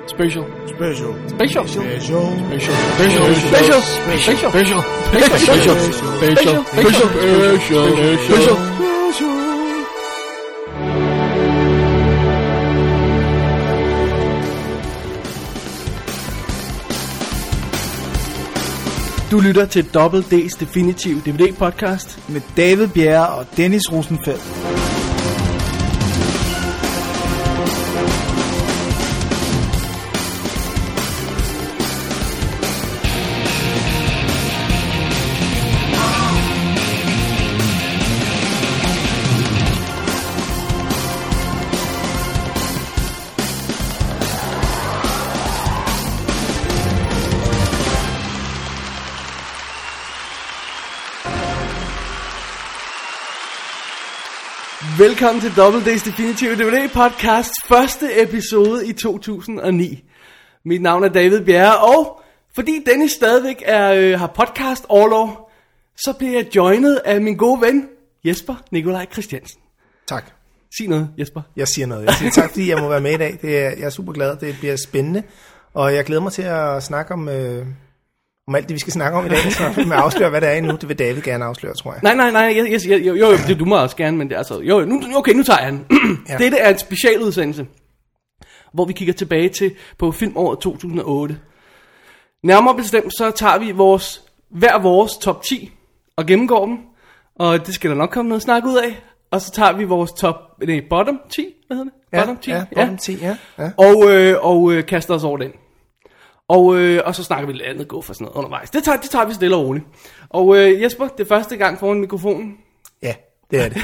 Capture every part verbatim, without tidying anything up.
Special. Special. Special. Special. Special. Special. Special. Special. Special. Special. Special. Special. Special. Special. Du lytter til Double D's Definitive D V D podcast med David Bjerre og Dennis Rosenfeldt. Velkommen til Double D's Definitive D V D podcast, første episode i to tusind og ni. Mit navn er David Bjerre, og fordi Dennis stadigvæk er, øh, har podcast orlov, så bliver jeg joinet af min gode ven, Jesper Nikolaj Christiansen. Tak. Sig noget, Jesper. Jeg siger noget. Jeg siger tak, fordi jeg må være med i dag. Det er, jeg er super glad. Det bliver spændende. Og jeg glæder mig til at snakke om, øh, om alt det, vi skal snakke om i dag. Så vil jeg afsløre, hvad det er endnu. Det vil David gerne afsløre, tror jeg. Nej, nej, nej. Jeg, jeg, jeg, jo, jo, det, du må også gerne, men det er altså... Jo, nu, okay, nu tager jeg den. Ja. Dette er en specialudsendelse, hvor vi kigger tilbage til på filmåret to tusind og otte. Nærmere bestemt, så tager vi vores, hver vores top ti og gennemgår dem. Og det skal der nok komme noget snak ud af. Og så tager vi vores top, nej, bottom ti, hvad hedder det? Ja, bottom ti, ja, bottom ti, ja. ja. Og, øh, og øh, kaster os over den. Og, øh, og så snakker vi lidt andet gå for sådan noget undervejs. Det tager, det tager vi stille og roligt. Og øh, Jesper, det er første gang foran mikrofonen. Ja, det er det.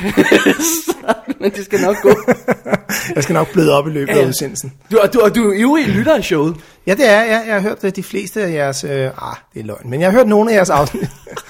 Men det skal nok gå. Jeg skal nok bløde op i løbet ja, ja. af udsendelsen. Du, du, og du er ivrig lytter af showet. Ja, det er jeg. Jeg har hørt de fleste af jeres... Øh, ah, det er løgn. Men jeg har hørt nogle af jeres afsnit.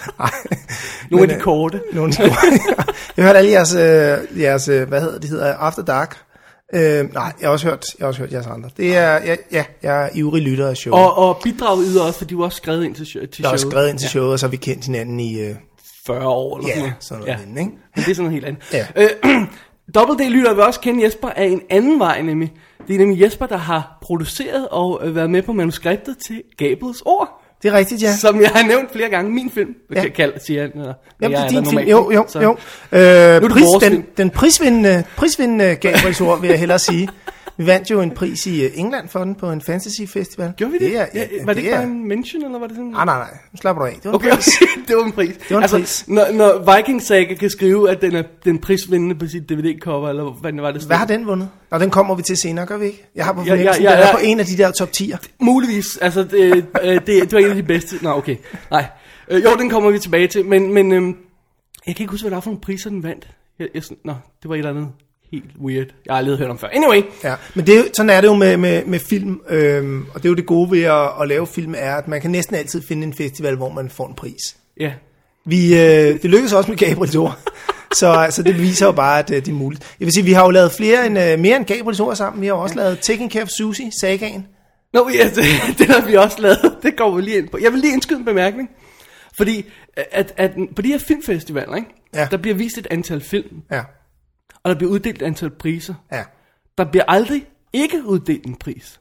Nogle af de korte. Nogle af de korte. Jeg har hørt alle jeres... Øh, jeres øh, hvad hedder det? hedder After Dark. Øh, nej, jeg har også hørt, jeg har også hørt jeres andre. Det er, ja, ja jeg er ivrig lytter af showet. Og, og bidrag yder også, for de var også skrevet ind til, til showet. Jeg har også skrevet ind til showet, ja. Og så har vi kendt hinanden i... Øh, fyrre år eller ja, sådan noget. sådan noget. Ja, lignende, ikke? Men det er sådan noget helt andet. Ja. Øh, Double D lytter vil også kende Jesper af en anden vej, nemlig. Det er nemlig Jesper, der har produceret og øh, været med på manuskriptet til Gabriels Ord. Det er rigtigt, ja. Som jeg har nævnt flere gange. Min film, ja. Kan kalde, siger han. Eller, Jamen, det er din film. Normalt, jo, jo, så. jo. Øh, pris, den, den prisvindende, prisvindende Gabriels Ord, vil jeg hellere sige. Vi vandt jo en pris i England for den på en fantasy festival. Gjorde vi det? det er, ja, ja, var det det ikke er... bare en mention, eller var det sådan? Nej, nej, nej. Nu slapper du af. Det var en okay, pris. okay. Det var en pris. Det var en altså, pris. Når, når Viking Saga kan skrive, at den er den prisvindende på sit D V D-cover, eller hvad var det? Hvad har den vundet? Nå, den kommer vi til senere, gør vi ikke? Jeg har på ja, fornemmelsen, ja, ja, den er ja. på en af de der top tier. Muligvis. Altså, det, det, det var en af de bedste. Nå, okay. Nej. Øh, jo, den kommer vi tilbage til, men, men øhm, jeg kan ikke huske, hvad der var for nogle priser, den vandt. Jeg, jeg, nå, det var et eller andet helt weird. Jeg har aldrig hørt om før. Anyway. Ja, men det, sådan er det jo med, med, med film, øhm, og det er jo det gode ved at, at lave film, er, at man kan næsten altid finde en festival, hvor man får en pris. Ja. Vi, øh, det lykkedes også med Gabriels Ord, så altså, det viser jo bare, at øh, det er muligt. Jeg vil sige, vi har jo lavet flere end, øh, mere end Gabriels Ord sammen. Vi har jo også lavet Taking Care of Susie, Sagaen. Nå, ja, det, det har vi også lavet. Det går vi lige ind på. Jeg vil lige indskyde en bemærkning. Fordi at, at på de her filmfestivaler, ikke? Ja. Der bliver vist et antal film, ja. og der bliver uddelt et antal priser. Ja. Der bliver aldrig ikke uddelt en pris.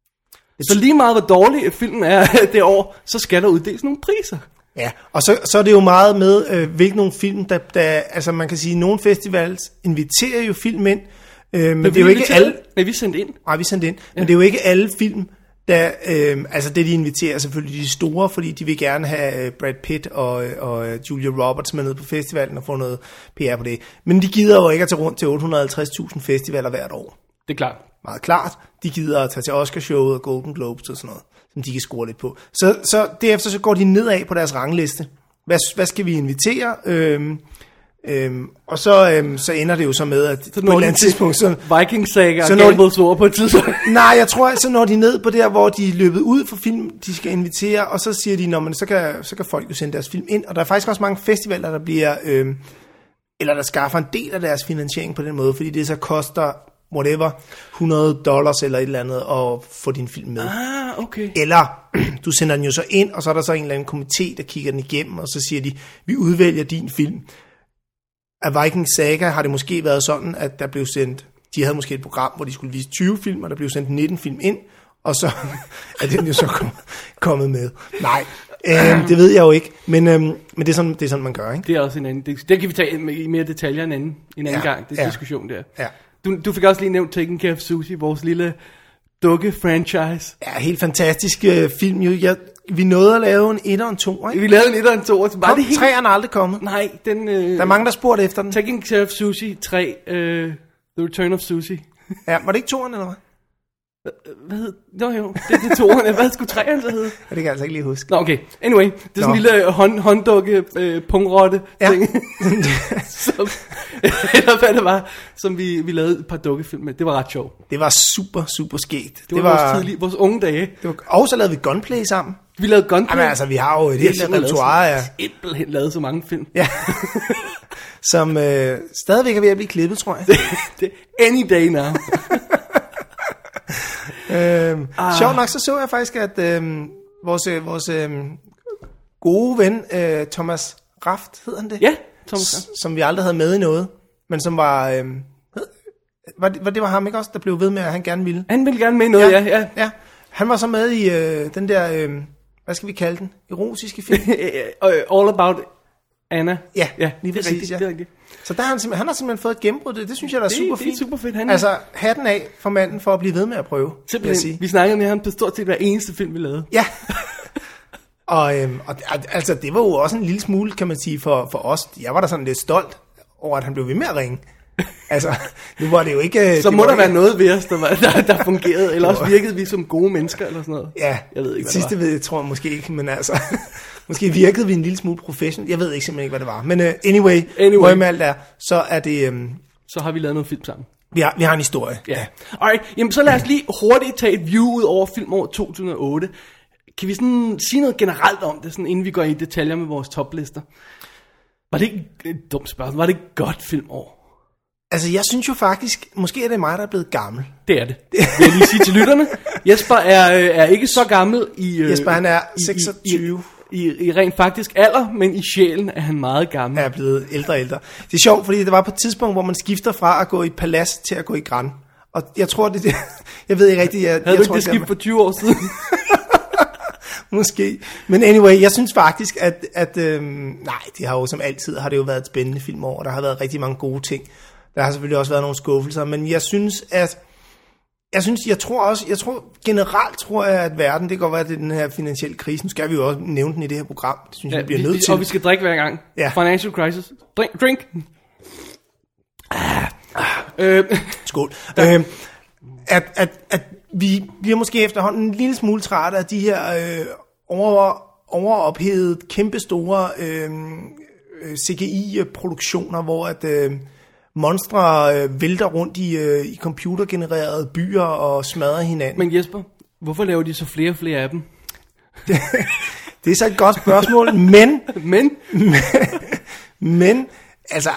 Så lige meget hvor dårlig filmen er det år, så skal der uddeles nogle priser. Ja, og så, så er det jo meget med, øh, hvilke nogle film, der, der, altså man kan sige, nogle festivals inviterer jo film ind, øh, men, men det er jo ikke alle... Nej, vi sendte ind. Nej, vi sendte ind, ja. Men det er jo ikke alle film, der, øh, altså det de inviterer selvfølgelig de store, fordi de vil gerne have Brad Pitt og, og Julia Roberts med ned på festivalen og få noget P R på det. Men de gider jo ikke at tage rundt til otte hundrede og halvtreds tusind festivaler hvert år. Det er klart. Meget klart. De gider at tage til Oscarshowet og Golden Globes og sådan noget, som de kan score lidt på. Så, så derefter så går de nedad på deres rangliste. Hvad, hvad skal vi invitere? Øhm, øhm, og så, øhm, så ender det jo så med, at så på et eller andet tidspunkt... Så, Viking Saga og Gabriels Ord på et tidspunkt. Nej, jeg tror, så når de ned på der, hvor de er løbet ud for film, de skal invitere, og så siger de, men så kan, så kan folk jo sende deres film ind. Og der er faktisk også mange festivaler, der bliver... Øhm, eller der skaffer en del af deres finansiering på den måde, fordi det så koster... whatever, hundrede dollars eller et eller andet, og få din film med. Ah, okay. Eller, du sender den jo så ind, og så er der så en eller anden komité, der kigger den igennem, og så siger de, vi udvælger din film. Af Viking Saga har det måske været sådan, at der blev sendt, de havde måske et program, hvor de skulle vise tyve film, og der blev sendt nitten film ind, og så er den jo så kom, kommet med. Nej, øh, det ved jeg jo ikke, men, øh, men det, er sådan, det er sådan, man gør, ikke? Det er også en anden, det, det kan vi tage i mere detaljer en anden, en anden Ja, gang, det er ja. diskussion der. Ja. Du, du fik også lige nævnt Taking Care of Susie, vores lille dukke-franchise. Ja, helt fantastisk øh, film. Jo. Jeg, vi nåede at lave en et og en to, ikke? Vi lavede en et og en to, så var Kom, det helt... træerne er aldrig kommet. Nej, den... Øh... Der er mange, der spurgte efter den. Taking Care of Susie tre, øh, The Return of Susie. Ja, var det ikke toeren, eller hvad? Hvad hed... Nå jo, det er det toerne. Hvad skulle træerne så hedde? Ja, det kan jeg altså ikke lige huske. Nå, okay. Anyway, det er sådan en lille hånd, hånddukke, øh, pungrotte Ja. ting. som, eller hvad det var, som vi, vi lavede et par dukkefilm med. Det var ret sjovt. Det var super, super skægt. Det var, det var vores, tidlige, vores unge dage. Det var, og så lavede vi Gunplay sammen. Vi lavede Gunplay. Jamen altså, vi har jo et helt repertoire af... Simpelthen lavet så mange film. Ja. Som øh, stadigvæk er ved at blive klippet, tror jeg. det, any day now. øhm, ah. Sjovt nok, så så jeg faktisk, at øh, vores, øh, vores øh, gode ven, øh, Thomas Raft, hed han det? Ja, Thomas Raft. S- som vi aldrig havde med i noget, men som var... Øh, var, det, var det var ham ikke også, der blev ved med, at han gerne ville? Han ville gerne med i noget, ja. ja, ja. ja. Han var så med i øh, den der, øh, hvad skal vi kalde den? Erotiske film? All About Anna. Ja, ja lige det er præcis, rigtigt, ja. det er rigtigt. Så der har han, simpelthen, han har simpelthen fået et gennembrud. Det, det synes jeg, der er det, super det fint. er super fedt. Han altså, hatten af for manden for at blive ved med at prøve. Simpelthen. Vi snakkede med ham på stort set hver eneste film, vi lavede. Ja. og, øhm, og altså, det var jo også en lille smule, kan man sige, for, for os. Jeg var da sådan lidt stolt over, at han blev ved med at ringe. Altså, nu var det jo ikke... Så det må der ikke... være noget ved os, der, var, der, der fungerede, eller også virkede vi som gode mennesker, eller sådan noget. Ja, jeg ved ikke, hvad sidste ved jeg, tror jeg måske ikke, men altså... Måske virkede vi en lille smule professional. Jeg ved ikke simpelthen ikke, hvad det var. Men uh, anyway, anyway. Hvor med alt er, så er det... Um, så har vi lavet noget film sammen. Vi har, vi har en historie. Ja. Yeah. Alright, jamen så lad os lige hurtigt tage et view ud over filmåret to tusind og otte. Kan vi sådan sige noget generelt om det, sådan, inden vi går i detaljer med vores toplister? Var det ikke et dumt spørgsmål? Var det et godt filmår? Altså, jeg synes jo faktisk, måske er det mig, der er blevet gammel. Det er det. Vil jeg lige sige til lytterne. Jesper er, er ikke så gammel i... Jesper, han er seksogtyve. I, i, i, I rent faktisk alder, men i sjælen er han meget gammel. Er blevet ældre og ældre. Det er sjovt, fordi det var på et tidspunkt, hvor man skifter fra at gå i palads til at gå i græn. Og jeg tror, det, det jeg ved ikke rigtigt... Jeg, Havde jeg du tror, ikke det skift for tyve år siden? Måske. Men anyway, jeg synes faktisk, at... at øhm, nej, det har jo som altid har det jo været et spændende filmår, og der har været rigtig mange gode ting. Der har selvfølgelig også været nogle skuffelser, men jeg synes, at... Jeg synes, jeg tror også, jeg tror generelt tror jeg, at verden, det kan godt være, at det er den her finansielle krise. Nu skal vi jo også nævne den i det her program. Det synes ja, jeg, vi bliver nødt til. Og vi skal drikke hver gang. Ja. Financial crisis. Drink. drink. Ah. Øh. Skål. Øh, at, at, at vi bliver måske efterhånden en lille smule trætte af de her øh, over, overophedede, kæmpestore øh, C G I-produktioner, hvor at... Øh, monstre øh, vælter rundt i, øh, i computergenererede byer og smadrer hinanden. Men Jesper, hvorfor laver de så flere og flere af dem? det, det er så et godt spørgsmål, men... men? men, men, altså...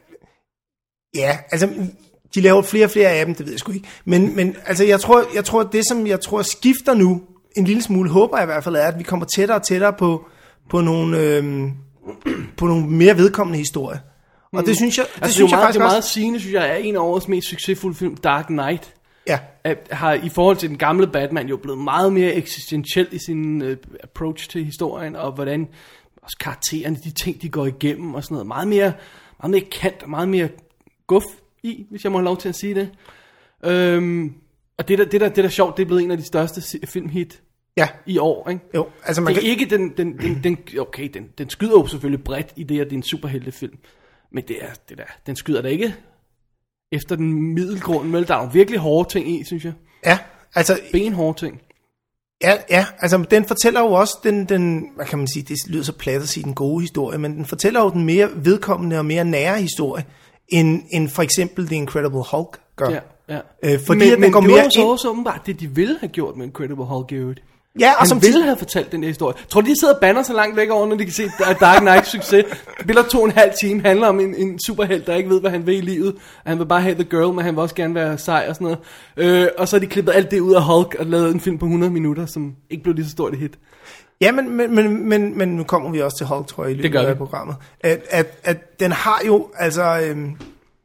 Ja, altså... De laver flere og flere af dem, det ved jeg sgu ikke. Men, men altså, jeg tror, jeg tror, det som jeg tror skifter nu, en lille smule, håber jeg i hvert fald, er, at vi kommer tættere og tættere på, på, nogle, øh, på nogle mere vedkommende historier. Og det synes jeg, det altså, synes det er jeg meget, faktisk det er meget også... sigende, synes jeg, er en af årets mest succesfulde film, Dark Knight. Ja. At, har i forhold til den gamle Batman jo blevet meget mere eksistentiel i sin uh, approach til historien, og hvordan også karaktererne, de ting, de går igennem og sådan noget. Meget mere, meget mere kant og meget mere guf i, hvis jeg må have lov til at sige det. Øhm, og det der, det, der, det der sjovt, det er blevet en af de største filmhit ja. i år, ikke? Jo, altså man det er kan... ikke den, den, den, den, okay, den, den skyder jo selvfølgelig bredt i det, at det er en superheltefilm. Men det er, det der, den skyder da ikke efter den middelgrund, men der er jo virkelig hårde ting i, synes jeg. Ja, altså... Benhårde ting. Ja, ja, altså den fortæller jo også den, den, hvad kan man sige, det lyder så plat at sige den gode historie, men den fortæller jo den mere vedkommende og mere nære historie, end, end for eksempel The Incredible Hulk gør. Ja, ja. Øh, fordi men, den men går det mere var jo så ind... også åbenbart det, de ville have gjort med Incredible Hulk i øvrigt. Ja, og han som ville have fortalt den der historie. Tror du, de sidder og banner så langt væk over, når de kan se, at Dark Knight succes. Spiller to og en halv time, handler om en, en superhelt, der ikke ved, hvad han vil i livet. Han vil bare have the girl, men han vil også gerne være sej og sådan noget. Øh, og så har de klippet alt det ud af Hulk og lavet en film på hundrede minutter, som ikke blev lige så stort et hit. Ja, men, men, men, men, men nu kommer vi også til Hulk, tror jeg, i løbet af programmet. At, at, at den har jo, altså... Øhm,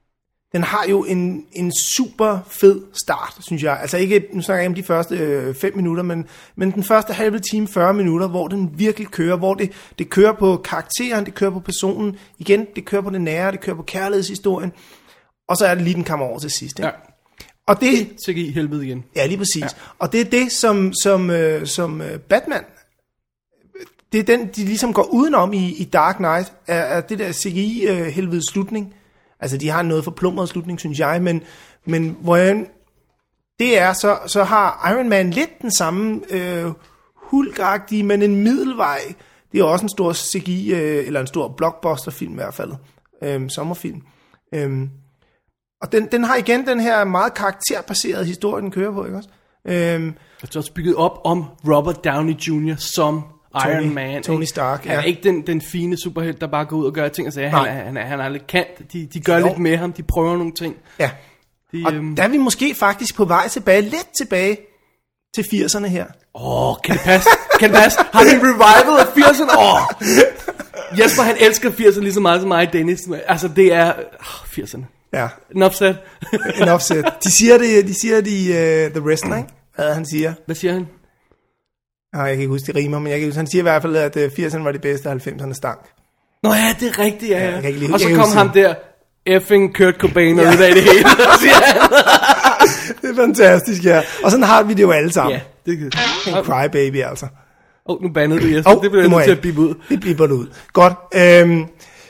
den har jo en, en super fed start, synes jeg. Altså ikke, nu snakker jeg om de første øh, fem minutter, men, men den første halve time, fyrre minutter, hvor den virkelig kører, hvor det, det kører på karakteren, det kører på personen, igen, det kører på det nære, det kører på kærlighedshistorien, og så er det lige, den kommer over til sidst. Ikke? Ja. Og det så i helvede igen. Ja, lige præcis. Ja. Og det er det, som, som, øh, som øh, Batman, det er den, de ligesom går udenom i, i Dark Knight, er, er det der C G I-helvede øh, slutning. Altså, de har noget forplumret slutning, synes jeg, men, men hvor jeg, det er, så, så har Iron Man lidt den samme øh, hulkagtige, men en middelvej. Det er også en stor C G I, øh, eller en stor blockbuster-film i hvert fald, øh, sommerfilm. Øh, og den, den har igen den her meget karakterbaserede historie, den kører på, ikke også? Øh, det er også bygget op om Robert Downey junior som Tony, Iron Man. Tony Stark, Han er ja. ikke den, den fine superhelt, der bare går ud og gør ting og siger, han er, han, er, han er lidt kant. De, de gør jo lidt med ham, de prøver nogle ting. Ja, de, og øhm... der er vi måske faktisk på vej tilbage, lidt tilbage til firserne her. Åh, oh, kan det passe? Kan det passe? Har vi en revival af firserne? Åh! Oh. Jesper, han elsker firserne lige så meget som mig, Dennis. Altså, det er oh, firserne. Ja. En offset. En offset. De siger det, de siger det i uh, The Wrestling, hvad han siger. Hvad siger han? Nej, jeg kan ikke huske, det rimer, men jeg kan huske, han siger i hvert fald, at uh, firserne var det bedste, og halvfemserne stank. Nå ja, det er rigtigt, ja. ja lige, og så kom ham der, effing Kurt Cobain, og ja. Det det hele, siger han. Det er fantastisk, ja. Og sådan har vi det jo alle sammen. Ja, det er det. En crybaby, altså. Åh, oh, nu bandede du, Jesper. Oh, det bliver jeg nødt til at bippe ud. Det bipper du ud. Godt. Øhm,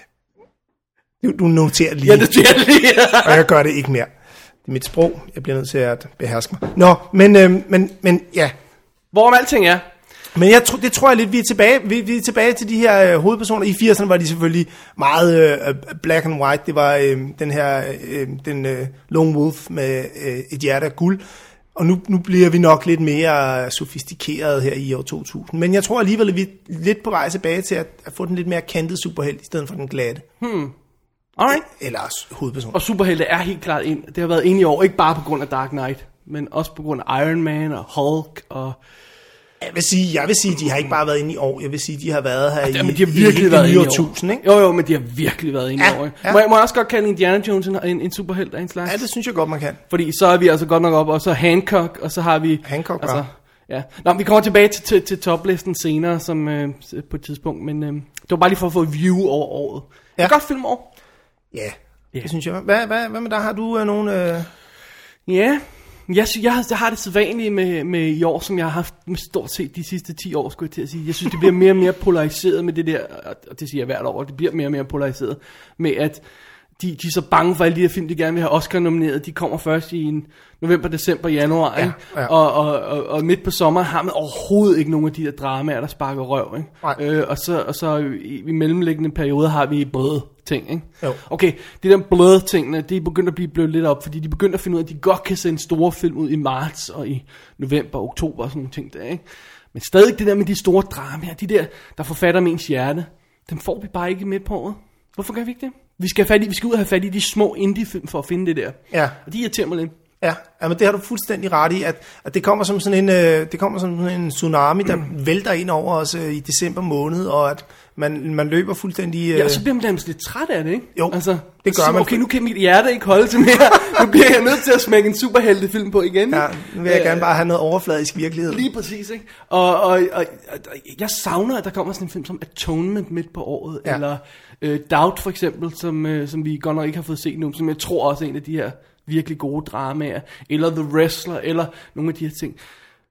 du, du noterer lige. Ja, det siger jeg lige. Og jeg gør det ikke mere. Det er mit sprog. Jeg bliver nødt til at beherske mig. Nå, men, øhm, men, men ja. Hvorom alting er. Men jeg tro, det tror jeg lidt, vi er tilbage, vi, vi er tilbage til de her øh, hovedpersoner. I firserne var de selvfølgelig meget øh, black and white. Det var øh, den her, øh, den øh, Lone Wolf med øh, et hjerte af guld. Og nu, nu bliver vi nok lidt mere sofistikeret her i år to tusind. Men jeg tror alligevel, at vi er lidt på vej tilbage til at, at få den lidt mere kantet superhelt, i stedet for den glatte. Hmm. Alright. Eller hovedperson. Og superhelte er helt klart ind. Det har været ind i år, ikke bare på grund af Dark Knight, men også på grund af Iron Man og Hulk og... Jeg vil sige, jeg vil sige, de har ikke bare været inde i år. Jeg vil sige, de har været her ja, i, men de har virkelig i, været i inde år i år. tusind, ikke? Jo, jo, men de har virkelig været inde ja, i år. Ja. Må, jeg, må jeg også godt kalde Indiana Jones en, en, en superhelt af en slags? Ja, det synes jeg godt, man kan. Fordi så er vi altså godt nok op, og så Hancock, og så har vi... Hancock, altså, ja. Nå, vi kommer tilbage til, til, til toplisten senere, som øh, på et tidspunkt, men øh, det var bare lige for at få et view over året. Ja. Et godt filmår. Ja, det synes jeg. Hvad, hvad, hvad med dig? Har du øh, nogle... Øh... Ja... Jeg, synes, jeg, jeg har det sædvanlige med, med i år, som jeg har haft med stort set de sidste ti år, skulle jeg til at sige. Jeg synes, det bliver mere og mere polariseret med det der, og det siger jeg hvert år, det bliver mere og mere polariseret, med at de, de er så bange for alle de her film, de gerne vil have Oscar nomineret. De kommer først i en november, december, januar, ja, ja. Og, og, og, og midt på sommeren har man overhovedet ikke nogen af de der dramaer, der sparker røv. Ikke? Øh, og, så, og så i, i mellemliggende perioder har vi både ting. Ikke? Jo. Okay, de der bløde tingene, de er begyndt at blive blødt lidt op, fordi de begynder at finde ud af, at de godt kan sende store film ud i marts og i november og oktober og sådan nogle ting der. Ikke? Men stadig det der med de store dramaer, de der, der forfatter med ens hjerte, dem får vi bare ikke midt på året. Hvorfor gør vi ikke det? Vi skal, have fat i, vi skal ud og have fat i de små indie-film for at finde det der. Ja. Og de irriterer mig lidt. Ja, men det har du fuldstændig ret i, at, at det kommer som sådan en, øh, det kommer som sådan en tsunami, der mm. vælter ind over os øh, i december måned, og at man, man løber fuldstændig... Øh... Ja, og så bliver man nærmest lidt træt af det, ikke? Jo, altså, det gør så, man. Okay, nu kan mit hjerte ikke holde til mere. Nu bliver jeg nødt til at smække en superheltefilm på igen. Ja, nu vil jeg gerne bare have noget overfladisk virkelighed. Lige præcis, ikke? Og, og, og, og jeg savner, at der kommer sådan en film som Atonement midt på året, ja. Eller øh, Doubt for eksempel, som, øh, som vi godt nok ikke har fået set nu, som jeg tror også er en af de her virkelig gode dramaer, eller The Wrestler, eller nogle af de her ting.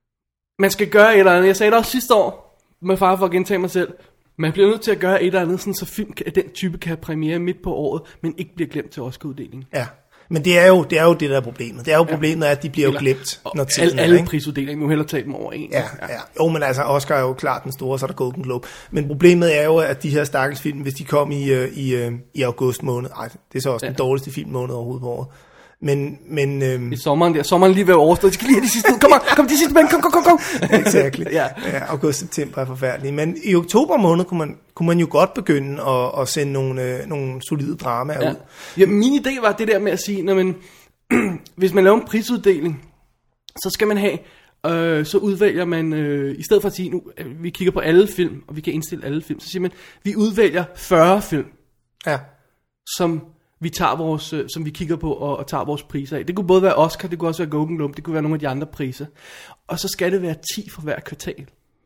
Man skal gøre et eller andet. Jeg sagde det også sidste år, med far for at gentage mig selv. Man bliver nødt til at gøre et eller andet, sådan, så film af den type kan have premiere midt på året, men ikke bliver glemt til Oscar-uddelingen. Ja, men det er jo det, er jo det der er problemet. Det er jo ja. problemet, at de bliver eller, jo glemt, når tiden alle, er, alle ikke? prisuddelinger, nu hellere tage dem over en. Ja, ja. Jo, men altså, Oscar er jo klart den store, så er der Golden Globe. Men problemet er jo, at de her stakkels film, hvis de kom i, i, i august måned, ej, det er så også ja. den dårligste filmmåned overhovedet på året. Men, men øhm, i sommeren der, sommeren lige ved overstået. De skal lige have de sidste, kom on, kom de sidste mænd, kom, kom, kom, kom. Exactly. ja. ja, august-september er forfærdeligt. Men i oktober måned kunne man, kunne man jo godt begynde at, at sende nogle, øh, nogle solide dramaer ja. ud. Ja, min idé var det der med at sige, når man, hvis man laver en prisuddeling, så skal man have, øh, så udvælger man, øh, i stedet for at sige, nu, øh, vi kigger på alle film, og vi kan indstille alle film, så siger man, vi udvælger fyrre film, ja. som vi tager vores, øh, som vi kigger på og, og tager vores priser af. Det kunne både være Oscar, det kunne også være Golden Globe, det kunne være nogle af de andre priser. Og så skal det være ti for hver kvartal.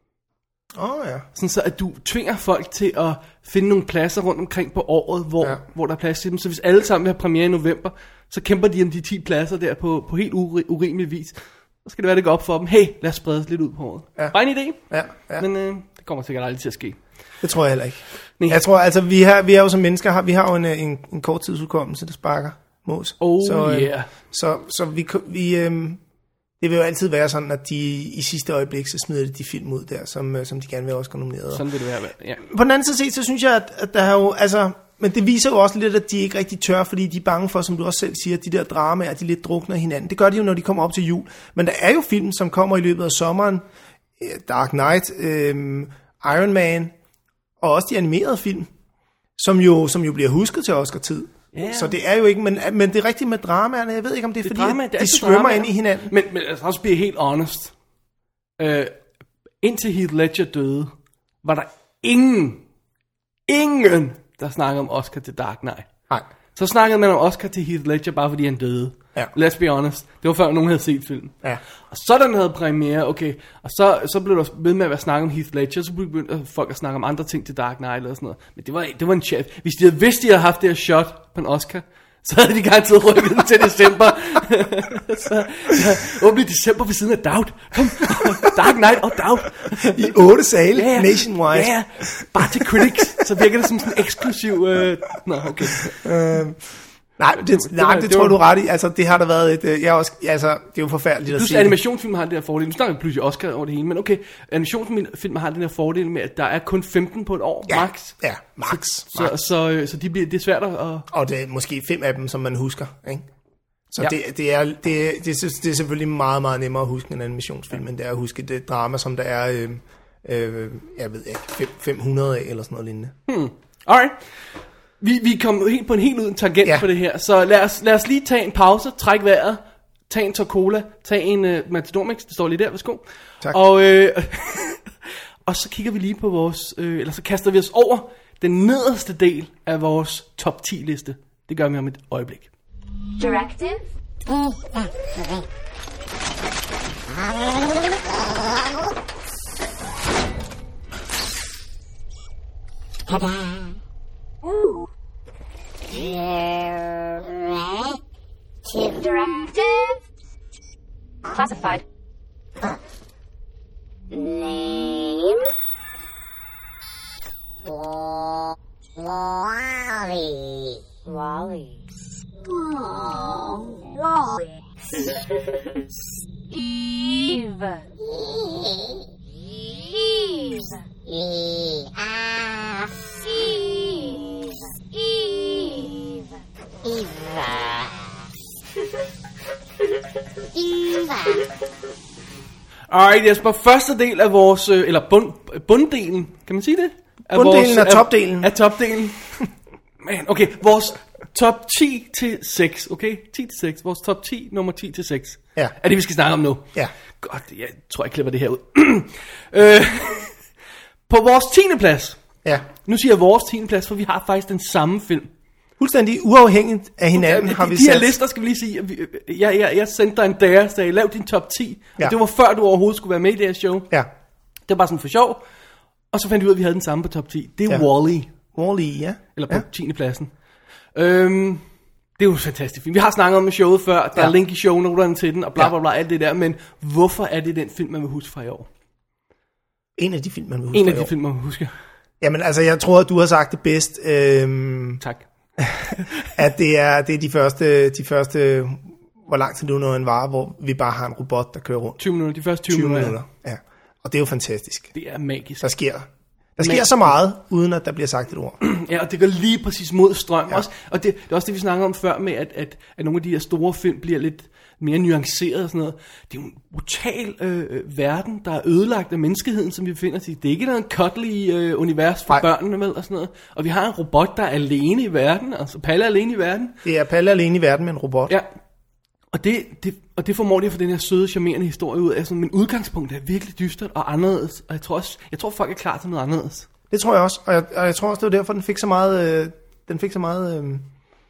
Åh oh, ja. Sådan så, at du tvinger folk til at finde nogle pladser rundt omkring på året, hvor, ja. hvor der er plads til dem. Så hvis alle sammen vil have premiere i november, så kæmper de om de ti pladser der på, på helt uri- urimelig vis. Så skal det være, det går op for dem. Hey, lad os sprede os lidt ud på året. Ja. Bare en idé. Ja, ja. Men øh, det kommer sikkert aldrig til at ske. Det tror jeg heller ikke. Nej. Jeg tror, altså, vi har, vi er jo som mennesker, har, vi har jo en, en, en kort tidsudkommelse, der sparker mås. Oh så, øh, yeah. Så, så vi, vi øh, det vil jo altid være sådan, at de i sidste øjeblik, så smider de de film ud der, som, som de gerne vil også gå nomineret. Sådan vil det være, ja. På den anden side, så synes jeg, at, at der er jo, altså, men det viser jo også lidt, at de ikke rigtig tør, fordi de er bange for, som du også selv siger, at de der dramaer, de lidt drukner hinanden. Det gør de jo, når de kommer op til jul. Men der er jo film, som kommer i løbet af sommeren. Dark Knight, øh, Iron Man, og også de animerede film, som jo, som jo bliver husket til Oscar-tid. Yeah. Så det er jo ikke, men, men det er rigtigt med dramaerne. Jeg ved ikke, om det er, det fordi, drama, det er de svømmer ind i hinanden. Men, men altså, også blive helt honest. Uh, indtil Heath Ledger døde, var der ingen, ingen, der snakkede om Oscar til Dark Knight. Nej. Så snakkede man om Oscar til Heath Ledger, bare fordi han døde. Ja. Let's be honest. Det var før nogen havde set filmen. Ja. Og så den havde premiere, okay. Og så, så blev der ved med at være snakket om Heath Ledger, så begyndte folk at snakke om andre ting til Dark Knight eller sådan noget. Men det var, det var en chef. Hvis de havde vidst, de havde haft det her shot på en Oscar, så havde de garanteret rykket den til december. så ja, åbne i december ved siden af Doubt. Kom. Dark Knight og Doubt. I otte sale, ja, nationwide. Ja, bare til critics. Så virker det som sådan en eksklusiv... Øh... Nå, okay. Øh... Nej, det, det, nej, det, det tror var, du ret i. Altså, det har der været et... Jeg også, altså, det er jo forfærdeligt at se. Plus animationsfilm har den der fordel. Nu snakker vi pludselig Oscar over det hele, men okay, animationsfilm har den der fordel med, at der er kun femten på et år, ja, max. Ja, max. Så, max. så, så, så de bliver, det er svært at... Og det er måske fem af dem, som man husker, ikke? Så ja. det, det, er, det, det, det, det er selvfølgelig meget, meget nemmere at huske en animationsfilm, end det er at huske det drama, som der er, øh, øh, jeg ved ikke, fem hundrede af, eller sådan noget lignende. Hmm. Alright. Vi, vi kom helt på en helt uden tangent ja. på det her, så lad os, lad os lige tage en pause, træk vejret, tag en tår cola, tag en uh, Matador Mix, det står lige der, værsgo. Tak. Og, øh, og så kigger vi lige på vores, øh, eller så kaster vi os over den nederste del af vores top ti liste. Det gør vi om et øjeblik. Directive. Ooh. Directive. Directive. Classified. Name. Wally. Wally. Oh, Wally. Eve. Eve. Eve. Ah. Eve. Eve. Eva. Eva. Alright, Jesper, første del af vores, eller bund, bunddelen, kan man sige det? Af bunddelen af topdelen. Af, af topdelen. Man, okay, vores top ti til seks, okay? ti til seks, vores top ti, nummer ti til seks. Ja. Er det, vi skal snakke om nu? Ja. Godt, jeg tror, jeg klipper det her ud. øh, på vores tiende plads. Ja. Nu siger jeg vores tiende plads, for vi har faktisk den samme film. Fuldstændig uafhængigt af hinanden ja, har vi de, de sat. her lister, skal vi lige sige, jeg, jeg, jeg sendte dig en dare, sagde, lav din top ti. Ja. Og det var før du overhovedet skulle være med i det her show. Ja. Det var bare sådan for sjov. Og så fandt vi ud af, at vi havde den samme på top ti. Det er ja. Wall-E. Wall-E, ja. Eller på ja. tiende pladsen. Øhm, det er jo fantastisk film. Vi har snakket om showet før. Der ja. er link i shownoterne til den, og bla bla bla, alt det der. Men hvorfor er det den film, man vil huske fra i år? En af de film, man vil huske En fra af de år. film, man vil huske. Jamen altså, jeg tror, at du har sagt det bedst. Øhm, tak. at det er, det er de første, de første, hvor lang tid nu når en varer, hvor vi bare har en robot, der kører rundt. tyve minutter, de første tyve, tyve minutter. minutter. Ja. Og det er jo fantastisk. Det er magisk. Der sker, der sker Men... så meget, uden at der bliver sagt et ord. Ja, og det går lige præcis mod strøm ja. også. Og det, det er også det, vi snakker om før med, at, at, at nogle af de her store film bliver lidt mere nuanceret og sådan noget. Det er jo en brutal øh, verden, der er ødelagt af menneskeheden, som vi befinder os i. Det er ikke noget en cuddly øh, univers for Nej. børnene med og sådan noget. Og vi har en robot, der er alene i verden. Altså Palle er alene i verden. Det er Palle alene i verden med en robot. Ja. Og det, det, og det formår de at få den her søde, charmerende historie ud af. Men udgangspunkt er virkelig dystert og anderledes. Og jeg tror også, jeg tror folk er klar til noget anderledes. Det tror jeg også. Og jeg, og jeg tror også, det var derfor, den fik så meget, øh, den fik så meget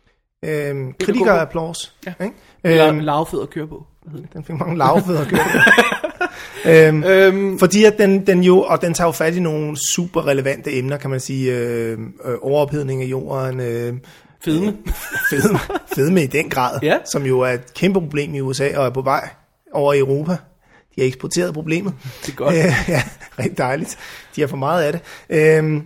Øhm, kritiker applaus. Ja. Ikke? Eller Øhm, lavfed at køre på. den fik mange lavfødder at køre på. øhm, øhm, fordi at den, den jo, og den tager jo fat i nogle super relevante emner, kan man sige, øh, øh, overophedning af jorden, øh, Fedme. øh, fedme, fedme i den grad, Ja. som jo er et kæmpe problem i U S A og er på vej over i Europa. De har eksporteret problemet. Det er godt. Øh, ja, rigtig dejligt. De har for meget af det. Øhm,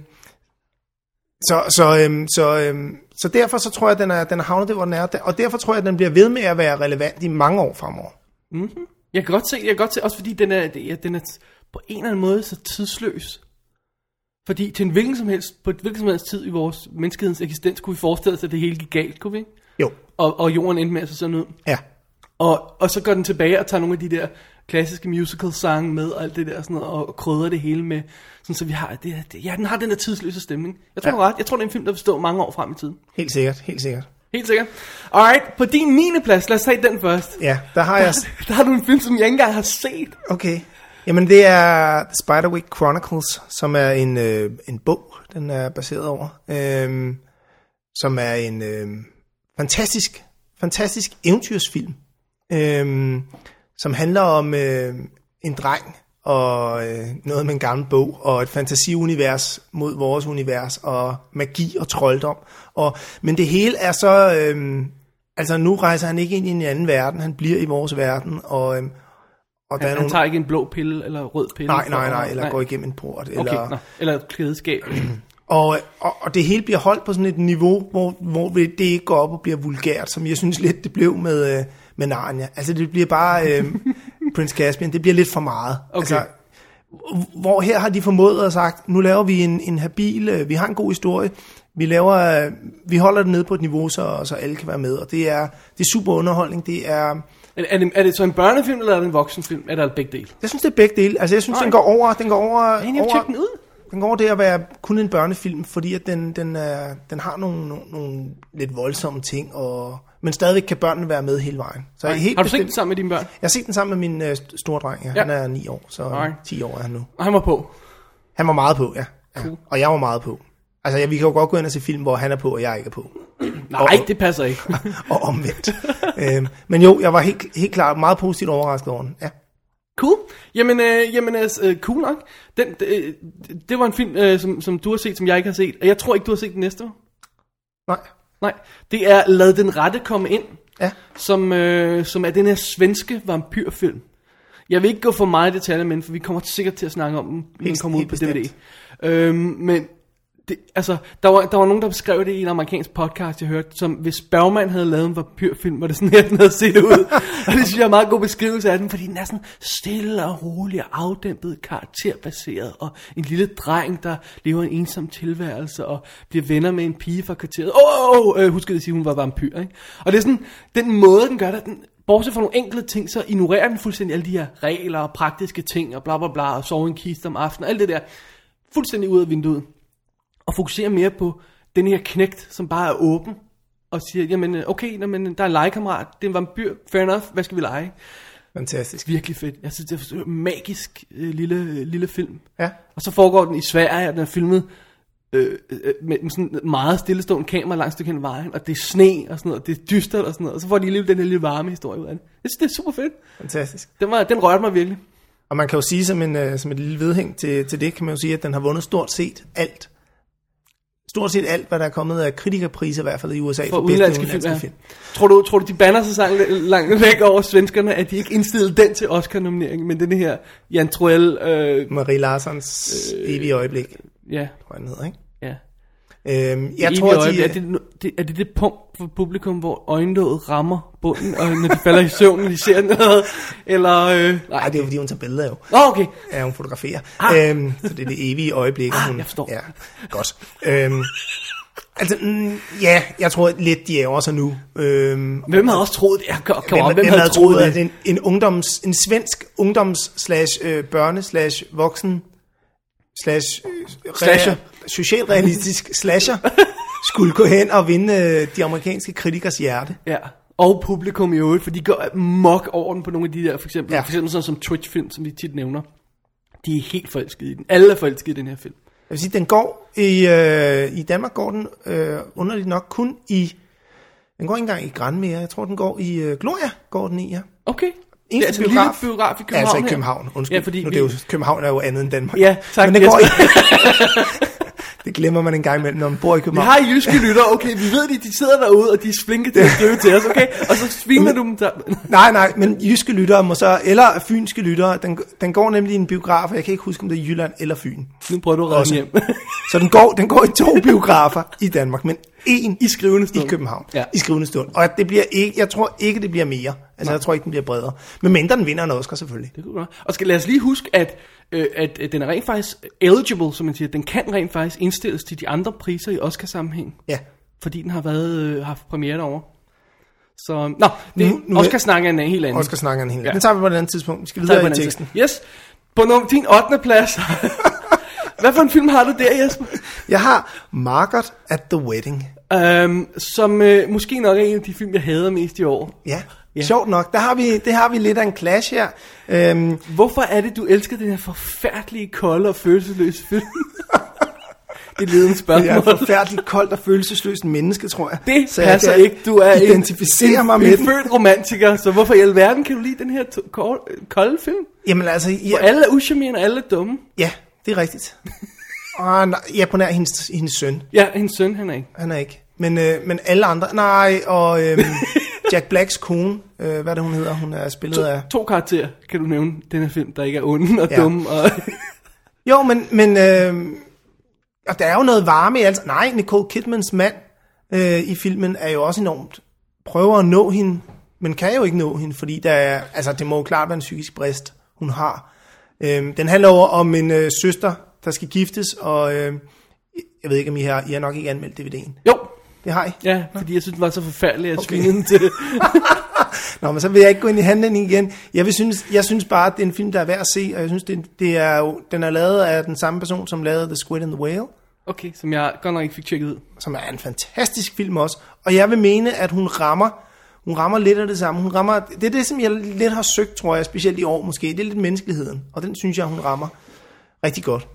så, så, øhm, så, øhm, så derfor så tror jeg, at den er, den er havnet der, hvor den er. Og derfor tror jeg, at den bliver ved med at være relevant i mange år fremover. Mm-hmm. Jeg kan godt se, jeg kan godt se, også fordi den er, ja, den er på en eller anden måde så tidsløs. Fordi til en hvilken som helst, på et hvilken som helst tid i vores menneskehedens eksistens, kunne vi forestille os, at det hele gik galt, kunne vi ikke? Jo. Og, og jorden endte med at se sådan ud. Ja. Og, og så går den tilbage og tager nogle af de der klassiske musical-sange med, og alt det der sådan noget, og krydder det hele med, sådan så vi har, det, det, ja, den har den der tidsløse stemning. Jeg tror, ja. ret. Jeg tror, det er en film, der vil stå mange år frem i tiden. Helt sikkert, helt sikkert. Helt sikkert. Alright, på din niende plads, lad os tage den først. Ja, der har jeg... Der har du en film, som jeg ikke engang har set. Okay. Jamen, det er The Spiderwick Chronicles, som er en, øh, en bog, den er baseret over. Øh, som er en øh, fantastisk, fantastisk eventyrsfilm. Øh, som handler om øh, en dreng og øh, noget med en gammel bog og et fantasiunivers mod vores univers og magi og trolddom. Og, men det hele er så... Øh, altså, nu rejser han ikke ind i en anden verden, han bliver i vores verden, og... Øh, Og der han, er nogle... han tager ikke en blå pille eller rød pille? Nej, nej, nej, for, eller nej. går igennem en port. Okay, eller, no, eller et klædeskab. og, og, og det hele bliver holdt på sådan et niveau, hvor, hvor det ikke går op og bliver vulgært, som jeg synes lidt det blev med, med Narnia. Altså det bliver bare øh, Prince Caspian, det bliver lidt for meget. Okay. Altså, hvor her har de formået at sagt, nu laver vi en, en habil, vi har en god historie, vi laver, vi holder det nede på et niveau, så, så alle kan være med, og det er, det er super underholdning, det er... Er, er, det, er det så en børnefilm, eller er det en voksenfilm? Er der begge dele? Jeg synes, det er begge dele. Altså, jeg synes, Nej. den går over... Den går over, Jeg har over tjekket den ud. Den går over det at være kun en børnefilm, fordi at den, den, er, den har nogle, nogle, nogle lidt voldsomme ting, og, men stadigvæk kan børnene være med hele vejen. Så helt har du set bestemt, den sammen med dine børn? Jeg har set den sammen med min øh, store dreng. Ja. Ja. Han er ni år, så Nej. ti år er han nu. Og han var på. Han var meget på, ja. ja. Cool. Og jeg var meget på. Altså, ja, vi kan jo godt gå ind og se film, hvor han er på, og jeg ikke er på. Nej, og, det passer ikke. og omvendt. øhm, men jo, jeg var helt, helt klart meget positivt overrasket over den. Ja. Cool. Jamen, øh, jamen øh, cool nok. Den, øh, det var en film, øh, som, som du har set, som jeg ikke har set. Og jeg tror ikke, du har set den næste. Nej. Nej, det er Lad den rette komme ind. Ja. Som, øh, som er den her svenske vampyrfilm. Jeg vil ikke gå for meget i detaljer, men for vi kommer sikkert til at snakke om den, når den kommer ud på D V D. Øhm, men det, altså, der var, der var nogen, der beskrev det i en amerikansk podcast, jeg hørte, som hvis Bergman havde lavet en vampyrfilm, var det sådan her, den havde set ud. Og det synes jeg er en meget god beskrivelse af den, fordi den er sådan stille og rolig og afdæmpet, karakterbaseret, og en lille dreng, der lever en ensom tilværelse, og bliver venner med en pige fra kvarteret. Åh, oh, øh, husk at sige, hun var vampyr, ikke? Og det er sådan, den måde, den gør det, den, bortset fra nogle enkelte ting, så ignorerer den fuldstændig alle de her regler og praktiske ting, og bla bla bla, og sove i en kiste om aftenen, og alt det der, fuldstændig ud af vinduet. Og fokuserer mere på den her knægt, som bare er åben, og siger, jamen okay, jamen, der er en legekammerat, det er en vampyr, fair enough, hvad skal vi lege? Fantastisk. Virkelig fedt. Jeg synes, det er en magisk øh, lille, lille film. Ja. Og så foregår den i Sverige, og den er filmet øh, øh, med sådan meget stillestående kamera langt stykke hen ad vejen, og det er sne og sådan noget, og det er dystert og sådan noget, og så får de alligevel den her lille varme historie ud af det. Jeg synes, det er super fedt. Fantastisk. Den, var, den rørte mig virkelig. Og man kan jo sige, som, en, uh, som et lille vedhæng til, til det, kan man jo sige, at den har vundet stort set alt. Stort set alt, hvad der er kommet af kritikerpriser, i hvert fald i U S A, for, for udenlandske, bedste udenlandske film. film. Ja. Tror du, tror du, de banner sig sang langt væk over svenskerne, at de ikke indstillede den til Oscar-nominering, men den her Jan Troell... Øh, Marie Larssons øh, evige øjeblik, ja. tror jeg den hedder, ikke? Ja. Øhm, jeg Evige tror, at de... øjeblik. Er, det, det, er det det punkt for publikum, hvor øjenlåget rammer bunden, og når de falder i søvn, når de ser noget? Eller... Øh, Nej, det er jo fordi, hun tager billeder jo. Nå, okay. Ja, hun fotograferer. Ah. Øhm, så det er det evige øjeblik. Ah, hun, jeg forstår. Ja, godt. Øhm, altså, mm, ja, jeg tror lidt, de ærger sig nu. Øhm, Hvem havde også troet det? Kom, hvem, hvem, hvem havde, havde troet troet, det? at en, en, ungdoms, en svensk ungdoms slash øh, børne slash voksen slash øh, Slasher. socialrealistisk slasher skulle gå hen og vinde øh, de amerikanske kritikers hjerte. Ja, og publikum i øvrigt, for de går mok over den på nogle af de der, for eksempel, Ja. for eksempel sådan som Twitch-film, som vi tit nævner. De er helt forelskede i den. Alle er forelskede i den her film. Jeg vil sige, den går i, øh, i Danmark går den øh, underligt nok kun i Den går ikke engang i Grand mere. Jeg tror, den går i uh, Gloria, går den i, ja. Okay. Eneste det er altså biograf. en lille biograf i København. Ja, altså i her. København, undskyld. Ja, fordi nu, vi... det er jo, København er jo andet end Danmark. Ja, tak. Men det går i... Det glemmer man en gang imellem, når man bor i Vi København. har jyske lytter, okay, vi ved de, de sidder derude, og de er flinke til at skrive til os, okay? Og så sviner du dem der. Nej, nej, men jyske lyttere må så, eller fynske lyttere, den, den går nemlig i en biograf, og jeg kan ikke huske, om det er Jylland eller Fyn. Nu prøver du at redde hjem. Så den går, den går i to biografer i Danmark, men én I skrivende stund. i København. Ja. I skrivende stund. Og det bliver ikke, jeg tror ikke, det bliver mere. Altså, nej. Jeg tror ikke, den bliver bredere. Men mindre den vinder en Oscar, selvfølgelig. Det kunne være. Og skal lad os lige huske, at, øh, at, at den er rent faktisk eligible, som man siger. Den kan rent faktisk indstilles til de andre priser i Oscar-sammenhæng. Ja. Fordi den har været, øh, haft premiere derovre. Så, nå, det, Nu- nu- Oscar-snakken er en helt anden. Oscar snakker en hel. Ja. Ja. Den tager vi på et andet tidspunkt. Vi skal Så er det videre på i den teksten. anden side. Yes. På nummer, din ottende plads. Hvad for en film har du der, Jesper? Jeg har Margaret at the Wedding. Um, som øh, måske nok er en af de film, jeg hader mest i år. Ja. Ja. Ja. Sjovt nok. Der har vi, det har vi lidt af en clash her. Øhm, Hvorfor er det, du elsker den her forfærdelige, kolde og følelsesløse film? Det er ledende spørgsmål. jeg er et forfærdeligt koldt og følelsesløst menneske, tror jeg. Det Så jeg passer kan ikke. Du er identificere en, mig en, med en den. født romantiker, så hvorfor i alverden kan du lide den her to- kolde, kolde film? Jamen altså, Hvor ja, alle er uschammerende og alle er dumme. ja, det er rigtigt. Og nej, jeg er på nær hendes, hendes søn. Ja, hendes søn, han er ikke. Han er ikke. Men, øh, men alle andre, nej, og øh, Jack Blacks kone, øh, hvad er det hun hedder, hun er spillet af... To karakterer kan du nævne den her film, der ikke er onde og Ja. dumme. Og Jo, men, men øh, og der er jo noget varme i alt. Nej, Nicole Kidmans mand øh, i filmen er jo også enormt, prøver at nå hende, men kan jo ikke nå hende, fordi der er, altså det må jo klart være en psykisk brist, hun har. Øh, den handler over om en øh, søster, der skal giftes, og øh, jeg ved ikke, om I har, I har nok ikke anmeldt D V D'en. jo, Det har I? ja, fordi jeg synes, det var så forfærdeligt at Okay. svine den til. Nå, men så vil jeg ikke gå ind i handlingen igen. Jeg, vil synes, jeg synes bare, at det er en film, der er værd at se, og jeg synes, det, det er jo, den er lavet af den samme person, som lavede The Squid and the Whale, Okay, som jeg godt nok ikke fik tjekket ud. som er en fantastisk film også. Og jeg vil mene, at hun rammer, hun rammer lidt af det samme. Hun rammer, det er det, som jeg lidt har søgt, tror jeg, specielt i år måske. Det er lidt menneskeligheden, og den synes jeg, hun rammer rigtig godt.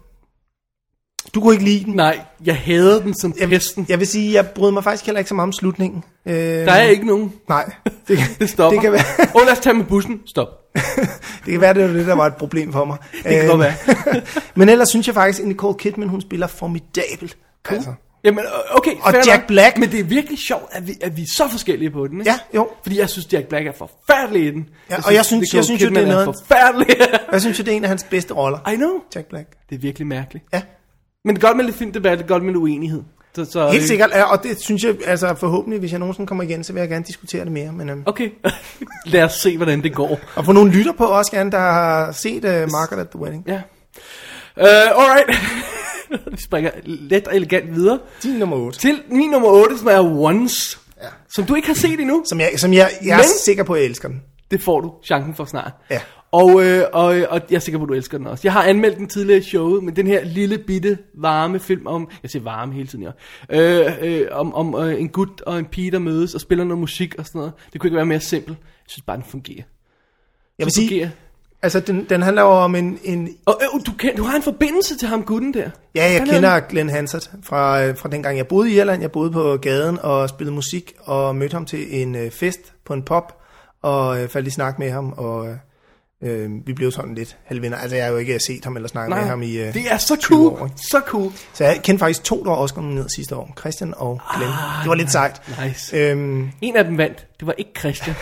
Du kunne ikke lide den. Nej, jeg hader den som Jeg, pesten. jeg vil sige, jeg bryder mig faktisk heller ikke så meget om slutningen. Øh, Der er ikke nogen. Nej, det, Det stopper. det kan være, Åh, oh, lad os tage med bussen. Stop. det kan være, det var det, der var et problem for mig. Det kan godt være. Men ellers synes jeg faktisk, at Nicole Kidman, hun spiller formidabelt. Cool. Altså. Jamen, okay, Og fair Jack nok. Black. Men det er virkelig sjovt, at vi, at vi er så forskellige på den, ikke? Ja, jo. Fordi jeg synes, Jack Black er forfærdelig i den. Ja, og jeg synes- Nicole jeg synes jo, Kidman det er noget- forfærdelig. Jeg synes jo, det er en af hans bedste roller. I know. Jack Black. Det er virkelig mærkeligt. Ja, Men det er godt med lidt fint debat, det er godt med lidt uenighed. Så, så, helt øh, sikkert. Ja, og det synes jeg, altså forhåbentlig, hvis jeg nogensinde kommer igen, så vil jeg gerne diskutere det mere. Men, øhm, Okay, lad os se, hvordan det går. og få nogle lytter på også gerne, der har set uh, Margaret at the Wedding. Ja. Uh, alright. Vi springer let og elegant videre Din nummer otte. til min nummer otte, som er Once. Ja. Som du ikke har set endnu. Som jeg, som jeg, jeg er Men- sikker på, at jeg elsker den. Det får du chancen for snart. Ja. Og, øh, og, og jeg er sikker på, at du elsker den også. Jeg har anmeldt den tidligere i showet, men den her lille bitte varme film om, jeg siger varme hele tiden, ja, øh, øh, om, om øh, en gut og en pige, der mødes og spiller noget musik og sådan noget. Det kunne ikke være mere simpelt. Jeg synes bare, den fungerer. Jeg vil Den sige, fungerer. altså den, den handler jo om en, en Og øh, du, kan, du har en forbindelse til ham gutten der. ja, jeg Han er- kender Glenn Hansard fra, øh, fra dengang jeg boede i Irland. Jeg boede på gaden og spillede musik og mødte ham til en øh, fest på en pub og øh, faldt i snak med ham og øh, øh, vi blev sådan lidt halvvenner. Altså jeg har jo ikke set ham eller snakket Nej, med ham i øh, det er så tyve cool. år, ikke? Så cool. Så jeg kendte faktisk to, der var også kommet ned sidste år. Christian og Glenn. Ah, det var lidt sejt. Nice. Øhm, En af dem vandt. Det var ikke Christian.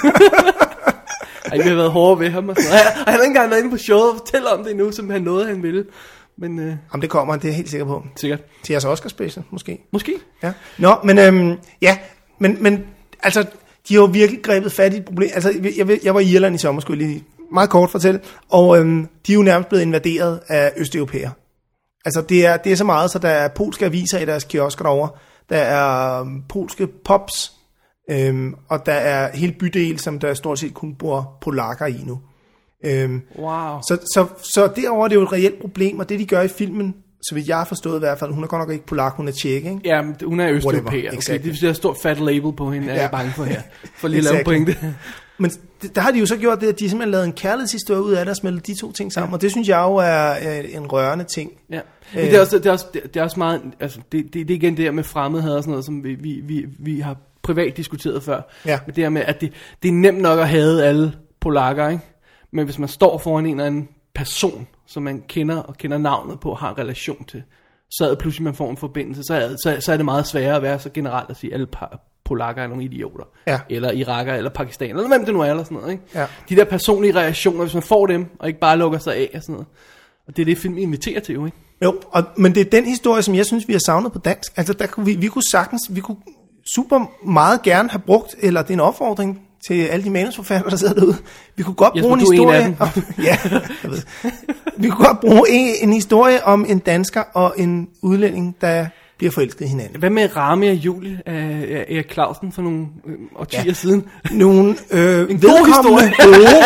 Ej, vi har været hårde ved ham og sådan noget. Og han har ikke engang været inde på showet og fortælle om det endnu, som han nåede, han ville. Men øh, Jamen det kommer, det er jeg helt sikker på. sikkert. Til jeres Oscar special, måske. Måske. Ja. Nå, men øhm, ja, men, men altså, de har jo virkelig grebet fat i et problem. Altså, jeg, jeg, jeg var i Irland i sommer, skulle jeg lige meget kort fortælle, og øhm, de er jo nærmest blevet invaderet af østeuropæere. Altså, det er, det er så meget, så der er polske aviser i deres kiosker derovre, der er øhm, polske pops, øhm, og der er hele bydel, som der stort set kun bor polakker i nu. Øhm, Wow. så, så, så derovre er det jo et reelt problem, og det de gør i filmen, så vidt jeg har forstået i hvert fald, hun er godt nok ikke polak, hun er tjek, ikke? Ja, men hun er østeuropæer. Okay, exactly. det vil sige, der er stort fat label på hende, er Ja. jeg bange for her. For lige at lave en Exactly. pointe. Men det- der har de jo så gjort det, at de simpelthen lavet en kærlighedshistorie ud af det og smeltet de to ting sammen, ja. Og det synes jeg jo er, er en rørende ting. Ja. Men det er også, det er også, det er også meget, altså, det, det, det er igen det her med fremmedhed og sådan noget, som vi, vi, vi, vi har privat diskuteret før. Ja. Men det her med, at det, det er nemt nok at hade alle polakker, ikke? Men hvis man står foran en eller anden person, som man kender og kender navnet på, har en relation til, så er det pludselig, man får en forbindelse, så er, så, så er det meget sværere at være så generelt at sige, at alle polakker er nogle idioter. Ja. Eller iraker, eller pakistaner, eller hvem det nu er, eller sådan noget, ikke? Ja. De der personlige reaktioner, hvis man får dem, og ikke bare lukker sig af, og sådan noget. Og det er det, film inviterer til, jo, ikke? Jo, og, men det er den historie, som jeg synes, vi har savnet på dansk. Altså, der kunne vi, vi kunne sagtens, vi kunne super meget gerne have brugt, eller det er en opfordring til alle de manusforfattere, der sidder derude. Vi kunne godt bruge Jesper, en du er en historie. Om, ja, jeg ved. Vi kunne godt bruge en, en historie om en dansker og en udlænding, der bliver forelsket i hinanden. Hvad med Rami og Julie af Erik Clausen for nogle øh, årtier ja. siden? Nogle øh, en god historie. Gode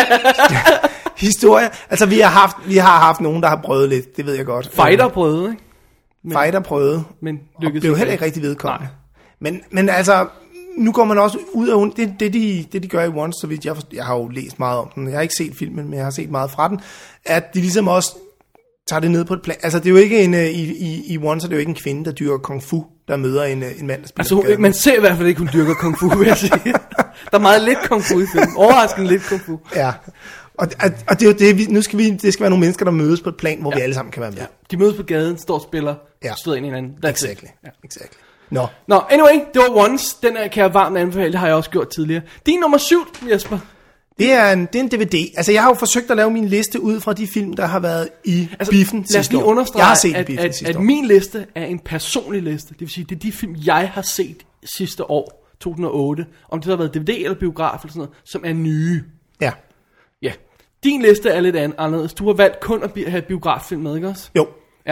historier. Altså, vi har, haft, vi har haft nogen, der har prøvet lidt, det ved jeg godt. Fighter prøvede, ikke? Men, Fighter prøvede, men lykkedes blev heller ikke rigtig vedkommende. Men, men altså, nu går man også ud af det, det, de, det de gør i Once, så vidt jeg forstår, jeg har jo læst meget om den, jeg har ikke set filmen, men jeg har set meget fra den, at de ligesom også tager det ned på et plan. Altså, det er jo ikke en, i, i, i Once er det jo ikke en kvinde, der dyrker kung fu, der møder en, en mand, der spiller. Altså, man ser i hvert fald ikke, hun dyrker kung fu, vil jeg sige. Der er meget lidt kung fu i filmen. Overraskende lidt kung fu. Ja. Og, og, og det er jo det, vi, nu skal vi, det skal være nogle mennesker, der mødes på et plan, hvor ja. vi alle sammen kan være med. Ja. De mødes på gaden, står og spiller, ja. støder ind i hinanden. That's exactly. Ja. exactly. Nå. Nå, anyway, det var Once. Den kan jeg varmt anbefale, det har jeg også gjort tidligere. Din nummer syv, Jesper. Det er, en, det er en D V D. Altså, jeg har jo forsøgt at lave min liste ud fra de film, der har været i altså, biffen sidste år. Lad os lige understrege, jeg har set at, biffen at, sidste at år. min liste er en personlig liste. Det vil sige, det er de film, jeg har set sidste år, to tusind og otte. Om det har været D V D eller biograf eller sådan noget, som er nye. Ja. Ja. Din liste er lidt anderledes. Du har valgt kun at have biograffilm med, ikke også? Jo. Ja.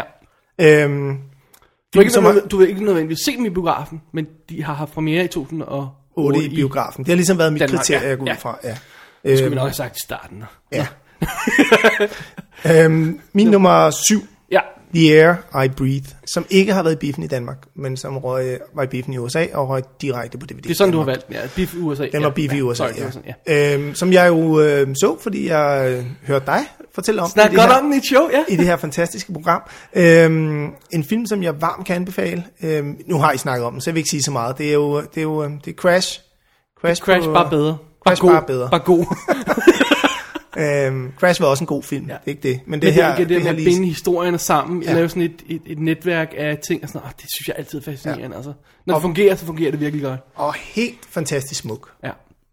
Øhm, du, har ikke noget, du vil ikke nødvendigvis se dem i biografen, men de har haft premiere i to tusind og otte i biografen. Det har ligesom været mit Danmark, kriterie, ja, jeg går ja. ud fra. Ja. Det skulle vi nok have sagt i starten. Ja. øhm, min nummer syv. Ja. The Air I Breathe, som ikke har været i biffen i Danmark, men som røg, var i biffen i U S A og røg direkte på D V D. Det er sådan, du har valgt den, ja. Biff i U S A. Den var biff ja, i U S A, sorry, ja. Sådan, ja. Øhm, som jeg jo øh, så, fordi jeg øh, hørte dig fortælle om Snak det godt her, om den i et show, ja. i det her fantastiske program. Øhm, en film, som jeg varmt kan anbefale. Øhm, nu har I snakket om den, så jeg vil ikke sige så meget. Det er jo, det er jo det er Crash. Crash, Crash på, bare bedre. Crash bare, god, bare bedre. Bare god. Øhm, Crash var også en god film, ja. Det er ikke det. Men det, Men her, det, det, det, det her lige... binde historierne sammen, ja. lave sådan et, et, et netværk af ting og sådan noget, det synes jeg altid er fascinerende. Ja. Altså. Når det fungerer, så fungerer det virkelig godt. Og helt fantastisk smuk. Ja.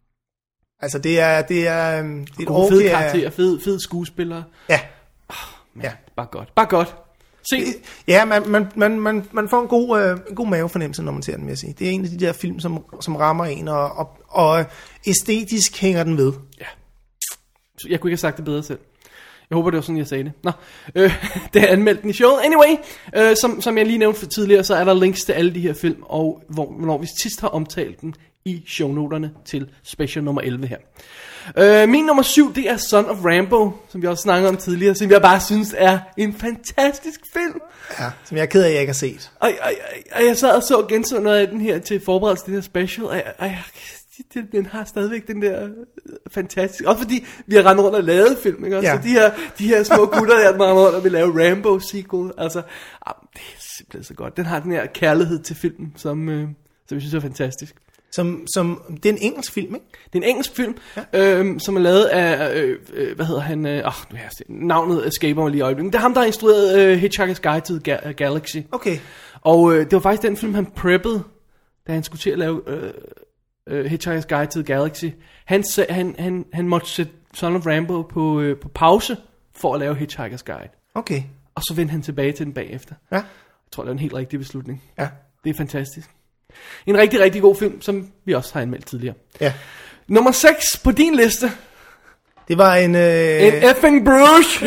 Altså det er det er, det er et gode, fede karakterer, fede, fede skuespillere. Ja. Oh, man, ja. Bare godt. Bare godt. Se. Ja, man, man, man, man, man får en god, øh, en god mavefornemmelse, når man ser den, vil jeg sige. Det er en af de der film, som, som rammer en, og, og, og æstetisk hænger den ved. Ja. Jeg kunne ikke have sagt det bedre selv. Jeg håber, det var sådan, jeg sagde det. Nå, øh, det er anmeldt den i showet. Anyway, øh, som, som jeg lige nævnte for tidligere, så er der links til alle de her film, og hvor, hvornår vi sidst har omtalt den i shownoterne til special nummer elleve her. Øh, min nummer syv, det er Son of Rambo, som vi også snakkede om tidligere, som jeg bare synes er en fantastisk film. Ja, som jeg er ked af, at jeg ikke har set. Og, og, og jeg sad og så genså noget af den her til forberedelse til den her special, og jeg, og jeg Den, den har stadigvæk den der øh, fantastisk. Også fordi vi har rendt rundt og lavet film, ikke? Ja. Så de her, de her små gutter der, der rundt og vil lave Rambo sequel. Altså, ah, det er simpelthen så godt. Den har den her kærlighed til filmen, som, øh, som jeg synes er fantastisk. Som, som, det er en engelsk film, ikke? Det er en engelsk film, ja. øh, som er lavet af, øh, øh, hvad hedder han? Øh, oh, nu har jeg set, navnet escaper mig lige i øjeblikket. Det er ham, der har instrueret øh, Hitchhiker's Guide to the Ga- Galaxy. Okay. Og øh, det var faktisk den film, han preppede, da han skulle til at lave... Øh, Uh, Hitchhiker's Guide to the Galaxy. Han, han, han, han måtte sætte Son of Rambo på, uh, på pause for at lave Hitchhiker's Guide. Okay. Og så vendte han tilbage til den bagefter. Ja. Jeg tror, det er en helt rigtig beslutning. Ja. Det er fantastisk. En rigtig, rigtig god film, som vi også har anmeldt tidligere. Ja. Nummer seks på din liste. Det var en... Øh... En effing Bruges.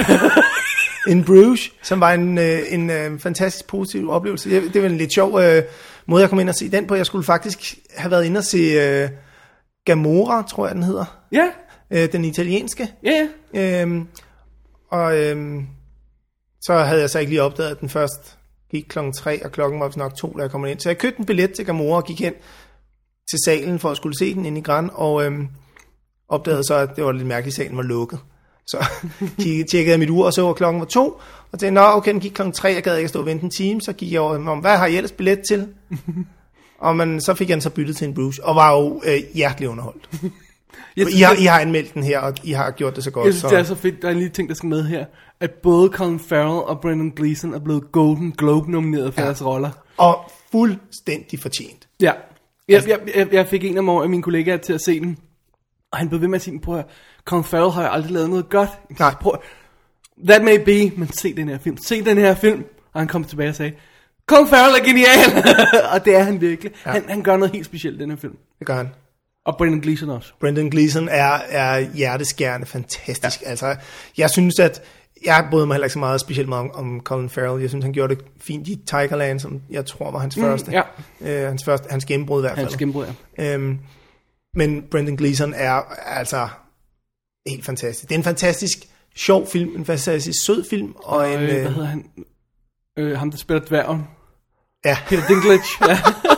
en Bruges, som var en, øh, en øh, fantastisk positiv oplevelse. Det, det var en lidt sjov øh, måde, jeg kom ind og se den på. Jeg skulle faktisk have været inde og se øh, Gamora, tror jeg, den hedder. Ja. Øh, den italienske. Ja, ja. Øhm, og øhm, så havde jeg så ikke lige opdaget, at den først gik klokken tre, og klokken var nok to, da jeg kom ind. Så jeg købte en billet til Gamora og gik hen til salen for at skulle se den inde i Grand, og øhm, opdagede så, at det var lidt mærkeligt, at salen var lukket. Så tjekkede jeg mit ur og så, at klokken var to, og tænkte, nå okay, den gik klokken tre, jeg gad ikke stå og vente en time, så gik jeg over, om hvad har jeg ellers billet til? Og man, så fik han så byttet til en Bruce, og var jo øh, hjertelig underholdt. Synes, I, har, I har anmeldt den her, og I har gjort det så godt. Jeg synes, så. det er så fedt. Der er en lille ting, der skal med her. At både Colin Farrell og Brendan Gleeson er blevet Golden Globe nomineret for ja. deres roller. Og fuldstændig fortjent. Ja. Jeg, jeg, jeg, jeg fik en af mine kollegaer til at se den, og han blev ved med at sige, prøv at Colin Farrell har jo aldrig lavet noget godt. Nej. Prøv, that may be, men se den her film. Se den her film. Og han kom tilbage og sagde, Colin Farrell er genial. Og det er han virkelig. Ja. Han, han gør noget helt specielt i den her film. Det gør han. Og Brendan Gleeson også. Brendan Gleeson er, er hjerteskærende fantastisk. Ja. Altså, jeg synes, at jeg bryder mig heller ikke så meget specielt meget om, om Colin Farrell. Jeg synes, han gjorde det fint i Tigerland, som jeg tror var hans mm, første. Ja. Øh, hans første. Hans gennembrud i hvert fald. Hans gennembrud, ja. Øhm, men Brendan Gleeson er altså helt fantastisk. Det er en fantastisk sjov film, en fantastisk sød film. Og, og en, øh, hvad hedder han? Øh, ham, der spiller dværgen. Ja. Peter Dinklage. Ja.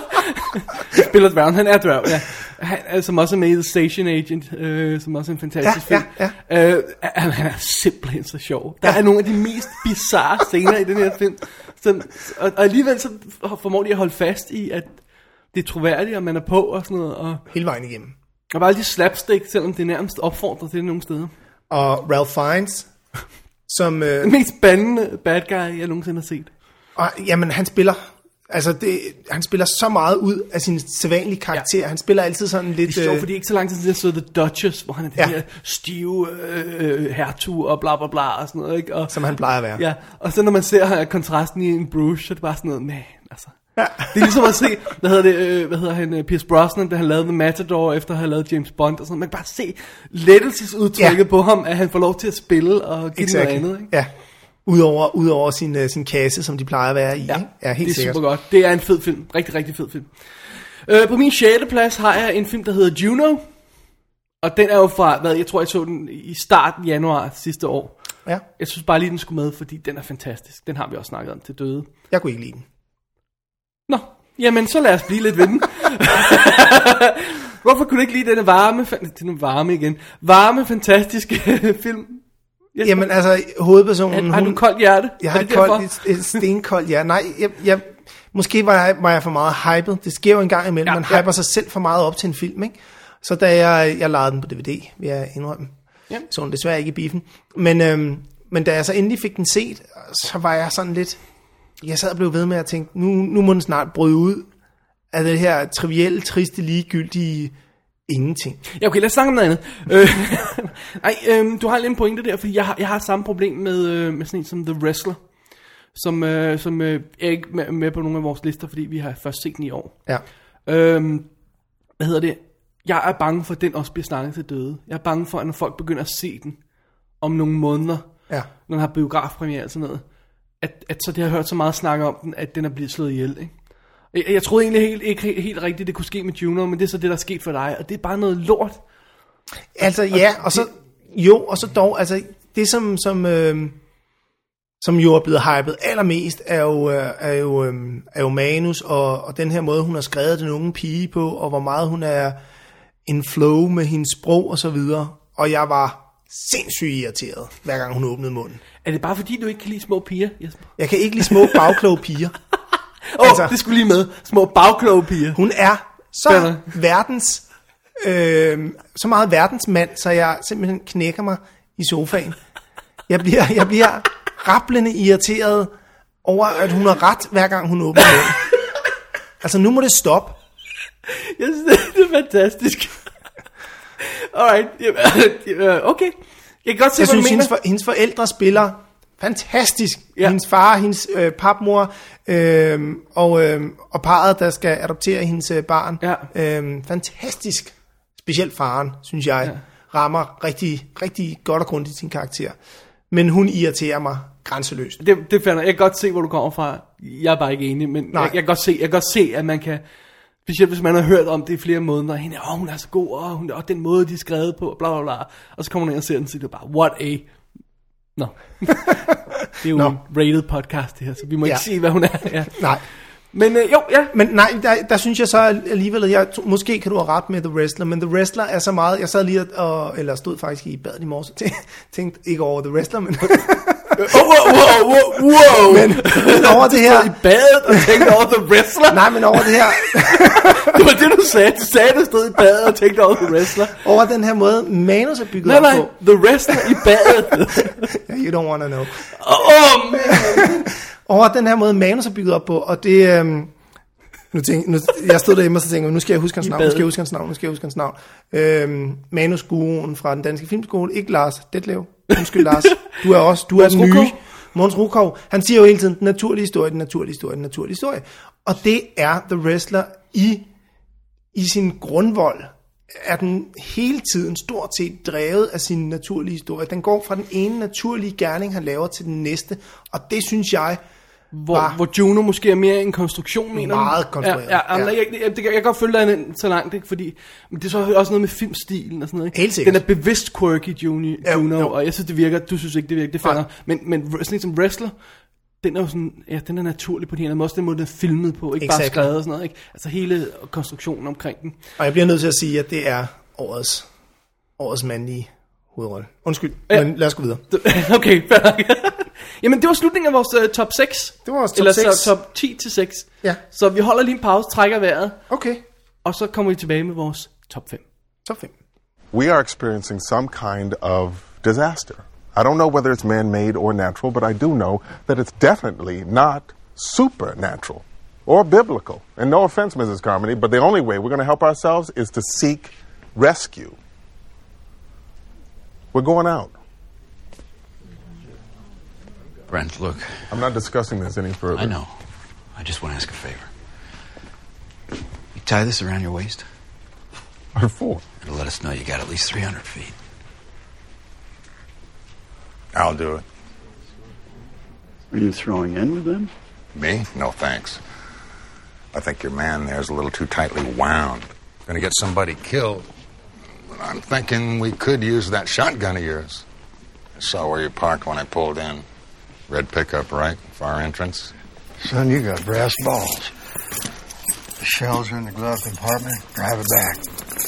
spiller dværgen, han er dværg, ja. Han er som også er med i The Station Agent, øh, som også er en fantastisk ja, film. Ja, ja. Øh, han er simpelthen så sjov. Der ja. er nogle af de mest bizarre scener i den her film. Som, og, og alligevel så formår de at holde fast i, at det er troværdigt, og man er på og sådan noget. Og, hele vejen igennem. Og bare alle de slapstick, selvom det nærmest opfordrer til det nogle steder. Og Ralph Fiennes, som... Øh, den mest spændende bad guy, jeg nogensinde har set. Og, jamen, han spiller... Altså, det, han spiller så meget ud af sin sædvanlige karakter. Ja. Han spiller altid sådan lidt... Det er sjovt, øh... fordi ikke så lang tid siden jeg så The Duchess, hvor han er den ja. her stive øh, hertug og bla bla bla og sådan noget, ikke? Og, som han plejer at være. Ja, og så når man ser kontrasten i en Bruce, så er det bare sådan noget, man, altså... Ja. Det er ligesom at se, hvad hedder det, øh, hvad hedder han, Pierce Brosnan, da han lavede The Matador, efter at have lavet James Bond og sådan. Man kan bare se lettelsesudtrykket ja. på ham, at han får lov til at spille og give exactly. noget andet, ikke? Ja. Udover, udover sin, uh, sin kasse, som de plejer at være i. Ja, ja helt det er sikkert. super godt. Det er en fed film. Rigtig, rigtig fed film. Uh, på min sjette plads har jeg en film, der hedder Juno. Og den er jo fra, hvad, jeg tror, jeg så den i starten januar sidste år. Ja. Jeg synes bare lige, den skulle med, fordi den er fantastisk. Den har vi også snakket om til døde. Jeg kunne ikke lide den. Nå, jamen så lad os blive lidt ved den. Hvorfor kunne du ikke lide denne varme, denne varme igen, varme, fantastiske film? Yes, jamen altså, hovedpersonen... Har du et koldt hjerte? Jeg har et, koldt, et, et stenkoldt hjerte. Nej, jeg, jeg, måske var jeg, var jeg for meget hyped. Det sker jo en gang imellem. Ja, man ja. hyper sig selv for meget op til en film, ikke? Så da jeg, jeg lavede den på D V D, vil jeg indrømme. Ja. Så den desværre ikke i biffen. Men, øhm, men da jeg så endelig fik den set, så var jeg sådan lidt... Jeg sad og blev ved med at tænke, nu, nu må den snart bryde ud af det her trivielle, triste, ligegyldige... ingenting. Ja, okay, lad os snakke om noget andet. øh, ej, øh, du har lige en pointe der, fordi jeg har, jeg har samme problem med, øh, med sådan en som The Wrestler, som, øh, som øh, er ikke med, med på nogle af vores lister, fordi vi har først set den i år. Ja. Øh, hvad hedder det? Jeg er bange for, at den også bliver snakket til døde. Jeg er bange for, at når folk begynder at se den om nogle måneder, ja. når den har biografpremiere og sådan noget, at, at så det har hørt så meget snak om den, at den er blevet slået ihjel, ikke? Jeg, jeg troede egentlig helt, ikke helt, helt rigtigt, det kunne ske med Juno, men det er så det, der er sket for dig, og det er bare noget lort. Altså ja, og så, jo, og så dog, altså det som, som, øh, som jo er blevet hypet allermest, er jo, øh, er jo, øh, er jo manus, og, og den her måde, hun har skrevet den unge pige på, og hvor meget hun er in flow med hendes sprog og så videre, og jeg var sindssygt irriteret, hver gang hun åbnede munden. Er det bare fordi, du ikke kan lide små piger, Jesper? Jeg kan ikke lide små bagkloge piger. Åh, oh, altså, det skulle lige med. Små bagkloge piger. Hun er så Spændende. verdens, øh, så meget verdensmand, så jeg simpelthen knækker mig i sofaen. Jeg bliver, jeg bliver rablende irriteret over, at hun har ret, hver gang hun åbner munden. Altså, nu må det stoppe. Jeg synes, det er fantastisk. Alright, okay. Jeg kan godt se, jeg hvad synes, du mener. Hendes, for, hendes forældre spiller fantastisk. Ja. Hendes far, hendes øh, papmor øh, og, øh, og parret, der skal adoptere hendes øh, barn. Ja. Øh, fantastisk. Specielt faren, synes jeg, ja. rammer rigtig, rigtig godt og grundigt sin karakter. Men hun irriterer mig grænseløst. Det, det finder, jeg kan godt se, hvor du kommer fra. Jeg er bare ikke enig, men jeg, jeg, kan godt se, jeg kan godt se, at man kan... Specielt hvis man har hørt om det i flere måneder, og hende, åh, hun er så god, og, hun, og den måde, de er skrevet på, bla bla bla. Og så kommer man ind og ser den, og siger bare, what a... Nå. Det er jo no. en rated podcast det her, så vi må ja. ikke sige, hvad hun er. Ja. Nej. Men øh, jo, ja. Men nej, der, der synes jeg så alligevel, at jeg, måske kan du have ret med The Wrestler, men The Wrestler er så meget, jeg sad lige og, eller stod faktisk i badet i morges, og tænkte ikke over The Wrestler, men wow, wow, wow, wow. Men over det her... i badet og tænkte over The Wrestler. Nej, men over det her... Det var det, du sagde. Du sagde, du stod i badet og tænkte over The Wrestler. Over den her måde, manus er bygget nej, op nej, på. The Wrestler i badet. Yeah, you don't wanna know. Åh, oh, man. Over den her måde, manus er bygget op på, og det... Øhm, nu tænk, nu, jeg stod derhjemme og så tænkte, nu skal jeg huske hans navn, nu skal jeg huske hans navn, nu skal jeg huske hans navn. Øhm, manusguruen fra den danske filmskole, ikke Lars Detlev. Undskyld, Lars. Du er også, du er den nye. Måns Rukov. Han siger jo hele tiden, den naturlige historie, den naturlige historie, den naturlige historie. Og det er The Wrestler i, i sin grundvold. Er den hele tiden stort set drevet af sin naturlige historie. Den går fra den ene naturlige gerning, han laver, til den næste. Og det synes jeg... Hvor, hvor Juno måske er mere en konstruktion, mener du? Meget konstrueret. Ja, ja, ja. Jeg, jeg, jeg, jeg kan godt følge dig så langt, ikke? Fordi men det er så også noget med filmstilen og sådan noget. Ikke? Helt sikkert. Den er bevidst quirky, Juno, ja, Juno jo. og jeg synes, det virker. Du synes ikke, det virker. Det falder. Men, men wrestling som wrestler, den er jo sådan, ja, den er naturlig på den her måde. Også den måde, den er filmet på, ikke exactly. Bare skrevet og sådan noget. Ikke? Altså hele konstruktionen omkring den. Og jeg bliver nødt til at sige, at det er årets, årets mandlige hovedrolle. Undskyld, ja. Men lad os gå videre. Okay, fair. Jamen, det var slutningen af vores uh, top seks. Det var vores top Eller seks. så top ti til seks. Ja. Så vi holder lige en pause, trækker vejret. Okay. Og så kommer vi tilbage med vores top fem. Top fem. We are experiencing some kind of disaster. I don't know whether it's man-made or natural, but I do know that it's definitely not supernatural or biblical. And no offense, Missus Carmody, but the only way we're going to help ourselves is to seek rescue. We're going out. Brent, look. I'm not discussing this any further. I know. I just want to ask a favor. You tie this around your waist? What for? It'll let us know you got at least three hundred feet. I'll do it. Are you throwing in with them? Me? No, thanks. I think your man there's a little too tightly wound. Gonna get somebody killed. But I'm thinking we could use that shotgun of yours. I saw where you parked when I pulled in. Red pickup, right? Far entrance. Son, you got brass balls. The shells are in the glove compartment. Drive it back.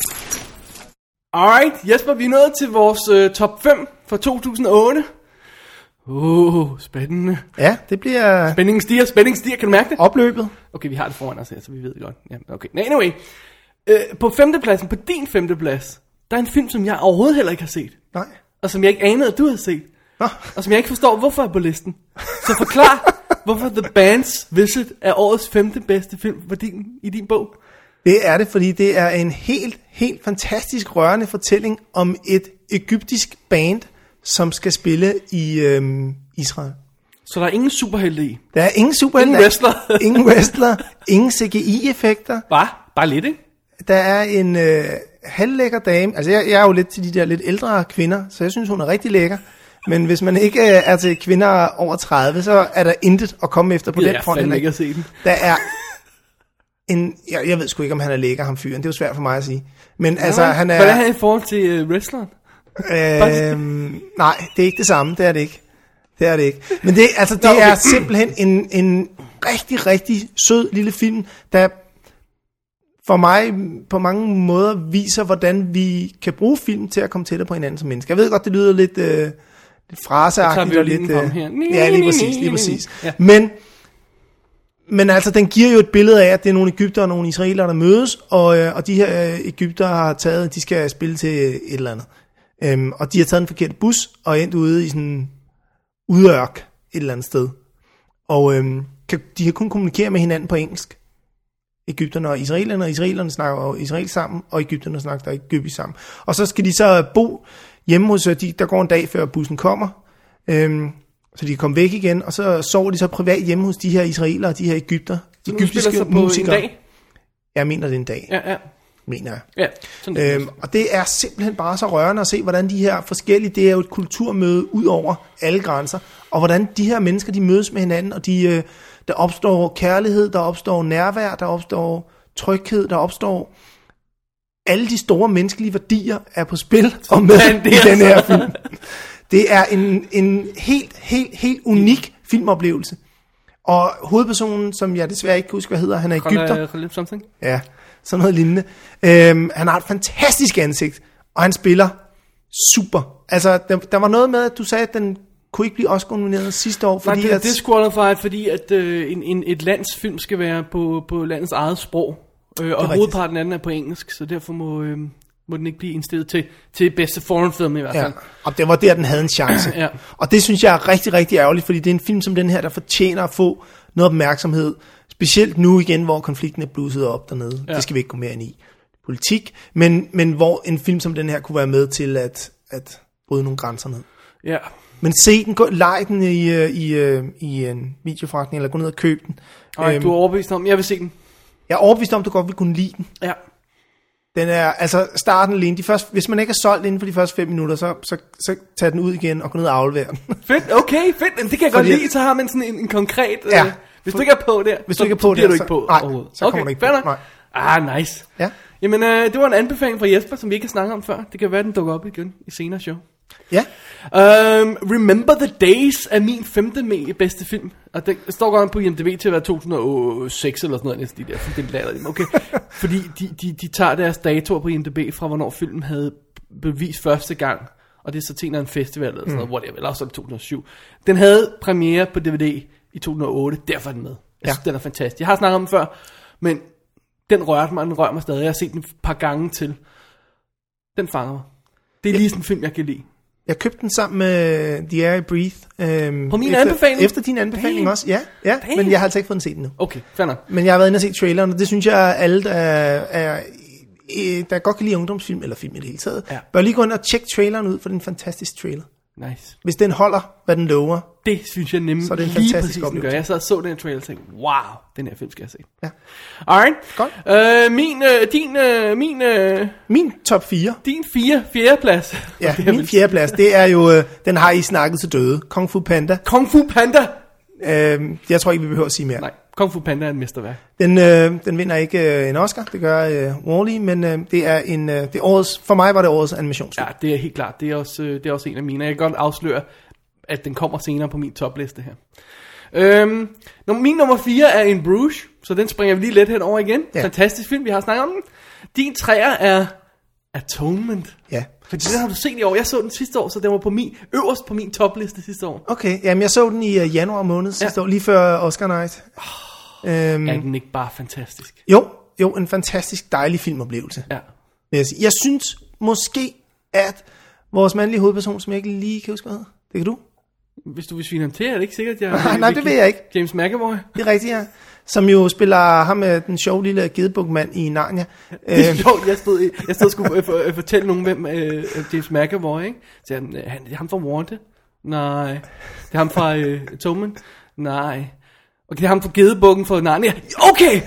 Alright, Jesper, vi er nået til vores uh, top fem for to tusind og otte. Åh, oh, spændende. Ja, det bliver... Spændingen stiger, spændingen stiger, kan du mærke det? Opløbet. Okay, vi har det foran os her, så vi ved det godt. Ja, okay. Nå, anyway. Uh, på femtepladsen, på din femteplads, der er en film, som jeg overhovedet heller ikke har set. Nej. Og som jeg ikke anede, at du havde set. Nå. Og som jeg ikke forstår, hvorfor er på listen. Så forklar, hvorfor The Band's Visit er årets femte bedste film for din, i din bog. Det er det, fordi det er en helt, helt fantastisk rørende fortælling om et egyptisk band, som skal spille i øhm, Israel. Så der er ingen superhelte i? Der er ingen superhelte. Ingen wrestler? Ingen wrestler. Ingen C G I-effekter. Bare? Bare lidt, ikke? Der er en øh, halvlækker dame. Altså, jeg, jeg er jo lidt til de der lidt ældre kvinder, så jeg synes, hun er rigtig lækker. Men hvis man ikke øh, er til kvinder over tredive, så er der intet at komme efter på det den front. Det er ikke at se den. Der er en... Jeg, jeg ved sgu ikke, om han er lækker, ham fyren. Det er jo svært for mig at sige. Men ja, altså, han er... Hvordan er han i forhold til uh, wrestleren? Øhm, nej, det er ikke det samme. Det er det ikke. Det er det ikke. Men det, altså, det Nå, okay. er simpelthen en, en rigtig, rigtig sød lille film, der for mig på mange måder viser, hvordan vi kan bruge film til at komme tættere på hinanden som mennesker. Jeg ved godt, det lyder lidt, øh, lidt fraseagtigt og lidt... Øh, ja, lige præcis, lige præcis. Ja. Men, men altså, den giver jo et billede af, at det er nogle egypter og nogle israelere, der mødes, og, øh, og de her øh, egypter har taget, de skal spille til et eller andet. Øhm, og de har taget en forkert bus og endt ude i sådan en udørk et eller andet sted. Og øhm, kan, de kan kun kommunikere med hinanden på engelsk. Egypterne og israelerne, og israelerne snakker jo israelsk sammen, og egypterne snakker egyptisk sammen. Og så skal de så bo hjemme hos, de, der går en dag før bussen kommer, øhm, så de kan komme væk igen, og så sover de så privat hjemme hos de her israelere og de her egypter. De egyptiske musikere. En dag? Jeg mener det er en dag. Ja, ja. Mener jeg. Ja, sådan øhm, og det er simpelthen bare så rørende at se, hvordan de her forskellige, det er jo et kulturmøde ud over alle grænser, og hvordan de her mennesker, de mødes med hinanden, og de, øh, der opstår kærlighed, der opstår nærvær, der opstår tryghed, der opstår alle de store menneskelige værdier er på spil og med i den her film. Det er en, en helt, helt, helt unik filmoplevelse. Og hovedpersonen, som jeg desværre ikke kan huske, hvad hedder, han er egypter. Something? Ja, sådan noget lignende. Øhm, han har et fantastisk ansigt, og han spiller super. Altså, der, der var noget med, at du sagde, at den kunne ikke blive Oscar-nomineret sidste år, fordi Nej, det er at... disqualified, fordi at øh, en, en, et lands film skal være på, på landets eget sprog, øh, og hovedparten af den er på engelsk, så derfor må, øh, må den ikke blive indstillet til, til bedste foreign film i hvert fald. Ja, og det var der, den havde en chance. Ja. Og det synes jeg er rigtig, rigtig ærgerligt, fordi det er en film som den her, der fortjener at få noget opmærksomhed, specielt nu igen, hvor konflikten er blusset op dernede. Ja. Det skal vi ikke gå mere ind i. Politik, men, men hvor en film som den her kunne være med til at, at bryde nogle grænser ned. Ja. Men se den, gå, lege den i, i, i en videoforretning, eller gå ned og køb den. Ej, øhm, du er overbevist om, jeg vil se den. Jeg er overbevist om, du godt vil kunne lide den. Ja. Den er, altså starten alene, de første, hvis man ikke er solgt inden for de første fem minutter, så, så, så tag den ud igen og gå ned og aflevere den. Fedt, okay, fedt, det kan jeg godt lide, så har man sådan en, en konkret, ja. øh, hvis du ikke er på der, hvis så, du ikke er på så bliver der, du ikke på. Nej, så kommer okay, du ikke på. Nej. Ah, nice. Ja. Jamen, øh, det var en anbefaling fra Jesper, som vi ikke har snakket om før. Det kan være, den dukker op igen i senere show. Ja. Um, Remember the Days er min femte med bedste film. Og det står godt på I M D B til at være to tusind og seks eller sådan noget. Næsten de der, så det lader dem. Okay. Fordi de, de, de tager deres datoer på I M D B fra, hvornår filmen havde bevist første gang. Og det er så til en festival eller sådan noget, mm. whatever, eller også to tusind og syv. Den havde premiere på D V D i to tusind og otte, derfor er den med. Jeg synes, ja. Den er fantastisk. Jeg har snakket om den før, men den rørte mig, den rører mig stadig. Jeg har set den et par gange til. Den fanger mig. Det er lige sådan en film, jeg kan lide. Jeg købte den sammen med The Air I Breathe. Øhm, på min efter, anbefaling? Efter din anbefaling Damn. også, ja. ja men jeg har altså ikke fået den set endnu. Okay, fair nok. Men jeg har været inde og set traileren, og det synes jeg, at alle, der, er, der godt kan lide ungdomsfilm, eller film i det hele taget, ja. bør lige gå ind og tjekke traileren ud, for det er en fantastisk trailer. Nice. Hvis den holder, hvad den lover. Det synes jeg nemlig så er det en lige fantastisk præcis, den gør. Jeg så så den her trailer og tænkte, wow, den her film skal jeg se. Ja. Alright. Godt. Øh, min, øh, din, øh, min... Øh, min top fire. Din fire, fjerde plads. Ja, min fjerde plads, det er jo, øh, den har I snakket til døde. Kung Fu Panda. Kung Fu Panda! Øh, jeg tror ikke, vi behøver at sige mere. Nej, Kung Fu Panda er en mesterværk. Den, øh, den vinder ikke øh, en Oscar, det gør øh, Wall-E, men øh, det er en, øh, det er årets, for mig var det årets animationsfilm. Ja, det er helt klart. Det er også, øh, det er også en af mine. Jeg kan godt afsløre, at den kommer senere på min topliste her. Øhm, min nummer fire er In Bruges, så den springer vi lige lidt hen over igen. Ja. Fantastisk film, vi har snakket om den. Din træer er Atonement. Ja. Fordi den har du set i år. Jeg så den sidste år, så den var på min, øverst på min topliste sidste år. Okay, jamen jeg så den i uh, januar måned sidste ja. år, lige før Oscar Night. Oh, øhm, er den ikke bare fantastisk? Jo, jo, en fantastisk dejlig filmoplevelse. Ja. Jeg, jeg synes måske, at vores mandlige hovedperson, som jeg ikke lige kan huske, hvad hedder, det kan du? Hvis du vil svine ham til, er det ikke sikkert, jeg... nej, nej, det ved jeg ikke. James McAvoy. Det er rigtigt, ja. Som jo spiller ham med den sjove lille gedebukmand i Narnia. Det er sjovt, jeg stod, jeg stod og skulle for, fortælle nogen, hvem uh, James McAvoy, ikke? Så han, han, det er ham fra Wanted? Nej. Det er ham fra uh, Atonement? Nej. Okay, det er ham fra gedebukken fra Narnia? Okay!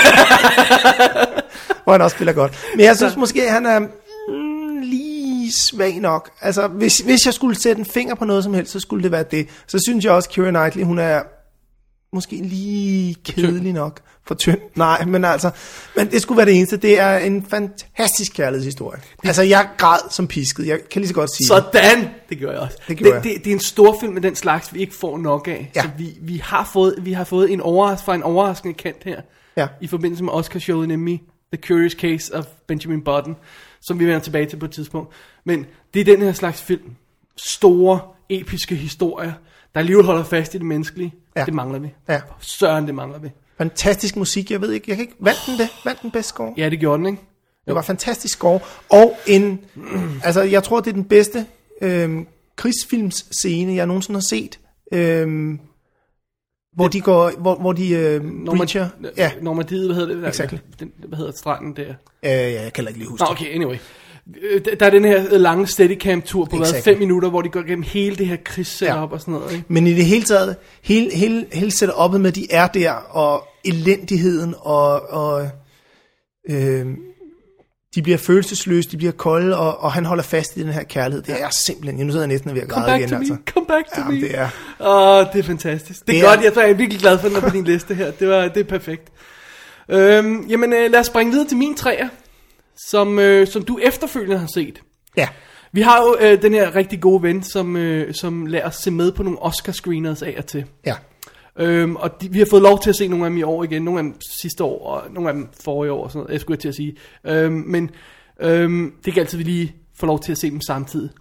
Hvor han også spiller godt. Men jeg synes måske, at han er mm, lige svag nok. Altså, hvis, hvis jeg skulle sætte en finger på noget som helst, så skulle det være det. Så synes jeg også, Keira Knightley, hun er måske lige kedelig nok for tynd. Nej, men altså, men det skulle være det eneste. Det er en fantastisk kærlighedshistorie. Altså, jeg græd som pisket. Jeg kan lige så godt sige sådan! Det gør jeg også. Det, det, jeg. det, det er en stor film med den slags, vi ikke får nok af. Ja. Så vi, vi, har fået, vi har fået en overras fra en overraskende kendt her. Ja. I forbindelse med Oscar-showet, nemlig The Curious Case of Benjamin Button, som vi vender tilbage til på et tidspunkt. Men det er den her slags film. Store, episke historier, der alligevel holder fast i det menneskelige. Ja. Det mangler vi. Ja. Søren, det mangler vi. Fantastisk musik, jeg ved ikke, jeg kan ikke, vandt den det? Vandt den bedste score? Ja, det gjorde den, ikke? Det var fantastisk score, og en, altså jeg tror, det er den bedste øhm, krigsfilmscene, jeg nogensinde har set, øhm, hvor de går, hvor, hvor de øhm, breacher. Ja. Normandiet, hvad hedder det? Exactly. Den, hvad hedder stranden der? Øh, ja, jeg kan ikke lige huske Nå, okay, anyway. Der er den her lange steadicam-tur på exactly. fem minutter, hvor de går gennem hele det her krigssetup ja. og sådan noget. Ikke? Men i det hele taget, hele, hele, hele setup'et med, de er der, og elendigheden, og, og øh, de bliver følelsesløse, de bliver kolde, og, og han holder fast i den her kærlighed. Det er simpelthen, nu sidder jeg næsten ved at græde igen. Come back to altså. me, come back to ja, me. Det er, Åh, det er fantastisk. Det er, det er godt, jeg tror, jeg er virkelig glad for den på din liste her. Det, var, det er perfekt. Øhm, jamen, øh, lad os springe videre til min træer. Som, øh, som du efterfølgende har set. Ja. Vi har jo øh, den her rigtig gode ven, som, øh, som lader os se med på nogle Oscar-screeners af og til. Ja. Øhm, og de, vi har fået lov til at se nogle af dem i år igen, nogle af dem sidste år, og nogle af dem forrige år, og sådan noget, jeg skulle til at sige. Øhm, men øhm, det kan altid vi lige få lov til at se dem samtidig. Nej.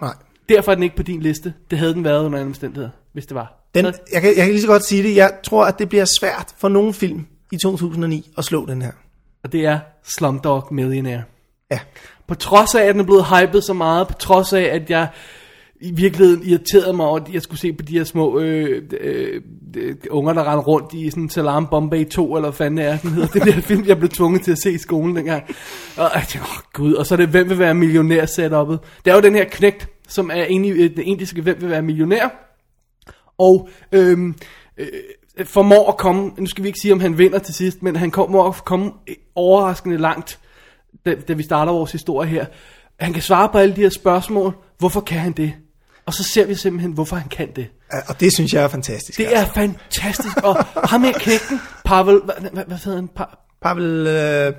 Derfor er den ikke på din liste. Det havde den været under andre omstændigheder, hvis det var. Den, jeg, kan, jeg kan lige så godt sige det. Jeg tror, at det bliver svært for nogen film i to tusind og ni at slå den her. Og det er Slumdog Millionaire. Ja. På trods af, at den er blevet hypet så meget, på trods af, at jeg i virkeligheden irriterede mig over, at jeg skulle se på de her små øh, øh, øh, unger, der rendte rundt i sådan Salam Bombay to, eller hvad fanden er den hedder. Det der film, jeg blev tvunget til at se i skolen dengang. Og jeg tænkte, åh gud, og så er det, hvem vil være millionær setup'et. Det er jo den her knægt, som er inde i den indiske, hvem vil være millionær. Og øhm, øh, formår at komme, nu skal vi ikke sige, om han vinder til sidst, men han kommer at komme overraskende langt, da, da vi starter vores historie her. Han kan svare på alle de her spørgsmål. Hvorfor kan han det? Og så ser vi simpelthen, hvorfor han kan det. Ja, og det synes jeg er fantastisk. Det er fantastisk. Og ham her knægten, Pavel, hvad, hvad, hvad hedder han? Pa- Pavel... Øh...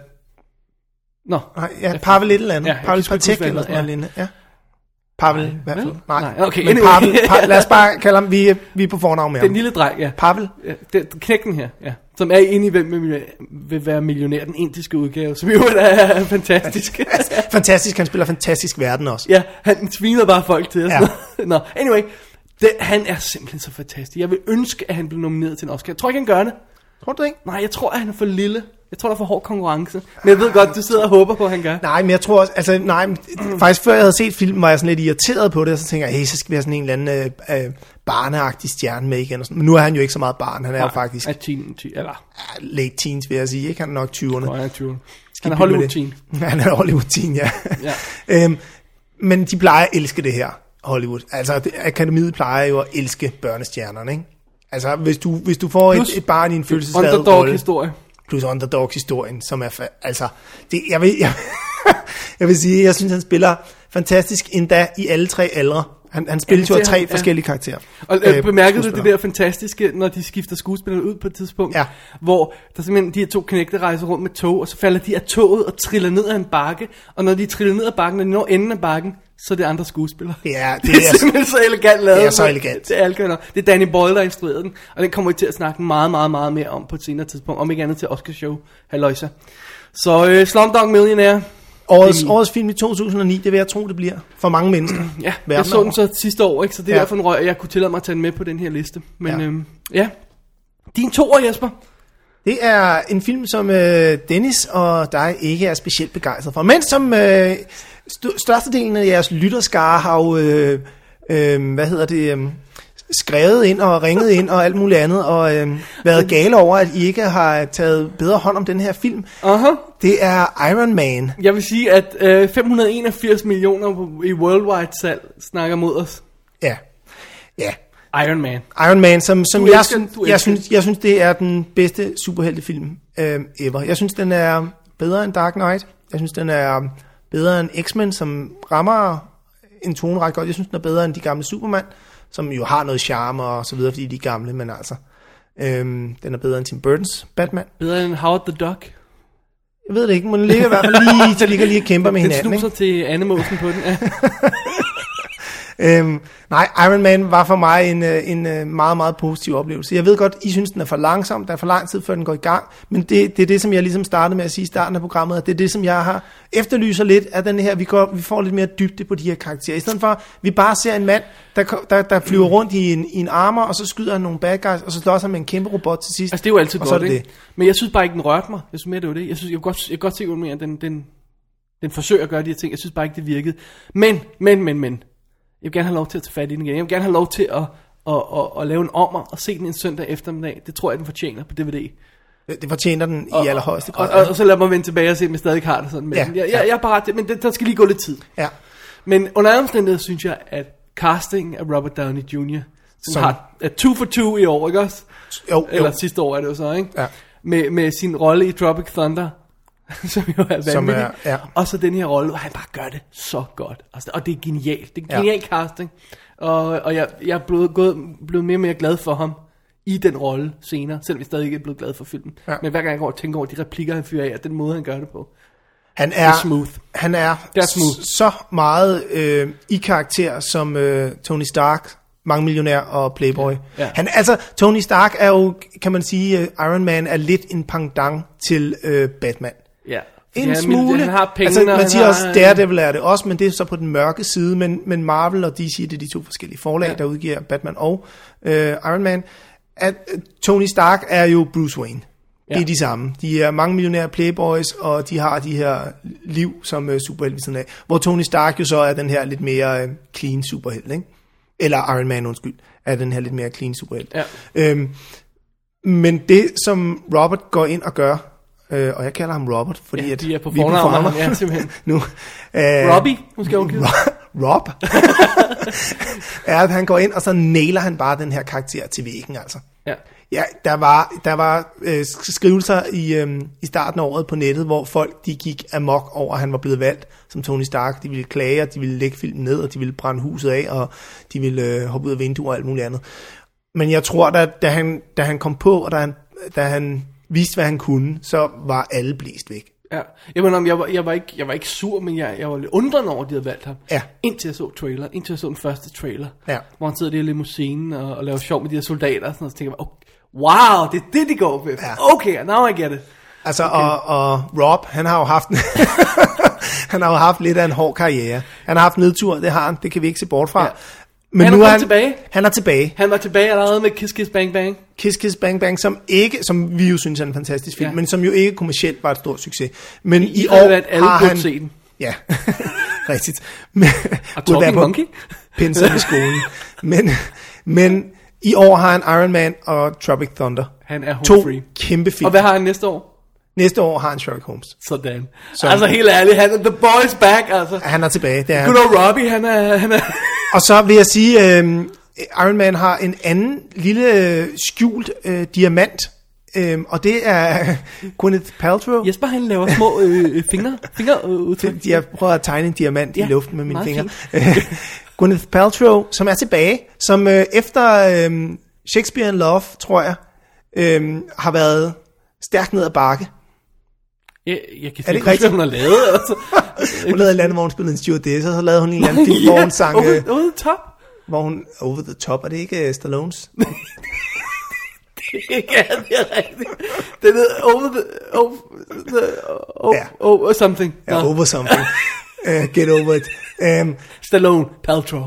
Nå. Nej, ja, Pavel et eller andet. Ja, Pavel Patek eller sådan noget. Ja. Pavel, i hvert fald. Nej, Nej, okay. Men Pavel, pa- lad os bare kalde ham, vi, vi er på fornavn med ham. Den lille dreng, ja. Pavel. Ja, den, knægten her, ja. Som er inde i, hvem vil, vil være millionær, den indiske udgave, som jo er fantastisk. Fantastisk, han spiller fantastisk verden også. Ja, han sviner bare folk til os. Ja. Nå, anyway, det, han er simpelthen så fantastisk. Jeg vil ønske, at han blev nomineret til en Oscar. Jeg tror ikke, han gør det. Tror du ikke? Nej, jeg tror, at han er for lille. Jeg tror, der er for hård konkurrence. Men jeg ved godt, du sidder og håber på, at han gør. Nej, men jeg tror også, altså, nej, faktisk før jeg havde set filmen, var jeg sådan lidt irriteret på det, og så tænker jeg, hey, så skal vi have sådan en eller anden øh, øh, barneagtig stjerne med igen. Og sådan. Men nu er han jo ikke så meget barn, han er Nej, jo faktisk er teen, teen, eller? late teens, vil jeg sige, ikke? Han er nok tyverne. Nej, han er tyverne. Han er Hollywood-teen. Han er Hollywood-teen, ja. ja. øhm, men de plejer at elske det her, Hollywood. Altså, det, akademiet plejer jo at elske børnestjernerne, ikke? Altså, hvis du, hvis du får et, et barn i en følelsesladet rolle... Underdog-historie. Plus Underdog-historien, som er... Fa- altså, det, jeg, vil, jeg, jeg vil sige, jeg synes, han spiller fantastisk endda i alle tre aldre. Han, han spiller jo ja, tre han, forskellige ja. karakterer. Og øh, bemærkede du det der fantastiske, når de skifter skuespillere ud på et tidspunkt? Ja. Hvor der simpelthen de her to knægte rejser rundt med tog, og så falder de af toget og triller ned ad en bakke. Og når de triller ned ad bakken, når de når enden af bakken, så er det andre skuespillere. Ja, det, det er, er simpelthen så elegant lavet. Det er så elegant. Det er, det er Danny Boyle, der instruerede den. Og den kommer vi til at snakke meget, meget, meget mere om på et senere tidspunkt. Om ikke andet til Oscar Show. Halløjsa. Så øh, Slumdog Millionaire. Årets, årets film i to tusind og ni, det vil jeg tro, det bliver for mange mennesker. Ja, jeg så den så sidste år, ikke? Så det er ja. derfor en røg, at jeg kunne tillade mig at tage den med på den her liste. Men ja, øhm, ja. Din toer, Jesper? Det er en film, som øh, Dennis og dig ikke er specielt begejstret for. Men som øh, st- størstedelen af jeres lytterskare har jo, øh, øh, hvad hedder det... Øh, skrevet ind og ringet ind og alt muligt andet, og øh, været gale over, at I ikke har taget bedre hånd om den her film. Uh-huh. Det er Iron Man. Jeg vil sige, at øh, fem hundrede og enogfirs millioner i worldwide salg snakker mod os. Ja, ja. Iron Man. Iron Man, som, som jeg, jeg, synes, jeg, synes, jeg synes, det er den bedste superheltefilm øh, ever. Jeg synes, den er bedre end Dark Knight. Jeg synes, den er bedre end X-Men, som rammer en tone ret godt. Jeg synes, den er bedre end de gamle Superman, som jo har noget charme og så videre, fordi de er gamle, men altså, øhm, den er bedre end Tim Burtons Batman. Bedre end Howard the Duck? Jeg ved det ikke, men den ligger i hvert fald lige, der ligger lige og kæmper med hinanden. Den snuser til Annemosen på den, ja. øhm, nej, Iron Man var for mig en, en, en meget, meget positiv oplevelse. Jeg ved godt, I synes, den er for langsom, der er for lang tid, før den går i gang, men det, det er det, som jeg ligesom startede med at sige i starten af programmet, at det er det, som jeg har efterlyser lidt af den her, vi, går, vi får lidt mere dybde på de her karakterer, i stedet for, at vi bare ser en mand, der, der, der flyver rundt i en, i en armor, og så skyder han nogle bad guys, og så slår han med en kæmpe robot til sidst. Altså, det er jo altid godt, det. ikke? Men jeg synes bare ikke, den rørte mig. Jeg synes mere, det var det. Jeg synes, jeg kunne godt, jeg kunne godt se, mere, at den, den, den forsøger at gøre de her ting. Jeg synes bare ikke, det virkede. Men, men, men, men. Jeg vil gerne have lov til at tage fat i den igen. Jeg vil gerne have lov til at, at, at, at, at lave en ommer og se den en søndag eftermiddag. Det tror jeg, den fortjener på D V D. Det fortjener den og, i allerhøjeste grad. Og, og, og så lad mig vende tilbage og se, om jeg stadig har det sådan. Men ja, jeg, jeg, ja. jeg er parat til, men det, der skal lige gå lidt tid. Ja. Men under andre omstændigheder synes jeg, at casting af Robert Downey junior, som, som har er two for two i år, ikke også? Jo, Eller jo. sidste år er det jo så, ikke? Ja. Med, med sin rolle i Tropic Thunder, som jo er vanvittig. Ja. Og så den her rolle, hvor han bare gør det så godt. Altså, og det er genialt. Det er genial ja. casting. Og, og jeg, jeg er blevet, gået, blevet mere og mere glad for ham i den rolle senere, selvom jeg stadig ikke er blevet glad for filmen. Ja. Men hver gang jeg går og tænker over de replikker, han fyrer af, og den måde, han gør det på. Han er, er smooth. Han er, er smooth. så meget øh, i karakter som øh, Tony Stark, mangemillionær og playboy. Ja. Ja. Han, altså, Tony Stark er jo, kan man sige, uh, Iron Man er lidt en pendant til øh, Batman. Ja. En han- smule. han har pengene, altså, og man han siger har- også, Daredevil er det også, men det er så på den mørke side. Men, men Marvel og D C, det er de to forskellige forlag, Ja. der udgiver Batman og øh, Iron Man. At, øh, Tony Stark er jo Bruce Wayne. Det Ja. er de samme. De er mange millionære playboys, og de har de her liv som øh, superhelt ved siden af. Hvor Tony Stark jo så er den her lidt mere øh, clean superhelt, ikke? Eller Iron Man, undskyld, er den her lidt mere clean superhelt. Ja. Øhm, men det, som Robert går ind og gør, øh, og jeg kalder ham Robert, fordi Ja, at de er på vi fornavn, fornavn ja, simpelthen. nu. Øh, Robbie, måske ovenkøbet. Rob, er, at han går ind, og så nailer han bare den her karakter til væggen, altså. Ja. Ja, der var, der var øh, skrivelser i, øh, i starten af året på nettet, hvor folk de gik amok over, at han var blevet valgt som Tony Stark. De ville klage, og de ville lægge filmen ned, og de ville brænde huset af, og de ville øh, hoppe ud af vinduer og alt muligt andet. Men jeg tror, da, da, han, da han kom på, og da han, da han viste, hvad han kunne, så var alle blæst væk. Ja. Jamen, jeg var, jeg, var ikke, jeg var ikke sur, men jeg, jeg var lidt undrende over, at de havde valgt ham. Ja. Indtil jeg så trailer, indtil jeg så den første trailer. Ja. Hvor han sidder der i limousinen og, og laver sjov med de her soldater og sådan noget. Så tænker jeg, oh, wow, det er det, de går med. Ja. Okay, now I get it. Altså, okay. og, og Rob, han har jo haft han har jo haft lidt af en hård karriere. Han har haft nedtur, det har han, det kan vi ikke se bort fra. Ja. Men han nu er er han tilbage. Han er tilbage. Han var tilbage allerede med Kiss Kiss Bang Bang. Kiss Kiss Bang Bang, som ikke, som vi jo synes er en fantastisk film, Ja. men som jo ikke kommercielt var et stort succes. Men i, I år havde været alle har burde han se den. Ja, rigtigt. Men, Og burde være Talking på Monkey. pensum i skolen. Men, men i år har han Iron Man og Tropic Thunder. Han er home To free. kæmpe film. Og hvad har han næste år? Næste år har han Sherlock Holmes. Sådan. Så- Altså helt ærligt, han er the boys back, altså. Han er tilbage, det er han. Good old Robbie, han er... Han er Og så vil jeg sige, øh, Iron Man har en anden lille øh, skjult øh, diamant, øh, og det er Gwyneth Paltrow. Jesper, han laver små øh, fingre, fingre øh, udtryk. Jeg prøver at tegne en diamant ja, Ja, i luften med mine meget fingre. Gwyneth Paltrow, som er tilbage, som øh, efter øh, Shakespeare in Love, tror jeg, øh, har været stærkt ned ad bakke. Jeg, jeg kan Er det ikke ikke huske, hvad hun har lavet. Altså. Hun lavede en eller anden, hvor hun spillede en stewardess, og så lavede hun en eller anden film, hvor hun sang, over, øh, over the top. hvor hun, Over the Top, er det ikke uh, Stallones? Ja, det er rigtigt. Det er over the... Over the... Over, Ja. over something. Ja, Nå. over something. Uh, get over it. Um, Stallone, Paltrow.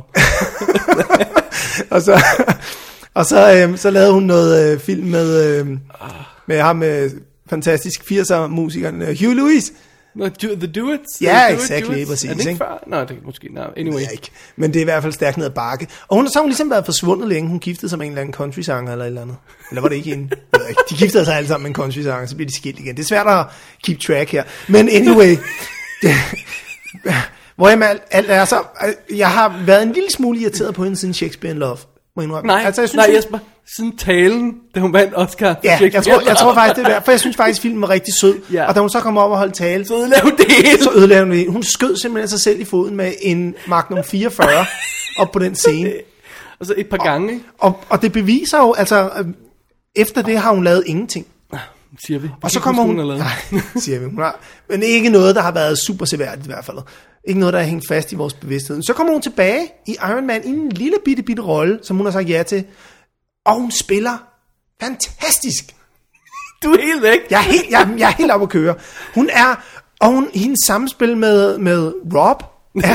og så, og så, øhm, så lavede hun noget øh, film med, øh, med ham med fantastisk firser musikeren øh, Hugh Lewis. No, do, the Duets? Ja, The Do It exactly, Duets? præcis, Er det ikke ikke? før? Nej, det er måske... No, anyway. Ja, ikke. Men det er i hvert fald stærkt ned ad bakke. Og hun har så har hun ligesom været forsvundet længe. Hun giftede sig med en eller anden country-sanger eller et eller andet. Eller var det ikke en? Jeg ved ikke. De giftede sig alle sammen med en country-sanger, så bliver de skilt igen. Det er svært at keep track her. Men anyway, det, hvor jeg med alt, alt er så... Jeg har været en lille smule irriteret på hende siden Shakespeare in Love. Må jeg indrømme. Nej, altså, jeg synes, nej hun- Jesper. Siden talen, da hun vandt Oscar. for Ja, jeg Shakespeare. tror, jeg tror faktisk, det er der. For jeg synes faktisk, filmen var rigtig sød. Ja. Og da hun så kom op og holdt tale, Så lav det hele. så ødelagde hun det. Hun skød simpelthen sig selv i foden med en Magnum fireogfyrre op på den scene. Og så et par gange, ikke? Og, og det beviser jo, altså, øh, efter det har hun lavet ingenting. Siger vi. Og så kommer hun... Eller... Nej, siger vi. Hun har, men ikke noget, der har været super seværdigt i hvert fald. Ikke noget, der er hængt fast i vores bevidsthed. Så kommer hun tilbage i Iron Man i en lille bitte, bitte rolle, som hun har sagt ja til. Og hun spiller fantastisk. Du er helt væk. Jeg er helt, jeg, jeg er helt oppe at køre. Hun er, og hun, hendes samspil med, med Rob er,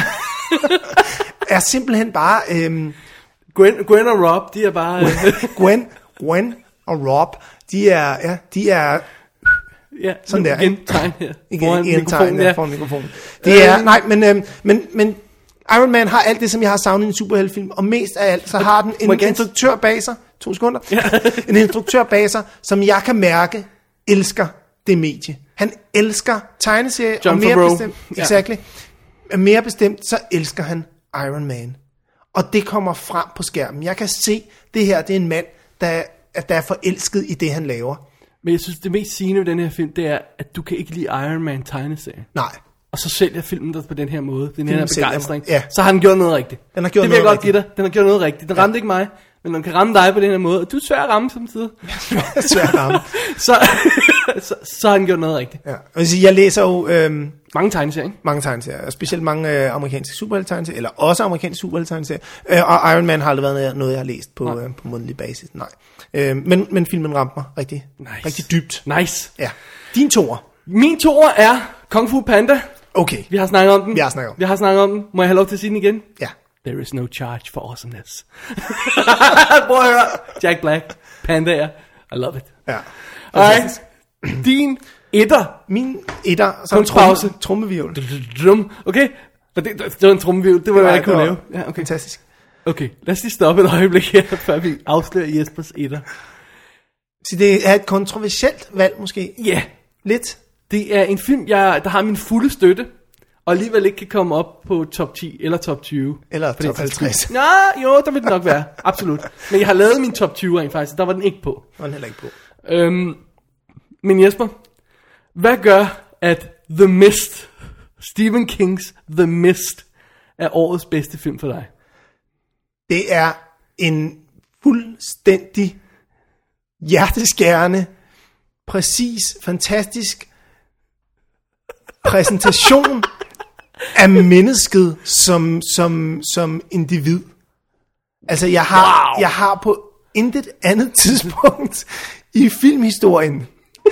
er simpelthen bare, øhm, Gwen, Gwen og Rob, de er bare... øh, Gwen, Gwen og Rob, de er, ja, de er, ja, Sådan nu der, igen ikke? tegn her. igen, Foran igen mikrofonen, tegn, ja. ja. foran mikrofonen. Det er, nej, men, øhm, men, men Iron Man har alt det, som jeg har savnet i en superheltefilm, og mest af alt, så har den Må en jeg gerne- instruktør bag sig, to sekunder, en instruktør bag sig, som jeg kan mærke, elsker det medie. Han elsker tegneserier, John og mere Favreau. bestemt, Ja. exactly, mere bestemt, så elsker han Iron Man. Og det kommer frem på skærmen. Jeg kan se, det her, det er en mand, der, der er forelsket i det, han laver. Men jeg synes, det mest sigende ved den her film, det er, at du kan ikke lide Iron Man tegneserien. Nej. Og så sælger filmen dig på den her måde. Den Filmen her sælger begejstring. mig, ja. Så har den gjort noget rigtigt. Den har gjort det vil jeg noget godt give dig. Den har gjort noget rigtigt. Den ramte ikke mig, men den kan ramme dig på den her måde. Og du er svær at ramme samtidig. Svært at ramme. så, så, så har den gjort noget rigtigt. Ja. Og jeg, siger, jeg læser jo øhm, Mange tegneserier, ikke? mange tegneserier, og specielt mange øh, amerikanske superheltetegneserier, eller også amerikanske superheltetegneserier. Øh, og Iron Man har aldrig været noget, jeg har læst på, øh, på månedlig basis. Nej. Øh, men, men filmen ramte mig rigtig, Nice. rigtig dybt. Nice. Ja. Din toer. Min toer er Kung Fu Panda. Okay. Vi har snakket om den. Vi har snakket om den. Vi har snakket om den. Må jeg have lov til at sige den igen? Ja. There is no charge for awesomeness. Prøv at høre. Jack Black. Pandaer. I love it. Ja. Alright. Din etter. Min etter, så Kunstpause. tromme, trommevivl. Drum. Okay. Og det, det var en trommevivl. Det var, hvad jeg kunne lave. Ja, okay. Fantastisk. Okay, lad os lige stoppe et øjeblik her, før vi afslører Jespers etter. Så det er et kontroversielt valg, måske? Ja. Yeah. Lidt. Det er en film, jeg, der har min fulde støtte, og alligevel ikke kan komme op på top ti eller top tyve. Eller top halvtreds. Nå, jo, der vil det nok være. Absolut. Men jeg har lavet min top tyve rent faktisk, der var den ikke på. Der var den heller ikke på. Øhm, men Jesper, hvad gør, at The Mist, Stephen Kings The Mist, er årets bedste film for dig? Det er en fuldstændig hjerteskærende, præcis, fantastisk præsentation af mennesket som, som, som individ. Altså, jeg har, wow. jeg har på intet andet tidspunkt i filmhistorien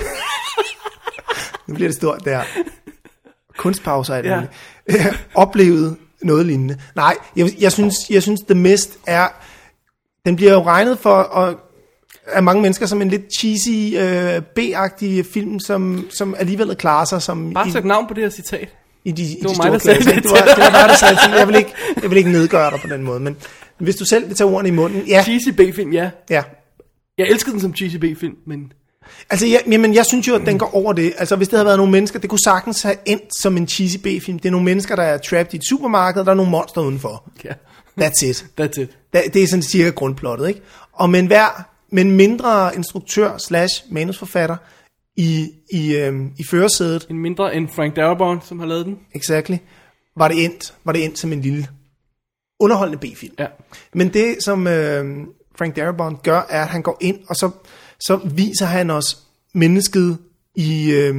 nu bliver det stort der. Kunstpauser er det ja. øh, oplevet noget lignende. Nej, jeg, jeg, synes, jeg synes The Mist er, den bliver jo regnet for at, af mange mennesker som en lidt cheesy, øh, B-agtig film, som, som alligevel klarer sig som... Bare sæt navn på det her citat. I de, i det var de mig, der sagde det. Det var, det var bare, der sagde det. Jeg vil, ikke, jeg vil ikke nedgøre dig på den måde, men hvis du selv vil tage ordene i munden... Ja. Cheesy B-film, ja. Ja. Jeg elskede den som cheesy B-film, men... Altså, jeg, jamen, jeg synes jo, at den går over det. Altså, hvis det havde været nogle mennesker, det kunne sagtens have endt som en cheesy B-film. Det er nogle mennesker, der er trapped i et supermarked, og der er nogle monster udenfor. Ja. That's it. That's it. Det er sådan cirka grundplottet, ikke? Og men hver, men mindre instruktør slash manusforfatter i, i, øhm, i førersædet. En mindre end Frank Darabont, som har lavet den. Exactly. Var det endt, var det endt som en lille underholdende B-film. Ja. Men det, som øh, Frank Darabont gør, er, at han går ind, og så, så viser han os mennesket i, øh,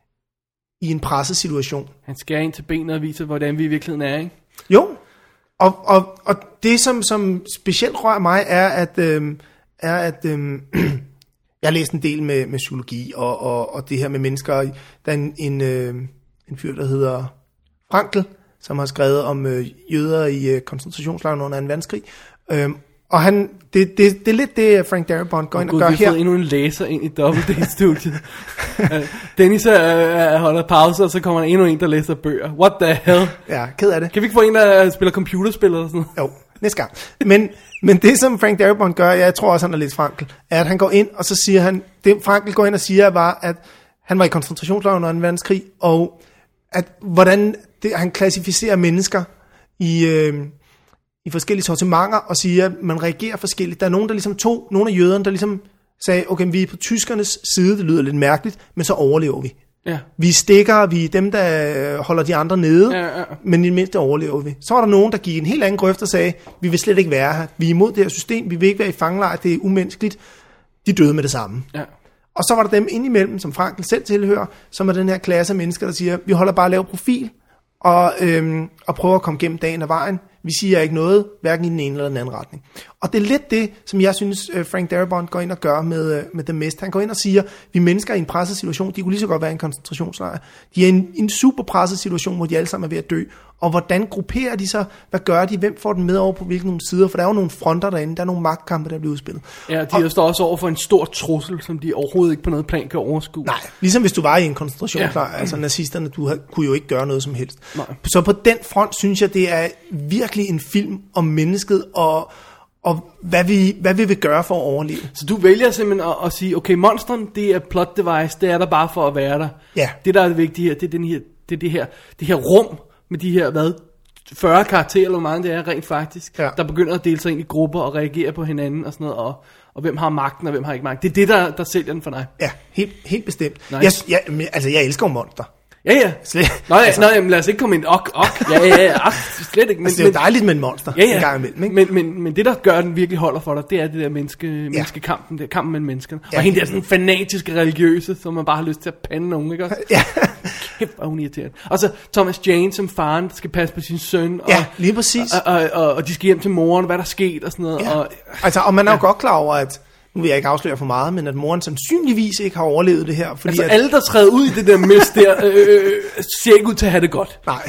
i en pressesituation. Han skærer ind til benet og viser, hvordan vi i virkeligheden er, ikke? Jo, og, og, og det, som, som specielt rører mig, er, at, øh, er, at øh, jeg har læst en del med, med psykologi, og, og, og det her med mennesker. Der er en, en, øh, en fyr, der hedder Frankl, som har skrevet om øh, jøder i øh, koncentrationslejren under anden verdenskrig. Øhm, og han, det, det, det er lidt det, Frank Darabont går ind og, og gør her. Vi har fået endnu en læser ind i Double-D-studiet. Dennis uh, holder pause, og så kommer der endnu en, der læser bøger. What the hell? Ja, ked af det. Kan vi ikke få en, der spiller computerspil eller sådan noget? Jo, næste gang. Men, men det, som Frank Darabont gør, jeg tror også, han har læst Frankl, er, at han går ind, og så siger han, det Frankl går ind og siger, var, at han var i koncentrationslejren under anden verdenskrig, og at hvordan det, han klassificerer mennesker i, øh, i forskellige sortimenter, og siger, at man reagerer forskelligt. Der er nogen, der ligesom tog, nogle af jøderne, der ligesom sagde, okay, vi er på tyskernes side, det lyder lidt mærkeligt, men så overlever vi. Ja. Vi stikker, vi er dem, der holder de andre nede, ja, ja. men i det mindste overlever vi. Så var der nogen, der gik en helt anden grøft og sagde, vi vil slet ikke være her, vi er imod det her system, vi vil ikke være i fangelejr, det er umenneskeligt. De døde med det samme. Ja. Og så var der dem indimellem, som Frankl selv tilhører, som er den her klasse af mennesker, der siger, vi holder bare lav profil, og, øhm, og prøver at komme gennem dagen og vejen. Vi siger ikke noget, hverken i den ene eller den anden retning. Og det er lidt det, som jeg synes, Frank Darabont går ind og gør med, med The Mist. Han går ind og siger, vi mennesker i en presset situation, de kunne lige så godt være i en koncentrationslejr. De er i en, en super presset situation, hvor de alle sammen er ved at dø. Og hvordan grupperer de sig? Hvad gør de? Hvem får dem med over på hvilke nogle sider? For der er jo nogle fronter derinde, der er nogle magtkampe, der bliver udspillet. Ja, de og, står også over for en stor trussel, som de overhovedet ikke på noget plan kan overskue. Nej, ligesom hvis du var i en koncentrationslejr, ja. Altså nazisterne, du havde, kunne jo ikke gøre noget som helst. Nej. Så på den front synes jeg, det er virkelig en film om mennesket, og, og hvad, vi, hvad vi vil gøre for at overleve. Så du vælger simpelthen at, at sige, okay, monsteren, det er plot device, det er der bare for at være der. Ja. Det der er det vigtige her, det er, den her, det, er det, her, det her rum, med de her, hvad, fyrre karakterer, eller hvor meget det er rent faktisk, ja. Der begynder at dele sig ind i grupper og reagere på hinanden og sådan noget, og, og hvem har magten, og hvem har ikke magten. Det er det, der, der sælger den for dig. Ja, helt, helt bestemt. Nice. Jeg, jeg, altså, jeg elsker jo monster. Ja, ja. Slet, Nå, ja, altså, nå, jamen, lad os ikke komme ind. Ok, ok. Ja, ja, ja. Slet ikke. Men, altså, det er jo dejligt med en monster. Ja, ja. En gang imellem, ikke? Men, men, men det, der gør, den virkelig holder for dig, det er det der menneske, menneskekampen, det kampen mellem menneskerne. Ja. Og hende der sådan fanatiske religiøse, som man bare har lyst til at pande nogen, ikke også? Ja. Kæft, hvor hun irriterende. Og så Thomas Jane som faren, der skal passe på sin søn. Og, ja, lige præcis. Og, og, og, og de skal hjem til moren, hvad der er sket og sådan noget. Ja. Og, altså, og man er jo ja. godt klar over, at nu vil jeg ikke afsløre for meget, men at moren sandsynligvis ikke har overlevet det her. Fordi Altså at, alle, der træder ud i det der mist der, øh, ser ikke ud til at have det godt. nej.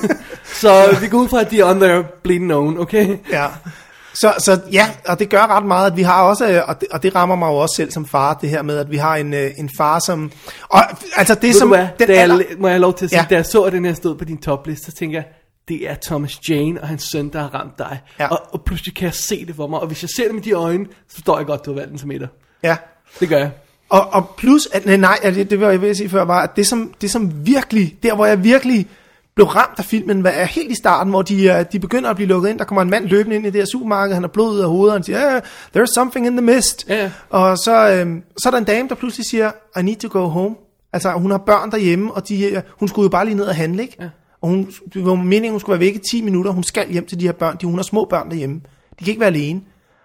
Så vi går ud fra, at de er on their bleeding own, okay? Ja. Så, så ja, og det gør ret meget, at vi har også, og det, og det rammer mig jo også selv som far, det her med, at vi har en, en far, som... Og, altså det Ved som... du hvad, den da jeg, alder, må jeg have lov til at sige, Ja. da jeg så, at den her stod på din topliste, så tænker jeg, det er Thomas Jane og hans søn, der har ramt dig. Ja. Og, og pludselig kan jeg se det for mig, og hvis jeg ser det med de øjne, så forstår jeg godt, du har valgt den som etter. ja. Det gør jeg. Og, og plus, at, nej, nej, det, det var jeg ved at sige før, var, at det som, det som virkelig, der hvor jeg virkelig blev ramt af filmen, hvad er helt i starten, hvor de, de begynder at blive lukket ind, der kommer en mand løbende ind i det her supermarked, han har blod ud af hovedet, og han siger, yeah, there's something in the mist. Ja, ja. Og så, øhm, så er der en dame, der pludselig siger, I need to go home. Altså, hun har børn derhjemme, og de, hun skulle jo bare lige ned og handle, ikke? Ja. Og hun, det var meningen, hun skulle være væk i ti minutter, hun skal hjem til de her børn, de, hun har små børn derhjemme. De kan ikke være alene.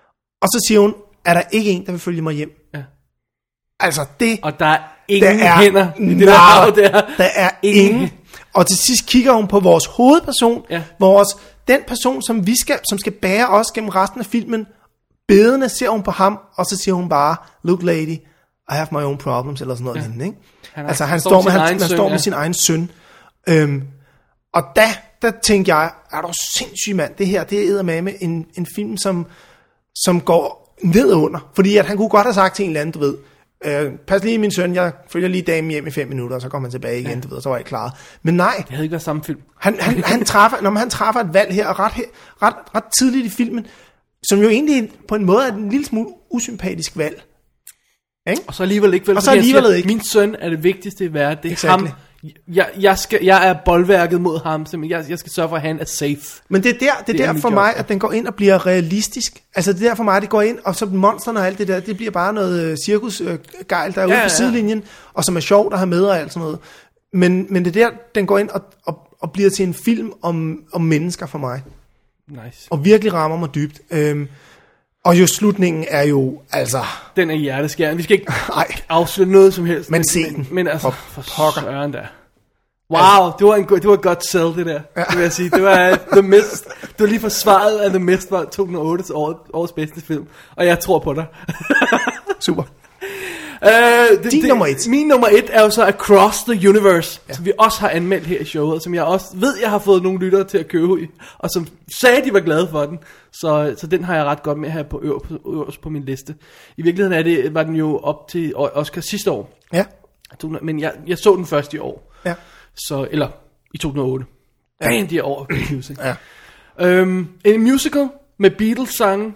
Og så siger hun, er der ikke en, der vil følge mig hjem? Ja. Altså, det... Og der er ingen der er, hænder i det nej, der hav der. Der er Ingen. ingen. Og til sidst kigger hun på vores hovedperson, Ja. vores, den person, som vi skal, som skal bære os gennem resten af filmen. Bedende ser hun på ham, og så siger hun bare, look lady, I have my own problems, eller sådan noget. Ja. Lignende, ikke? Han har- altså han han står, står med, med sin han, egen han søn, står ja. med sin egen søn. Øhm, og da, der tænkte jeg, er du sindssyg mand, det her, det er eddermame en, en film, som, som går ned under. Fordi at han kunne godt have sagt til en eller anden, du ved, Øh, pas lige min søn, jeg følger lige damen hjem i fem minutter, og så kommer han tilbage igen, ja. Du ved, så var jeg klaret. Men nej, Det havde ikke været samme film. han, han, han, træffer, når han træffer et valg her, og ret, ret, ret tidligt i filmen, som jo egentlig på en måde er en lille smule usympatisk valg. Ikke? Og så alligevel ikke vel. Og så fordi han alligevel siger, ikke. Min søn er det vigtigste i verden. Det er Exactly. ham. Jeg, jeg, skal, jeg er boldværket mod ham. Simpelthen. Jeg, jeg skal sørge for, at han er safe. Men det er der, det er Det er der mit for job, mig, ja. at den går ind og bliver realistisk. Altså det er der for mig, det går ind, og så monsterne og alt det der, det bliver bare noget cirkusgejl, der er ude Ja, på ja. sidelinjen, og som er sjovt at have med og alt sådan noget. Men, men det er der, den går ind og, og, og bliver til en film om, om mennesker for mig. Nice. Og virkelig rammer mig dybt. Øhm, og jo slutningen er jo, altså... Den er hjerteskærende. Vi skal ikke Nej. afsløre noget som helst. Men se men, den. men altså, For for pokker. søren der. Wow, det var, en, go- det var et godt sell, det der. Ja. Det vil jeg sige. Det var uh, The Mist. Du var lige forsvaret, at The Mist var to tusind og ottes år, årets bedste film. Og jeg tror på dig. Super. Uh, det, Din det, nummer et. Min nummer et er jo så Across the Universe, ja. Som vi også har anmeldt her i showet, og som jeg også ved, jeg har fået nogle lyttere til at købe i, og som sagde, de var glade for den. Så, så den har jeg ret godt med her på øverst på, øverst på min liste. I virkeligheden er det, var den jo op til Oscar sidste år. Ja. Men jeg, jeg så den først i år. Ja. Så, eller i to tusind og otte. Ja. De her år. Ja. Øhm, en musical med Beatles-sange.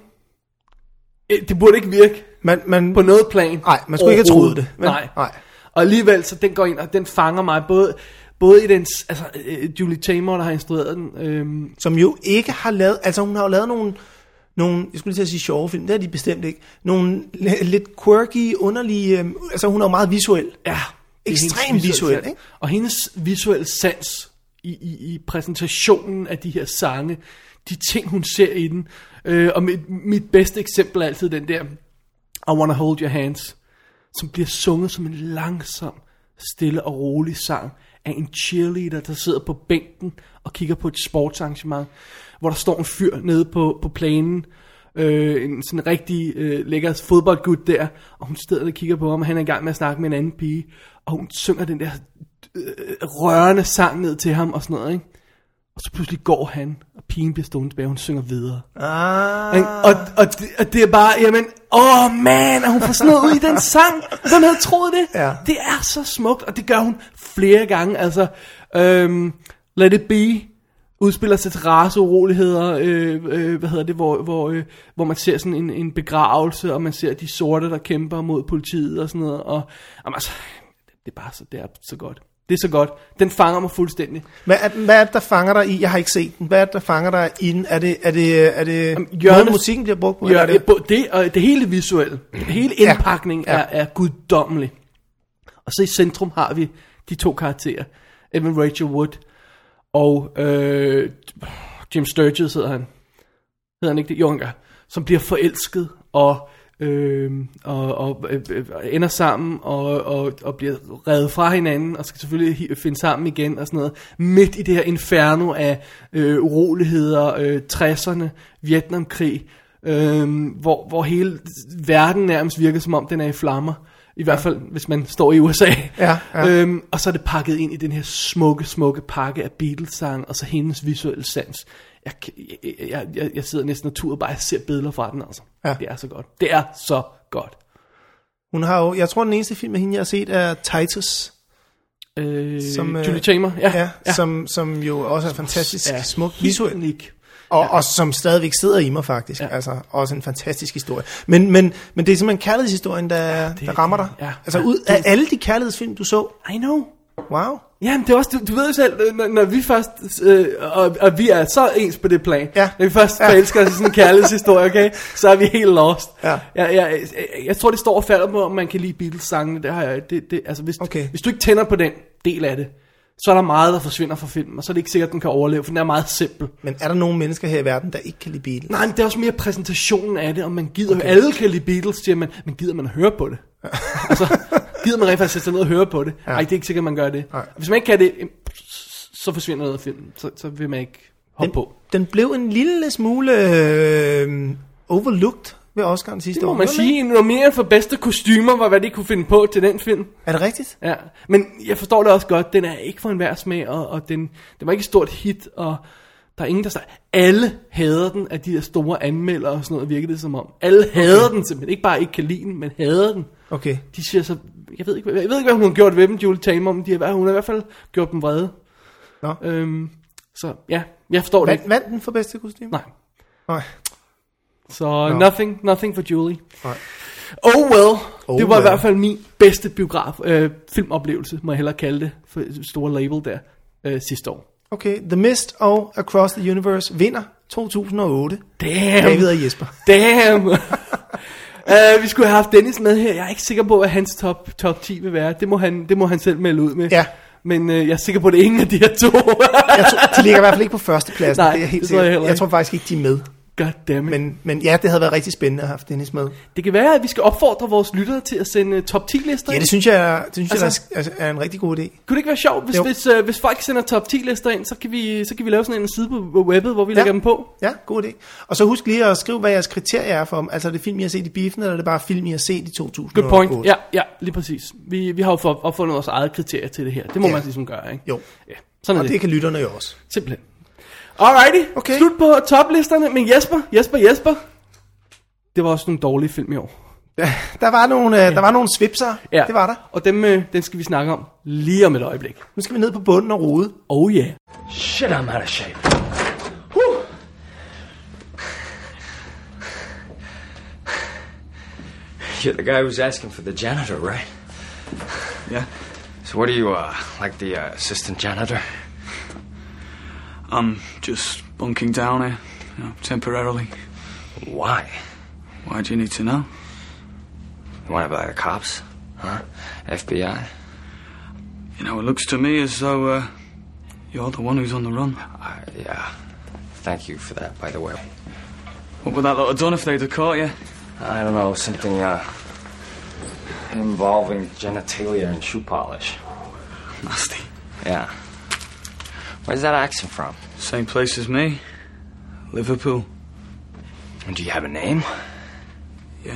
Eh, Det burde ikke virke Man, man, på noget plan. Nej, man skulle ikke have troet det. Men, nej. nej. Og alligevel, så den går ind, og den fanger mig. Både, både i den, altså øh, Julie Taymor, der har instrueret den. Øhm, Som jo ikke har lavet, altså hun har jo lavet nogle, nogle jeg skulle lige til at sige sjove film, det er de bestemt ikke. Nogle l- lidt quirky, underlige, øh, altså hun er jo meget visuel. ja. det er Ekstremt hendes visuel, sans. ikke? Og hendes visuelle sans i, i, i præsentationen af de her sange, de ting, hun ser i den. Øh, og mit, mit bedste eksempel er altid den der, I Wanna Hold Your Hands, som bliver sunget som en langsom, stille og rolig sang af en cheerleader, der sidder på bænken og kigger på et sportsarrangement, hvor der står en fyr nede på, på planen, øh, en sådan rigtig øh, lækker fodboldgud der, og hun sidder og kigger på ham, og han er i gang med at snakke med en anden pige, og hun synger den der øh, rørende sang ned til ham og sådan noget, ikke? Og så pludselig går han, og pigen bliver stående tilbage, og hun synger videre. Ah. Ikke? Og, og, det, og det er bare, jamen, åh oh man, er hun får sådan noget ud i den sang? Hvem havde troet det? Ja. Det er så smukt, og det gør hun flere gange. Altså, øhm, Let It Be udspiller sig til raceuroligheder, øh, øh, hvad hedder det, hvor, hvor, øh, hvor man ser sådan en, en begravelse, og man ser de sorte, der kæmper mod politiet og sådan noget. Og, jamen, altså, det er bare så, det er så godt. Det er så godt. Den fanger mig fuldstændig. Hvad er, hvad er det, der fanger dig i? Jeg har ikke set den. Hvad er det, der fanger dig i den? Er det, er det, er det Jamen, måden, Jørgens- musikken bliver brugt på? Ja, eller er det, det, det, og det hele visuelle, hele Ja. indpakningen Ja. er, er guddommelig. Og så i centrum har vi de to karakterer, Evan Rachel Wood og øh, Jim Sturgis hedder han. Hedder han ikke det? Jo, han gør. Som bliver forelsket og, øh, og, og øh, øh, ender sammen og, og, og bliver revet fra hinanden og skal selvfølgelig hi- finde sammen igen og sådan noget. Midt i det her inferno af øh, uroligheder, øh, tresserne, Vietnamkrig, Øhm, hvor, hvor hele verden nærmest virker som om den er i flammer. I hvert fald hvis man står i U S A. Ja, ja. Øhm, og så er det pakket ind i den her smukke, smukke pakke af Beatles-sang, og så hendes visuelle sans. Jeg, jeg, jeg, jeg sidder næsten naturligt bare og ser billeder fra den, altså. Ja. Det er så godt. Det er så godt. Hun har jo, jeg tror den eneste film af hende, jeg har set, er Titus. Øh, Som, øh, Julie Taymor, ja. Ja, ja. Som, som jo også er fantastisk Ja, smuk helt visuelt. unik. Og, og som stadigvæk sidder i mig faktisk. Ja. Ja. Altså også en fantastisk historie. Men, men, men det er simpelthen kærlighedshistorien, der, det- der rammer dig. ja. Altså Ja, ud det- af alle de kærlighedsfilm, du så. I know. Wow. Jamen, det er også, du, du ved jo selv, når, når vi først, øh, og, og vi er så ens på det plan, Ja. når vi først Ja. forelsker os i sådan en kærlighedshistorie, okay, så er vi helt lost. Ja. Jeg, jeg, jeg, jeg tror, det står og falder på, om man kan lide Beatles-sangene, det har jeg, det, det, altså hvis, Okay. hvis du ikke tænder på den del af det, så er der meget, der forsvinder fra filmen, og så er det ikke sikkert, at den kan overleve, for den er meget simpel. Men er der nogle mennesker her i verden, der ikke kan lide Beatles? Nej, men det er også mere præsentationen af det, om man gider, okay. Alle kan lide Beatles, siger man, men gider man at høre på det? Altså, gider man rent faktisk sætte sig ned og høre på det? Nej, det er ikke sikkert, man gør det. Nej. Hvis man ikke kan det, så forsvinder noget af filmen, så, så vil man ikke hoppe Den, på. den blev en lille smule øh, overlooked ved Oscar'en sidste Det må år. man sige, en nominering for bedste kostymer var, hvad de kunne finde på til den film. Er det rigtigt? Ja, men jeg forstår det også godt, den er ikke for enhver smag, og, og den, den var ikke et stort hit, og der er ingen, der siger, alle hader den af de der store anmeldere og sådan noget, virkede det som om. Alle hader den simpelthen, ikke bare ikke kan lide den, men hader den. Okay. De siger så, jeg ved ikke, jeg ved ikke hvad hun har gjort ved dem, Julie Taymor, men de har, hun har i hvert fald gjort dem vrede. Nå. Øhm, så ja, jeg forstår det Vand, ikke. vandt den for bedste kostume? Nej. Nej. Så no. nothing, nothing for Julie. Nej. Oh well, Oh det var well. i hvert fald min bedste biograf, øh, filmoplevelse, må jeg hellere kalde det, for et store label der, øh, sidste år. Okay, The Mist og Across the Universe vinder to tusind og otte. Damn, David og Jesper. damn. uh, vi skulle have haft Dennis med her, jeg er ikke sikker på, hvad hans top, top ti vil være, det må han, det må han selv melde ud med. Ja. Men øh, jeg er sikker på, at det er ingen af de her to. Jeg tror, de ligger i hvert fald ikke på førstepladsen. Nej, det er jeg helt det tror jeg sikker. heller Jeg ikke. tror faktisk ikke, de er med. Goddammit. Men, men ja, det havde været rigtig spændende at have haft Dennis med. Det kan være, at vi skal opfordre vores lyttere til at sende uh, top ti lister Ja, ind. det synes jeg, det synes Altså- jeg er, er en rigtig god idé. Kunne det ikke være sjovt, hvis, Jo. hvis, uh, hvis folk sender top ti lister ind, så kan vi, så kan vi lave sådan en side på webbet, hvor vi Ja. lægger dem på. Ja, god idé. Og så husk lige at skrive, hvad jeres kriterier er for, altså er det film, I har set i biffen, eller er det bare film, I har set i to tusind og otte? Good point. Ja, ja, lige præcis. Vi, vi har jo for, opfundet vores eget kriterier til det her. Det må Ja. man ligesom gøre, ikke? Jo, Ja, sådan er og det. det kan lytterne jo også. Simpelthen. Alrighty, Okay. slut på toplisterne. Men Jesper, Jesper, Jesper. Det var også nogle dårlige film i år. Ja, der var nogle, øh, der var nogle svipser, Ja. det var der. Og dem, øh, den skal vi snakke om lige om et øjeblik. Nu skal vi ned på bunden og rode. Oh yeah. Shit, I'm out of shape. You're the guy who's asking for the janitor, right? Yeah. So what are you, uh, like the uh, assistant janitor? I'm just bunking down here, you know, temporarily. Why? Why do you need to know? You want to be like the cops? Huh? F B I? You know, it looks to me as though uh, you're the one who's on the run. Uh, yeah. Thank you for that, by the way. What would that lot have done if they'd have caught you? I don't know, something, uh, involving genitalia and shoe polish. Nasty. Yeah. Where's that accent from? Same place as me. Liverpool. And do you have a name? Yeah.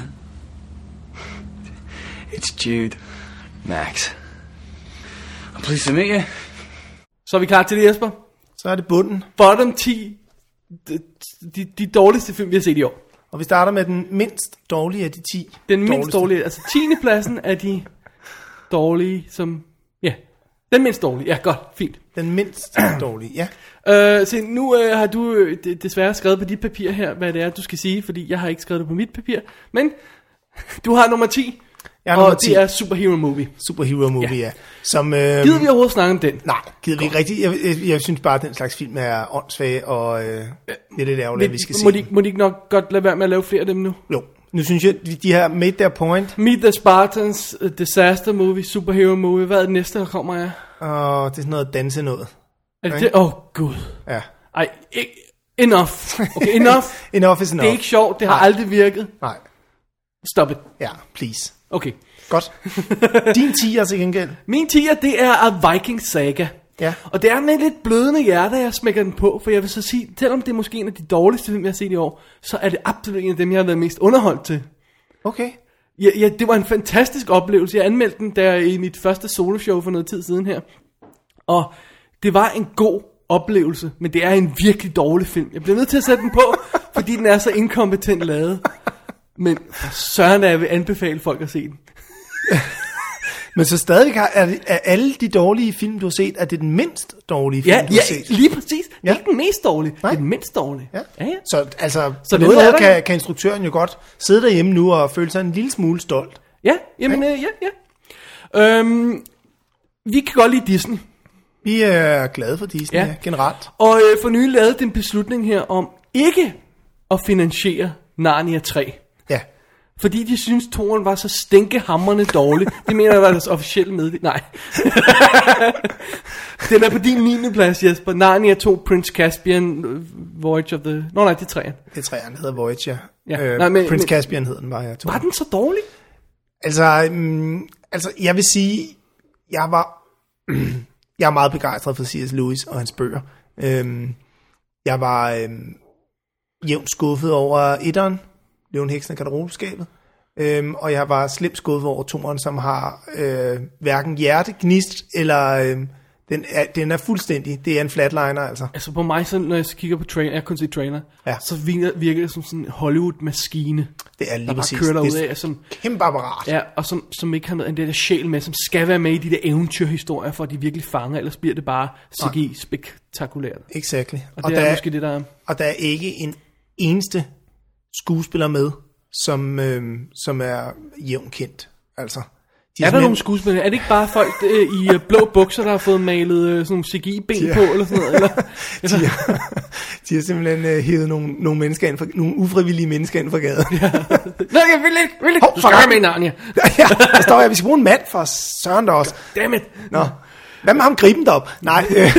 It's Jude. Max. I'm pleased to meet you. Så er vi klar til det, Jesper. Så er det bunden. Bottom ti. De, de, de dårligste film, vi har set i år. Og vi starter med den mindst dårlige af de ti. Den mindst dårligste. dårlige, altså tiende pladsen er de dårlige, som... Ja, den mindst dårlige. Ja, godt, fint. Den mindst dårlige, ja. Øh, så nu øh, har du øh, d- desværre skrevet på dit papir her, hvad det er, du skal sige, fordi jeg har ikke skrevet det på mit papir. Men du har nummer ti, Jeg er og nummer ti. det er Superhero Movie. Superhero movie, Ja. ja. Som, øh, Gider vi overhovedet snakke om den? Nej, gider vi ikke rigtigt. Jeg, jeg, jeg synes bare, at den slags film er åndssvage, og øh, det er lidt ærgerligt, at vi skal må, se. de, må de ikke nok godt lade være med at lave flere af dem nu? Jo, nu synes jeg, at de har made their point, Meet the Spartans, uh, Disaster Movie, Superhero Movie. Hvad er det næste, der kommer af? og det er sådan noget danse noget. Er det det? Åh, oh, gud. Ja. Ej, ikke, enough. Okay, enough. Enough is enough. Det er ikke sjovt, det har Nej. aldrig virket. Nej, Stop it. ja, please. Okay. Godt. Din tier til gengæld. Min tier, det er A Viking Saga Ja. Og det er med lidt blødende hjerte, jeg smækker den på, for jeg vil så sige, selvom det er måske en af de dårligste film, jeg har set i år, så er det absolut en af dem, jeg har været mest underholdt til. Okay. Ja, ja, det var en fantastisk oplevelse. Jeg anmeldte den der i mit første soloshow for noget tid siden her. Og det var en god oplevelse, men det er en virkelig dårlig film. Jeg bliver nødt til at sætte den på, fordi den er så inkompetent lavet. Men for søren er jeg vil anbefale folk at se den. Men så stadig har, er, er alle de dårlige film, du har set, er det den mindst dårlige film, ja, du ja, har set? lige præcis. Ja. Ikke den mest dårlige, Nej. det er den mindst dårlige. Ja. Ja, ja. Så altså, Så så det noget er af der- kan, kan instruktøren jo godt sidde derhjemme nu og føle sig en lille smule stolt. Ja, jamen, øh, ja, ja. Øhm, vi kan godt lide Disney. Vi er glade for Disney, Ja. ja. generelt. Og øh, for nylig lavede den beslutning her om ikke at finansiere Narnia tre. Ja. Fordi de synes, toren var så stinkehamrende dårlig. Det mener jeg var deres officielle meddelelse. Nej. Den er på din niende plads, Jesper. Narnia to, Prince Caspian, Voyage of the... Nå nej, det er træerne. Det er træerne, hedder Voyager. Ja. Øh, Nej, men- Prince men- Caspian hed den, var jeg to. Var den så dårlig? Altså, mm, altså, jeg vil sige, jeg var, jeg er meget begejstret for C S. Lewis og hans bøger. Øhm, jeg var øhm, jævnt skuffet over etteren, Løvenheksen og Garderobeskabet. Øhm, og jeg var slemt skuffet over toeren, som har øh, hverken hjerte, gnist, eller øh, den, er, den er fuldstændig, det er en flatliner altså. Altså på mig, så, når jeg kigger på trailer, jeg kun set trailer, Ja. så virker, virker det som sådan en Hollywood-maskine, Det er lige der bare præcis. kører Det derud er af, som, kæmpe apparat. ja, og som, som ikke har noget af det der sjæl med, som skal være med i de der eventyrhistorier, for at de virkelig fanger, ellers bliver det bare C G I-spektakulært. Exactly. Og, og det er, der, måske det, der er... og der er ikke en eneste skuespiller med, som, øh, som er jævnt kendt. Altså, de Er der simpelthen- nogle skuespillere? Er det ikke bare folk øh, i øh, blå bukser, der har fået malet øh, sådan nogle C G I-ben Ja. på, eller sådan noget? Eller, eller? de, har, de har simpelthen øh, hævet nogle, nogle mennesker ind for, nogle ufrivillige mennesker ind for gaden. Ja. Nå, jeg vil ikke, vil ikke. Hov, Du skal fuck. have med i Narnia. ja, der står jeg, vi skal bruge en mand for søren der også. Dammit. Nå, hvad med ham griben derop? Nej, øh,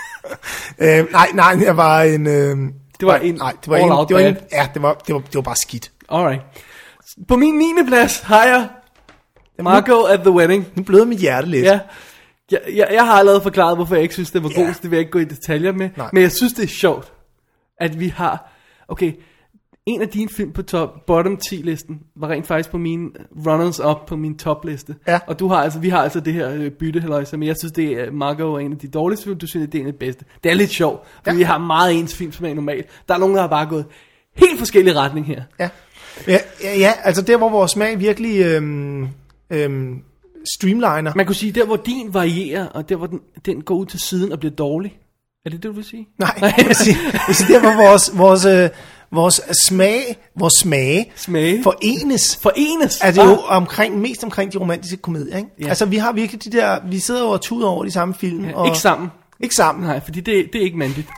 øh, nej, nej, jeg var en... Øh, Det var en nej, det var all en, out det var en, bad. ja, det var, det var, det var bare skidt. Alright. På min niende plads har jeg Margot at the Wedding. Nu bløder mit hjerte lidt. Ja. Jeg, jeg, jeg har allerede forklaret, hvorfor jeg ikke synes, det var Ja. god, så det vil jeg ikke gå i detaljer med. Nej. Men jeg synes, det er sjovt, at vi har... Okay, en af dine film på top, bottom ti-listen var rent faktisk på min runners-up på min top-liste. Ja. Og du har altså, vi har altså det her øh, bytte, halløjsa, men jeg synes, det er Margot er en af de dårligste film, du synes, det er en af de bedste. Det er lidt sjovt, for Ja. vi har meget ens filmsmag normalt. Der er nogen, der har bare gået helt forskellige retning her. Ja. Ja, ja, ja, altså der, hvor vores smag virkelig øhm, øhm, streamliner. Man kunne sige, der hvor din varierer, og der hvor den, den går ud til siden og bliver dårlig. Er det det, du vil sige? Nej, jeg vil sige, jeg vil sige, der, hvor vores, vores, øh, vores smag, vores smage Smage. forenes, Forenes. er det jo omkring, mest omkring de romantiske komedier, ikke? Ja. Altså, vi har virkelig de der, vi sidder jo og tuder over de samme film. Ja, og, ikke sammen. Ikke sammen. Nej, fordi det, det er ikke mandigt.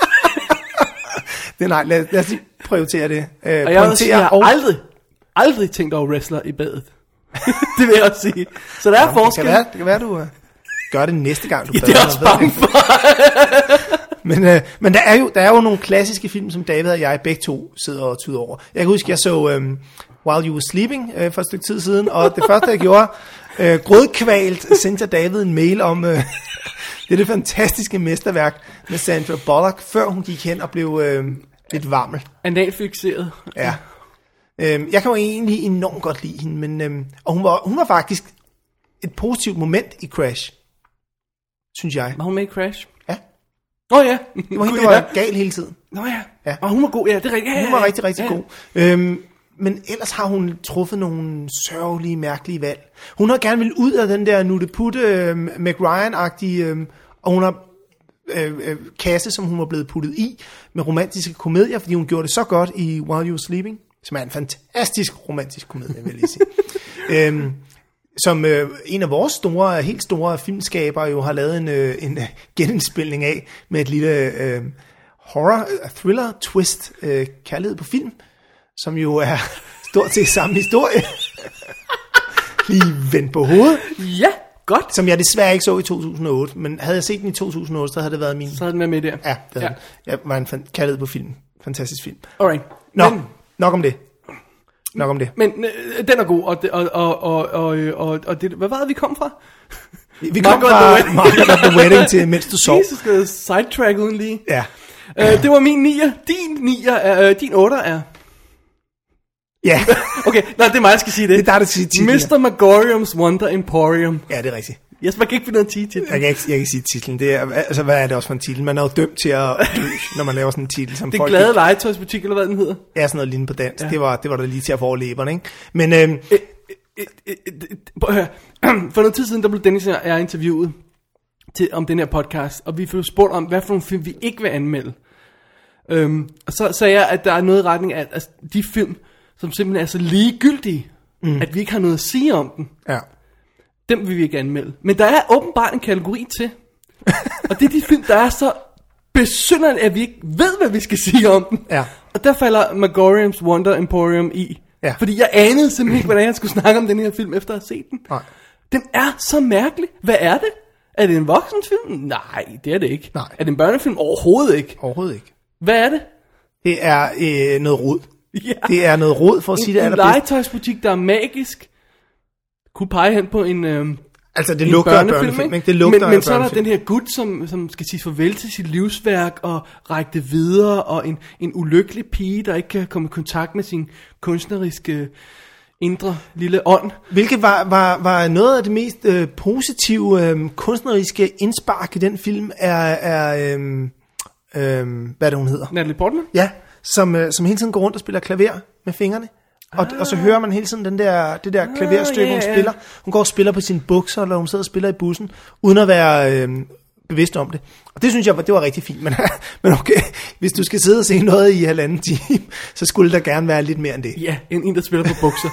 Det, nej, lad, lad os lige prioritere det. Øh, Og jeg vil sige, jeg har og, aldrig, aldrig tænkt over wrestler i badet. Det vil jeg også sige. Så der er det, forskel. kan være, det kan være, du øh, gør det næste gang, du Ja, det er jeg også bange for. Men, øh, men der, er jo, der er jo nogle klassiske film, som David og jeg begge to sidder og tyder over. Jeg kan huske, jeg så øhm, While You Were Sleeping øh, for et stykke tid siden, og det første, jeg gjorde, øh, grødkvalt, sendte jeg David en mail om øh, det er det fantastiske mesterværk med Sandra Bullock, før hun gik hen og blev øh, lidt varmel. Analfixeret. Ja. Øhm, jeg kan jo egentlig enormt godt lide hende, men, øhm, og hun var, hun var faktisk et positivt moment i Crash, synes jeg. Var hun med i Crash? Ja. Nå ja. Det var hende, Gud, der ja. var gal hele tiden. Nå ja. Ja. Og hun var god, ja, det er rigtigt. Ja, ja, Hun var ja. rigtig, rigtig ja. god. Øhm, men ellers har hun truffet nogle sørgelige, mærkelige valg. Hun har gerne vil ud af den der nutteputte, øh, McRyan-agtige, øh, og hun har øh, øh, kasse, som hun var blevet puttet i, med romantiske komedier, fordi hun gjorde det så godt i While You Were Sleeping, som er en fantastisk romantisk komedie, vil jeg lige sige. øhm, som øh, en af vores store, helt store filmskabere jo har lavet en, øh, en øh, genindspilning af, med et lille øh, horror, øh, thriller, twist, øh, kærlighed på film, som jo er stort set samme historie. Lige vendt på hovedet. Ja, godt. Som jeg desværre ikke så i to tusind og otte, men havde jeg set den i to tusind og otte, så havde det været min... Så havde den været med der. Ja, det havde ja. Jeg var en fan, kærlighed på film. Fantastisk film. Alright. Nå, Men, nok om det. Nok om det. men øh, den er god, og, det, og, og, og, og, og, og det, hvad var det, vi kom fra? Vi kom Margaret fra the Wedding. Margaret of the Wedding til Mens du sov. Jesus, skal sidetrack uden lige. Ja. Uh, det var min nier. Din nier er, uh, din otter er... Ja. Okay, nej, det er mig, der skal sige det. Det er dig, der siger titlen. mister Magorium's Wonder Emporium. Ja, det er rigtigt. Yes, man kan ikke finde noget titel. Jeg kan ikke, jeg kan ikke sige titlen. Det er, altså, hvad er det også for en titel? Man er jo dømt til at dø, når man laver sådan en titel. Som Det er folk glade ikke... legetøjsbutik, eller hvad den hedder. Ja, sådan noget lignende på dansk. Ja. Det, var, det var der lige til at få over læberne, ikke? Men øhm, Øh, øh, øh, øh, prøv at høre. For noget tid siden, der blev Dennis og jeg interviewet til, om den her podcast, og vi blev spurgt om, hvad for nogle film vi ikke vil anmelde. Øhm, og så sagde jeg, at der er noget i retning af, at de film, som simpelthen er så ligegyldige, mm. at vi ikke har noget at sige om dem, ja. dem vil vi ikke anmelde. Men der er åbenbart en kategori til, og det er de film, der er så besynderligt, at vi ikke ved, hvad vi skal sige om dem. Ja. Og der falder Magorium's Wonder Emporium i. Ja. Fordi jeg anede simpelthen ikke, hvordan jeg skulle snakke om den her film, efter at have set den. Nej. Den er så mærkelig. Hvad er det? Er det en voksenfilm? Nej, det er det ikke. Nej. Er det en børnefilm? Overhovedet ikke. Overhovedet ikke. Hvad er det? Det er øh, noget rod. Ja. Det er noget rod, for at sige det En, en allerbedst. legetøjsbutik, der er magisk. Kunne pege hen på en... Øh, Altså, det en lugter af børnefilm, børnefilm, ikke? ikke? Det lugter men, af men så er der børnefilm. den her gut, som, som skal sige farvel til sit livsværk og række det videre, og en, en ulykkelig pige, der ikke kan komme i kontakt med sin kunstneriske indre lille ånd. Hvilket var, var, var noget af det mest øh, positive øh, kunstneriske indspark i den film, er, er øh, øh, hvad er det, hun hedder? Natalie Portman? Ja, som, øh, som hele tiden går rundt og spiller klaver med fingrene. Og, og så hører man hele tiden den der, det der klaverstykke, Ah, ja, hun ja. spiller. Hun går og spiller på sine bukser, eller hun sidder og spiller i bussen, uden at være øh, bevidst om det. Og det synes jeg, det var rigtig fint. Men, men okay, hvis du skal sidde og se noget i halvanden time, så skulle der gerne være lidt mere end det. Ja, en, en der spiller på bukser.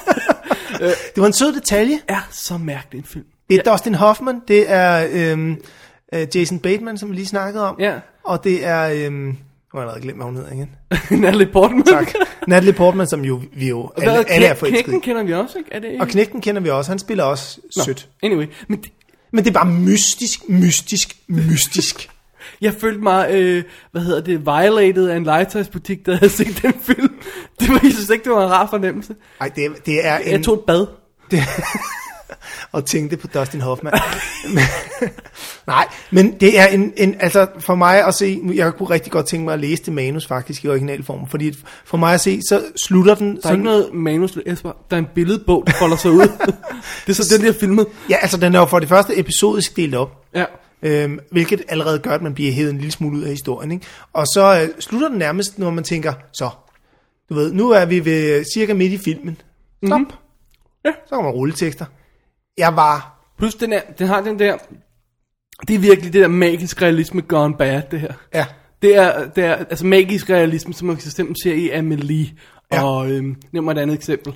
Det var en sød detalje. Er så mærkelig en film. Det er Dustin Hoffman, det er øhm, øh, Jason Bateman, som vi lige snakkede om. Ja. Og det er... Øhm, nu har jeg allerede glemt, hvad hun hedder igen. Natalie Portman. Tak. Natalie Portman, som jo vi jo Hvad, alle, alle er Knæ- forelskede Knægten i. kender vi også, ikke? Er det ikke? Og Knægten kender vi også. Han spiller også Nå, sødt. Anyway, men det, Men det er bare mystisk, mystisk, mystisk. jeg følte mig, øh, hvad hedder det, violated af en legetøjsbutik, der havde set den film. Det var, jeg synes ikke, det var en rar fornemmelse. Ej, det, er- det er en... Jeg tog et bad. Det, og tænkte på Dustin Hoffman. Men, nej, men det er en, en, altså for mig at se, jeg kunne rigtig godt tænke mig at læse det manus faktisk i originalform, fordi for mig at se, så slutter den Der er sådan, ikke noget manus, Esper. Der er en billedbog, der folder sig ud. Det er så den, der er filmet. ja, altså den er jo for det første episodisk delt op, Ja. øhm, hvilket allerede gør, at man bliver hævet en lille smule ud af historien, ikke? Og så øh, slutter den nærmest, når man tænker, så, du ved, nu er vi ved cirka midt i filmen. Stop. Mhm. Ja. Så kommer rulletekster. Jeg var... Plus den, er, den har den der, det er virkelig det der magisk realisme gone bad, det her. Ja. Det er, det er altså magisk realisme, som man simpelthen ser i Amelie. Ja. Og øhm, nævn mig et andet eksempel.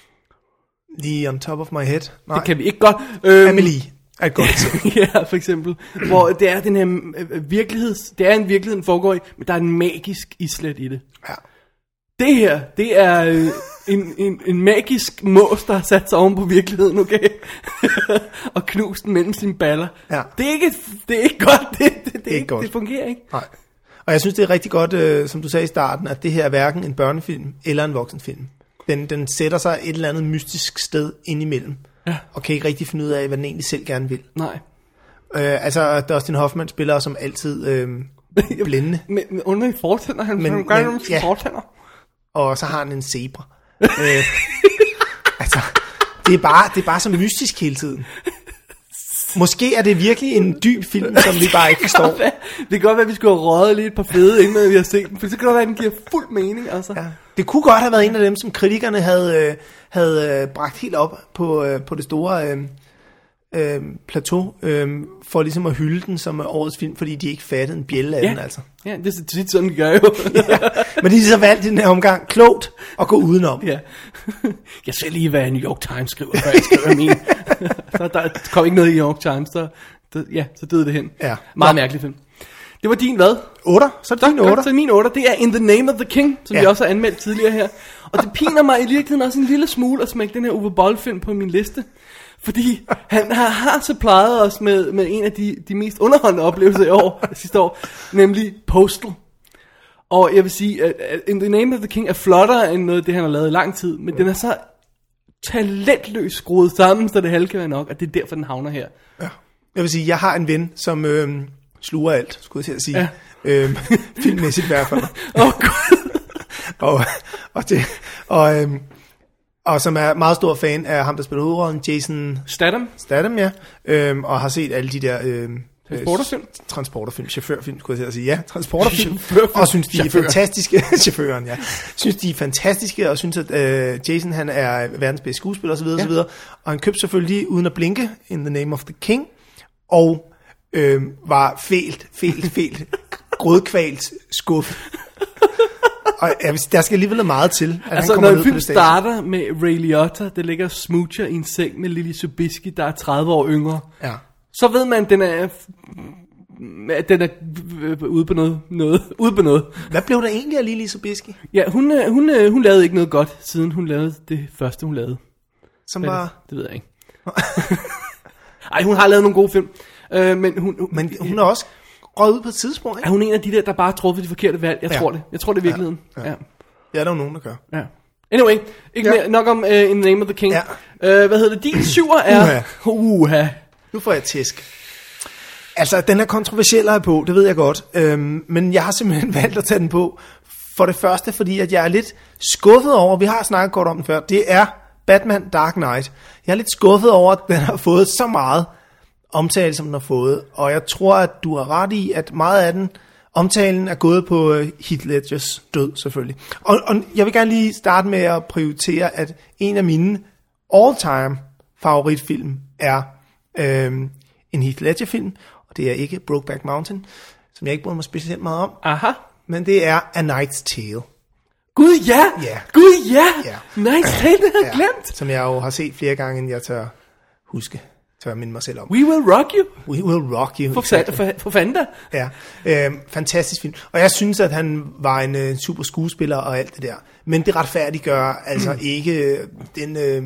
Lige on top of my head. Nej. Det kan vi ikke godt. Øhm, Amelie er et godt eksempel. Ja, for eksempel. Hvor det er den her øh, virkelighed, det er en virkelighed, den foregår i, men der er en magisk islet i det. Ja. Det her, det er øh, en, en, en magisk mås, der har sat sig oven på virkeligheden, okay? Og knust den mellem sine baller. Ja. Det er ikke, det er ikke godt, det, det, det, det, ikke ikke, godt. det fungerer ikke. Nej. Og jeg synes, det er rigtig godt, øh, som du sagde i starten, at det her er hverken en børnefilm eller en voksenfilm. Den, den sætter sig et eller andet mystisk sted indimellem, Ja. og kan ikke rigtig finde ud af, hvad den egentlig selv gerne vil. Nej. Øh, altså, Dustin Hoffman spiller som altid øh, blændende, Men, men underligt fortænder, han, Men- han gør men- nogle ja. fortænder. og så har han en zebra. øh, altså, det er, bare, det er bare så mystisk hele tiden. Måske er det virkelig en dyb film, som vi bare ikke forstår. Det kan godt være, at vi skulle have røget lige et par fede, inden vi har set den. For så kan det være, at den giver fuld mening, altså. Ja. Det kunne godt have været en af dem, som kritikerne havde, øh, havde øh, bragt helt op på, øh, på det store øh, øh, plateau, øh, for ligesom at hylde den som årets film, fordi de ikke fattede en bjælle af Ja. den, altså. Ja, det er så tit sådan, vi gør jo. Ja. Men de har så valgt i den her omgang klogt at gå udenom. Ja. Jeg ser lige, hvad New York Times skriver, før jeg skriver min. Så der kom ikke noget i New York Times, så, der, ja, så døde det hen. Ja. Meget Nå. mærkelig film. Det var din hvad? otter, så er det din Godt, otter. så min otter, det er In the Name of the King, som Ja. vi også har anmeldt tidligere her. Og det piner mig i virkeligheden også en lille smule at smække den her Uwe Boll-film på min liste. Fordi han har, har supplyet os med, med en af de, de mest underholdende oplevelser i år, sidste år, nemlig Postal. Og jeg vil sige, at at In the Name of the King er flottere end noget af det, han har lavet i lang tid, men den er så talentløst skruet sammen, så det halve kan være nok, og det er derfor, den havner her. Ja. Jeg vil sige, jeg har en ven, som øh, sluger alt, skulle jeg til at sige. Ja. Øh, filmmæssigt i hvert fald. Åh, oh, Gud. og, og, det, og, øh, og som er meget stor fan af ham, der spiller hovedrollen, Jason Statham. Statham, ja. Øh, og har set alle de der... Øh, Transporterfilm? Transporterfilm, chaufførfilm, skulle jeg til at sige. Ja, transporterfilm. og synes, de er fantastiske. Chaufføren, ja. Synes, de er fantastiske, og synes, at øh, Jason, han er verdens bedste skuespiller, osv. Ja. osv. Og han købte selvfølgelig uden at blinke, In the Name of the King, og øh, var fælt, fælt, fælt, grødkvalt skuffet. Og ja, der skal alligevel meget til, at altså, han kommer når ned en film på det starter med Ray Liotta, der ligger smoocher i en seng med Lily Sobieski, der er tredive år yngre, ja. så ved man, at den er, at den er ude på noget, noget, ude på noget. Hvad blev der egentlig af Lily Sobieski? Ja, hun, hun, hun lavede ikke noget godt, siden hun lavede det første, hun lavede. Som Hvad var... Det? det ved jeg ikke. Ej, hun har lavet nogle gode film. Øh, men hun, men hun er også røget ud på et tidspunkt, ikke? Er hun en af de der, der bare har truffet de forkerte valg? Jeg ja. tror det. Jeg tror det er virkeligheden. Ja, ja. Ja. Det er der jo nogen, der gør. Ja. Anyway, ikke ja. mere, nok om uh, In the Name of the King. Ja. Uh, hvad hedder det? Din syver er... Uha. Uh-huh. Nu får jeg tæsk. Altså, den er kontroversiel her på, det ved jeg godt. Øhm, men jeg har simpelthen valgt at tage den på. For det første, fordi at jeg er lidt skuffet over, vi har snakket godt om den før, det er Batman Dark Knight. Jeg er lidt skuffet over, at den har fået så meget omtale, som den har fået. Og jeg tror, at du har ret i, at meget af den omtalen er gået på Heath Ledgers død, selvfølgelig. Og, og jeg vil gerne lige starte med at prioritere, at en af mine all-time favoritfilm er øhm, en Heath Ledger-film, og det er ikke Brokeback Mountain, som jeg ikke bryder mig specielt meget om. Aha. Men det er A Knight's Tale. Gud ja! Ja. Gud ja! Ja. Knight's Tale, det havde ja. glemt! Som jeg jo har set flere gange, end jeg tør huske. Tør minde mig selv om. We Will Rock You. We Will Rock You. For, exactly. for, for fanden Ja, øhm, fantastisk film. Og jeg synes, at han var en øh, super skuespiller og alt det der. Men det retfærdiggør altså mm. ikke den øh,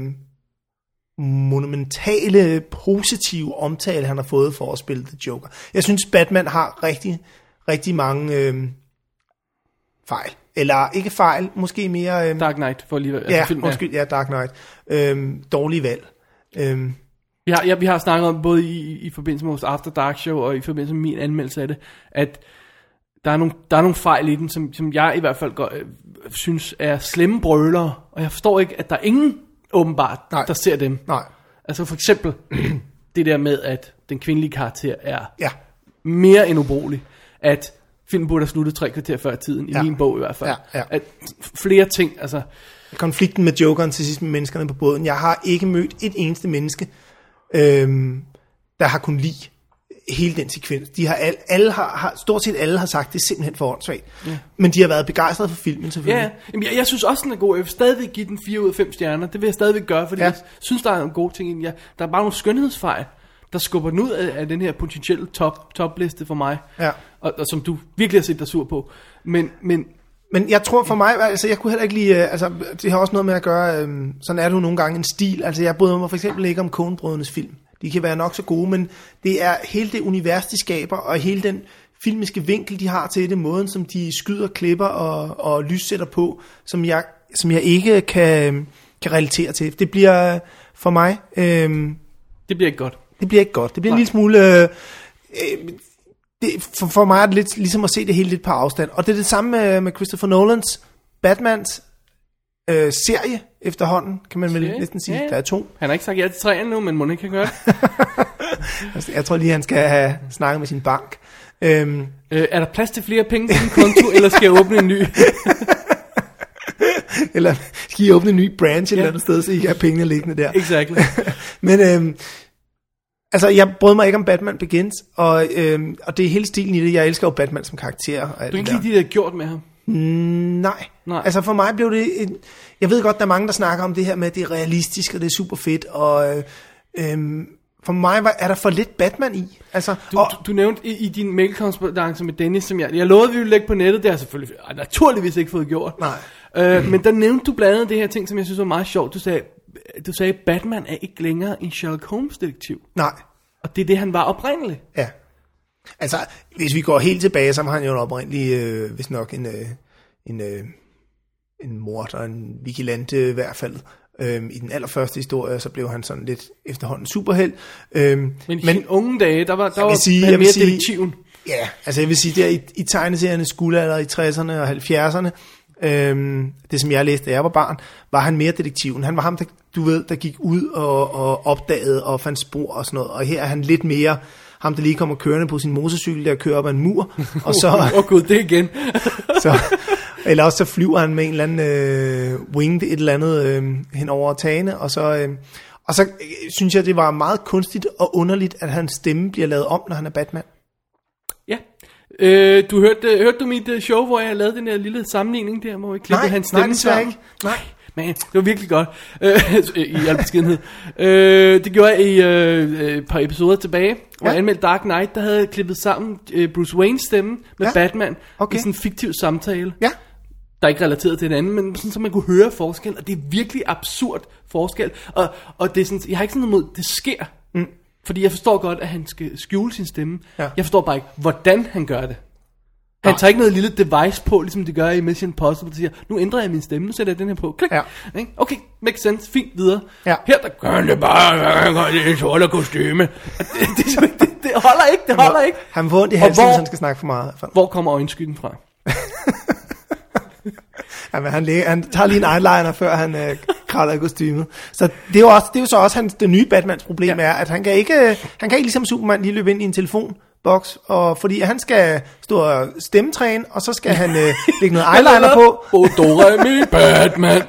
monumentale, positive omtale, han har fået for at spille The Joker. Jeg synes, Batman har rigtig, rigtig mange øh, fejl. Eller ikke fejl, måske mere... Øh, Dark Knight, for lige ja, film, undskyld, ja, Dark Knight. Øh, dårlige valg. Øh, Vi har, ja, vi har snakket om, både i, i forbindelse med vores After Dark show, og i forbindelse med min anmeldelse af det, at der er nogle, der er nogle fejl i den, som, som jeg i hvert fald går, øh, synes er slemme brølere, og jeg forstår ikke, at der er ingen, åbenbart, Nej. der ser dem. Nej. Altså for eksempel, det der med, at den kvindelige karakter er ja. mere end ubrugelig, at filmen burde have sluttet tre kvarter før tiden, i ja. min bog i hvert fald. Ja, ja. At flere ting, altså... Konflikten med Jokeren til sidst med menneskerne på båden. Jeg har ikke mødt et eneste menneske, Øhm, der har kunnet lide hele den sekvens. De har alle, alle har, har, stort set alle har sagt, det er simpelthen for åndssvagt. Ja. Men de har været begejstrede for filmen, selvfølgelig. Ja, Jamen, jeg, jeg synes også, den er god. Jeg vil stadigvæk give den fire ud af fem stjerner. Det vil jeg stadigvæk gøre, fordi ja. jeg synes, der er en god ting i den. Ja, der er bare nogle skønhedsfejl, der skubber den ud af, af den her potentielle top, topliste for mig. Ja. Og, og som du virkelig har set dig sur på. Men... men Men jeg tror for mig, altså jeg kunne heller ikke lide, altså det har også noget med at gøre, øhm, sådan er det jo nogle gange en stil, altså jeg bryder mig for eksempel ikke om Coen-brødrenes film. De kan være nok så gode, men det er hele det univers, de skaber, og hele den filmiske vinkel, de har til det, måden som de skyder, klipper og, og lyssætter på, som jeg, som jeg ikke kan, kan relatere til. Det bliver for mig... Øhm, det bliver ikke godt. Det bliver ikke godt. Det bliver Nej. en lille smule... Øh, øh, Det, for, for mig er det lidt ligesom at se det hele lidt på afstand. Og det er det samme med, med Christopher Nolans Batmans øh, serie efterhånden, kan man vel okay. næsten sige. Ja, ja. Der er to. Han har ikke sagt ja til tre endnu, men må ikke kan gøre det. Jeg tror lige, han skal have snakket med sin bank. Øhm. Øh, er der plads til flere penge på din konto, eller skal jeg åbne en ny? Eller skal I åbne en ny branch et eller andet sted, så I kan have pengene liggende der. Exactly. Men... Øhm, Altså, jeg brød mig ikke om Batman Begins, og, øhm, og det er hele stilen i det. Jeg elsker jo Batman som karakter. Og alt du kan ikke lide det, de har gjort med ham? Mm, nej. nej. Altså, for mig blev det... En, jeg ved godt, der er mange, der snakker om det her med, at det er realistisk, og det er super fedt, og... Øhm, for mig var, er der for lidt Batman i. Altså, du, og, du, du nævnte i, i din mailkorrespondance med Dennis, som jeg... Jeg lovede, vi ville lægge på nettet, det har jeg selvfølgelig naturligvis ikke fået gjort. Nej. Øh, men der nævnte du blandt andet det her ting, som jeg synes var meget sjovt. Du sagde, du sagde Batman er ikke længere en Sherlock Holmes-detektiv. Nej. Og det er det, han var oprindeligt. Ja. Altså, hvis vi går helt tilbage, så var han jo en oprindelig, øh, hvis nok en, øh, en, øh, en morder, en vigilante i hvert fald. Øhm, I den allerførste historie, så blev han sådan lidt efterhånden superhelt. Øhm, men i men, unge dage, der var, der var sige, mere sige, detektiven. Ja, altså jeg vil sige, der i, i tegneseriernes guldalder i tresserne og halvfjerdserne, øhm, det som jeg læste, da jeg var barn, var han mere detektiven. Han var ham, der, du ved, der gik ud og, og opdagede og fandt spor og sådan noget. Og her er han lidt mere ham, der lige kommer kørende på sin motorcykel, der kører op ad en mur. Og så... Åh oh, gud, det igen. så, eller også så flyver han med en eller anden øh, winged et eller andet øh, hen over tagene, og så... Øh, og så øh, synes jeg, det var meget kunstigt og underligt, at hans stemme bliver lavet om, når han er Batman. Ja. Øh, du hørte, hørte du mit show, hvor jeg lavede den der lille sammenligning der, hvor jeg klippede hans stemme nej, ikke. Nej, man, det var virkelig godt. Øh, I al beskedenhed. øh, det gjorde jeg i øh, et par episoder tilbage, hvor ja. jeg anmeldte Dark Knight, der havde jeg klippet sammen øh, Bruce Waynes stemme med ja. Batman okay. i sådan en fiktiv samtale. Ja. Der er ikke relateret til hinanden, men sådan, så man kunne høre forskel, og det er virkelig absurd forskel. Og, og det er sådan, jeg har ikke sådan noget mod, det sker. Mm. Fordi jeg forstår godt, at han skal skjule sin stemme. Ja. Jeg forstår bare ikke, hvordan han gør det. Han tager ikke noget lille device på, ligesom de gør i Mission Impossible, og siger, nu ændrer jeg min stemme, nu sætter jeg den her på. Klik. Ja. Okay, makes sense, fint, videre. Ja. Her der gør han det bare, det er så holder kostyme. Det, det, det, det, det holder ikke, det holder ikke. Han får ondt i halsen, hvis han skal snakke for meget. Hvor kommer øjenskyggen fra? Jamen, han, lægger, han tager lige en eyeliner, før han øh, kravler i kostymet. Så det er jo, også, det er jo så også hans, det nye Batmans problem, ja. er, at han kan, ikke, han kan ikke ligesom Superman lige løbe ind i en telefonboks, og fordi han skal stå og stemmetræne, og så skal han øh, lægge noget eyeliner på. Odoremi Batman.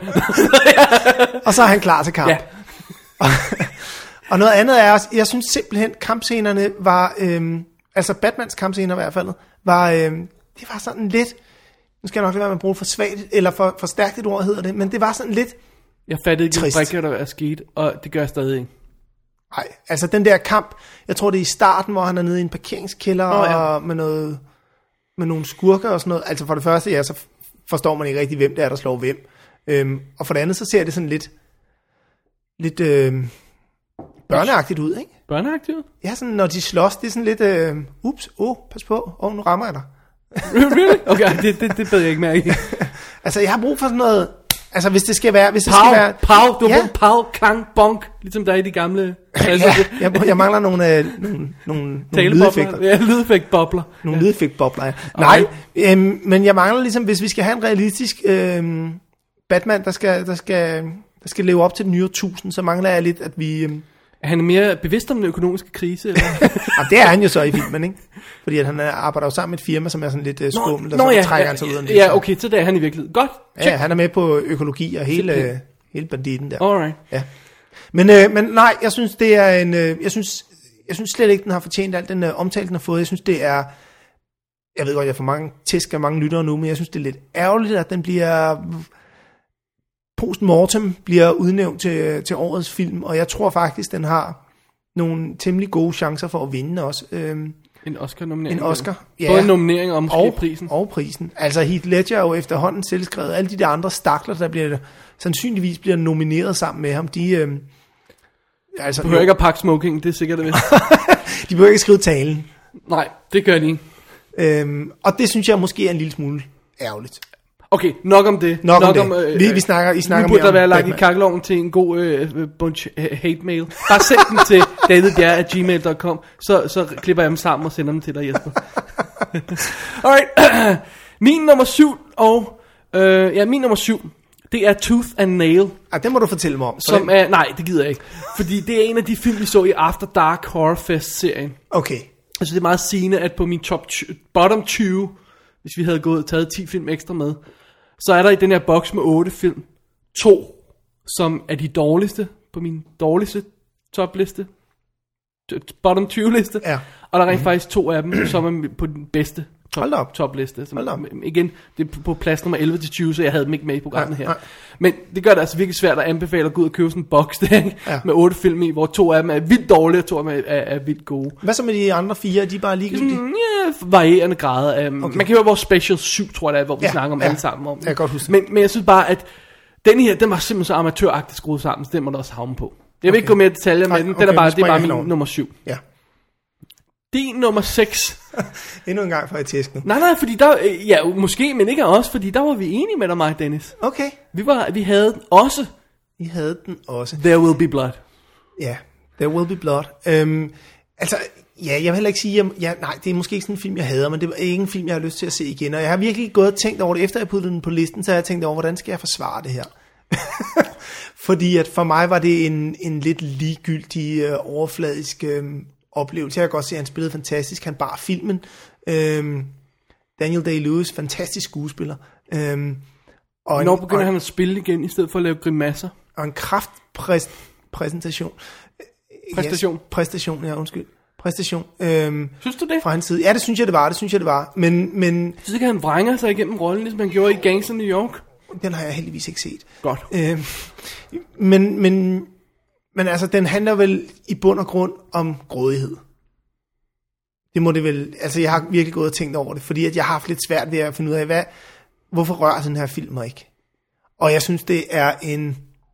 Og så er han klar til kamp. Ja. og, og noget andet er også, jeg synes simpelthen, kampscenerne var, øh, altså Batmans kampscener i hvert fald, var, øh, det var sådan lidt... Nu skal jeg nok lade være med at bruge for svagt, eller for, for stærkt et ord hedder det, men det var sådan lidt Jeg fattede ikke, hvad der er sket, og det gør jeg stadig ikke. Nej, altså den der kamp, jeg tror det er i starten, hvor han er nede i en parkeringskælder, oh, ja. og med, noget, med nogle skurker og sådan noget. Altså for det første, ja, så forstår man ikke rigtig, hvem det er, der slår hvem. Øhm, og for det andet, så ser det sådan lidt, lidt øh, børneagtigt ud, ikke? Børneagtigt ud? Ja, sådan når de slås, det er sådan lidt, øh, ups, åh, oh, pas på, åh, oh, nu rammer jeg dig. Really? Okay, det, det, det bed jeg ikke mærke i. Altså, jeg har brug for sådan noget... Altså, hvis det skal være... Hvis det pow, skal være pow, du har ja. brugt pow, klang, bonk, ligesom der er i de gamle... ja, jeg, jeg mangler nogle, øh, nogle, nogle, nogle lydeffekter. Ja, lydeffektbobler. Nogle ja. lydeffektbobler, ja. Okay. Nej, øhm, men jeg mangler ligesom, hvis vi skal have en realistisk øhm, Batman, der skal, der, skal, der skal leve op til den nye tusind, så mangler jeg lidt, at vi... Øhm, Er han mere bevidst om den økonomiske krise? Eller? Ja, det er han jo så i filmen, ikke? Fordi at han arbejder jo sammen med et firma, som er sådan lidt uh, skummelt, og nå, så ja, trækker ja, han sig ud af det. Ja, okay, så det er han i virkeligheden. Godt. Ja, han er med på økologi og hele, uh, hele banditten der. Alright. Ja. Men, øh, men nej, jeg synes, det er en... Øh, jeg, synes, jeg synes slet ikke, den har fortjent alt den øh, omtale, den har fået. Jeg synes, det er... Jeg ved godt, jeg får mange tæsk af mange lyttere nu, men jeg synes, det er lidt ærgerligt, at den bliver... Postmortem bliver udnævnt til, til årets film, og jeg tror faktisk, den har nogle temmelig gode chancer for at vinde også. Øhm, en Oscar-nominering? En Oscar, ja. Både en nominering og måske og, prisen? Og prisen. Altså Heath Ledger er jo efterhånden selvskrevet. Alle de der andre stakler, der bliver sandsynligvis bliver nomineret sammen med ham, de... Øhm, altså, du behøver ikke at pakke smoking, det er sikkert det vist. De behøver ikke skrive talen. Nej, det gør de ikke. Øhm, og det synes jeg måske er en lille smule ærgerligt. Okay, nok om det. Nok, nok om, om det. Øh, vi, vi snakker, I snakker nu burde der være lagt i kakkeloven til en god øh, bunch hate mail. Bare send den til davidbjerg at gmail dot com, så, så klipper jeg dem sammen og sender dem til dig, Jesper. Alright. Min nummer syv, og øh, ja, min nummer syv, det er Tooth and Nail. Ah, det må du fortælle mig om. Som er, nej, det gider jeg ikke. Fordi det er en af de film, vi så i After Dark Horror Fest-serien. Okay. Jeg synes, det er meget sigende, at på min top tyve, bottom tyve, hvis vi havde gået taget ti film ekstra med, så er der i den her boks med otte film, to, som er de dårligste på min dårligste topliste, bottom tyve liste, ja. Og der er rent faktisk to af dem, som er på den bedste top, topliste. Som, igen, det er på plads nummer elleve til tyve, så jeg havde dem ikke med i programmet her. Ja, ja. Men det gør det altså virkelig svært at anbefale at gå ud og købe sådan en boks der, ja. Med otte film i, hvor to af dem er vildt dårlige, og to af dem er, er, er vildt gode. Hvad så med de andre fire? De er bare ligegyldige? Mm, ja, varierende grader. Um, okay. Man kan høre vores special syv, tror jeg det er, hvor vi ja, snakker om ja. alle sammen om. Jeg kan godt huske. Men, men jeg synes bare, at den her, den var simpelthen så amatøragtigt skruet sammen, så den må der også havne på. Jeg vil okay. ikke gå mere i detaljer med den. Den okay, er bare, det er bare min nummer syv. Ja. Din nummer seks. Endnu en gang for at tæske. Nej, nej, fordi der... Ja, måske, men ikke også, fordi der var vi enige med dig, mig, Dennis. Okay. Vi, var, vi havde også I havde den også. There Will Be Blood. Ja, There Will Be Blood. Øhm, altså, ja, jeg vil heller ikke sige, at ja, nej, det er måske ikke sådan en film, jeg hader, men det er ikke en film, jeg har lyst til at se igen. Og jeg har virkelig gået og tænkt over det, efter jeg puttede den på listen, så har jeg tænkt over, hvordan skal jeg forsvare det her? Fordi at for mig var det en, en lidt ligegyldig, øh, overfladisk øh, oplevelse. Jeg kan godt se, at han spillede fantastisk. Han bar filmen. Øhm, Daniel Day-Lewis, fantastisk skuespiller. Øhm, og Når en, begynder og, han at spille igen, i stedet for at lave grimasser? Og en kraftpræsentation. Præstation. Yes, præstation, ja, undskyld. Præstation. Øhm, synes du det? Fra hans side. Ja, det synes jeg, det var. Det synes jeg, det var. Men, men jeg synes ikke, han vrænger sig igennem rollen, ligesom han gjorde i Gangs of New York. Den har jeg heldigvis ikke set. Godt. Øhm, men, men, men altså, den handler vel i bund og grund om grådighed. Det må det vel... Altså, jeg har virkelig gået og tænkt over det, fordi at jeg har haft lidt svært ved at finde ud af, hvad, hvorfor rører den her film mig ikke? Og jeg synes, det er en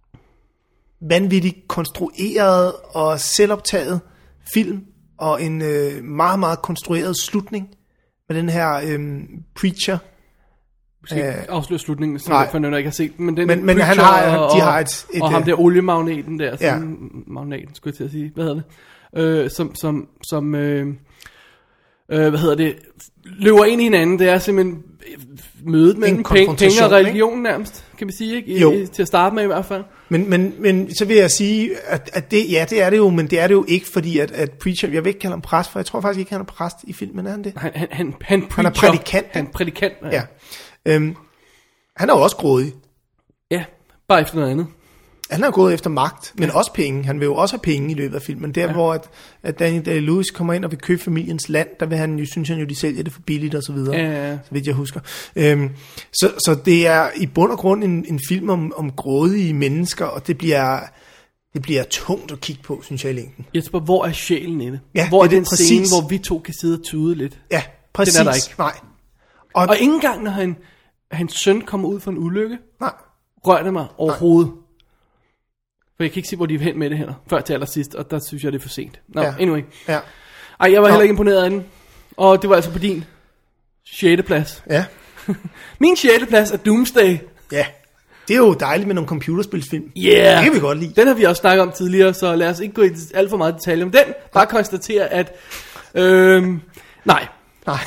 vanvittigt konstrueret og selvoptaget film, og en øh, meget, meget konstrueret slutning med den her øh, preacher. Vi skal ikke afsløre slutningen, så nej. For nogen, der ikke har set den. Men, den men, men han har, og, de har et, et... Og ham der oliemagneten der, som, ja. magnaten, skulle jeg til at sige, hvad hedder det? Øh, som, som, som øh, øh, hvad hedder det, løber ind i hinanden. Det er simpelthen mødet mellem penge, penge og religion nærmest, kan vi sige, ikke? I, jo. Til at starte med i hvert fald. Men, men, men så vil jeg sige, at, at det, ja, det er det jo, men det er det jo ikke, fordi at, at preacher, jeg vil ikke kalde ham præst, for jeg tror faktisk ikke, han er præst i filmen, er han det? Han, han, han, han, preacher, han er prædikant. Han er prædikant, ja. ja. Øhm, han er jo også grådig. Ja, bare efter noget andet. Han er gået efter magt, men ja. også penge. Han vil jo også have penge i løbet af filmen. Der ja. hvor at, at Daniel Day-Lewis kommer ind og vil købe familiens land, der vil han jo, synes han jo, de sælger det for billigt og så videre, ja, ja, ja. så vidt jeg husker. Øhm, så, så det er i bund og grund en, en film om, om grådige mennesker, og det bliver, det bliver tungt at kigge på, synes jeg i længden. Jesper, hvor er sjælen i det? Ja, hvor er det, den præcis. scene, hvor vi to kan sidde og tude lidt? Ja, præcis. Den er der ikke. Nej. Og, og ikke engang, når han, hans søn kommer ud for en ulykke, nej. rører det mig overhovedet. Nej. For jeg kan ikke se, hvor de er hen med det her, før til allersidst, og der synes jeg, det er for sent. Nå, ja. anyway. Ja. Ej, jeg var heller ikke imponeret af den. Og det var altså på din sjette plads. Ja. Min sjette plads er Doomsday. Ja. Det er jo dejligt med nogle computerspilsfilm. Yeah. Det kan vi godt lide. Den har vi også snakket om tidligere, så lad os ikke gå i alt for meget detalje om den. Bare konstatere, at... Øhm, nej. Nej.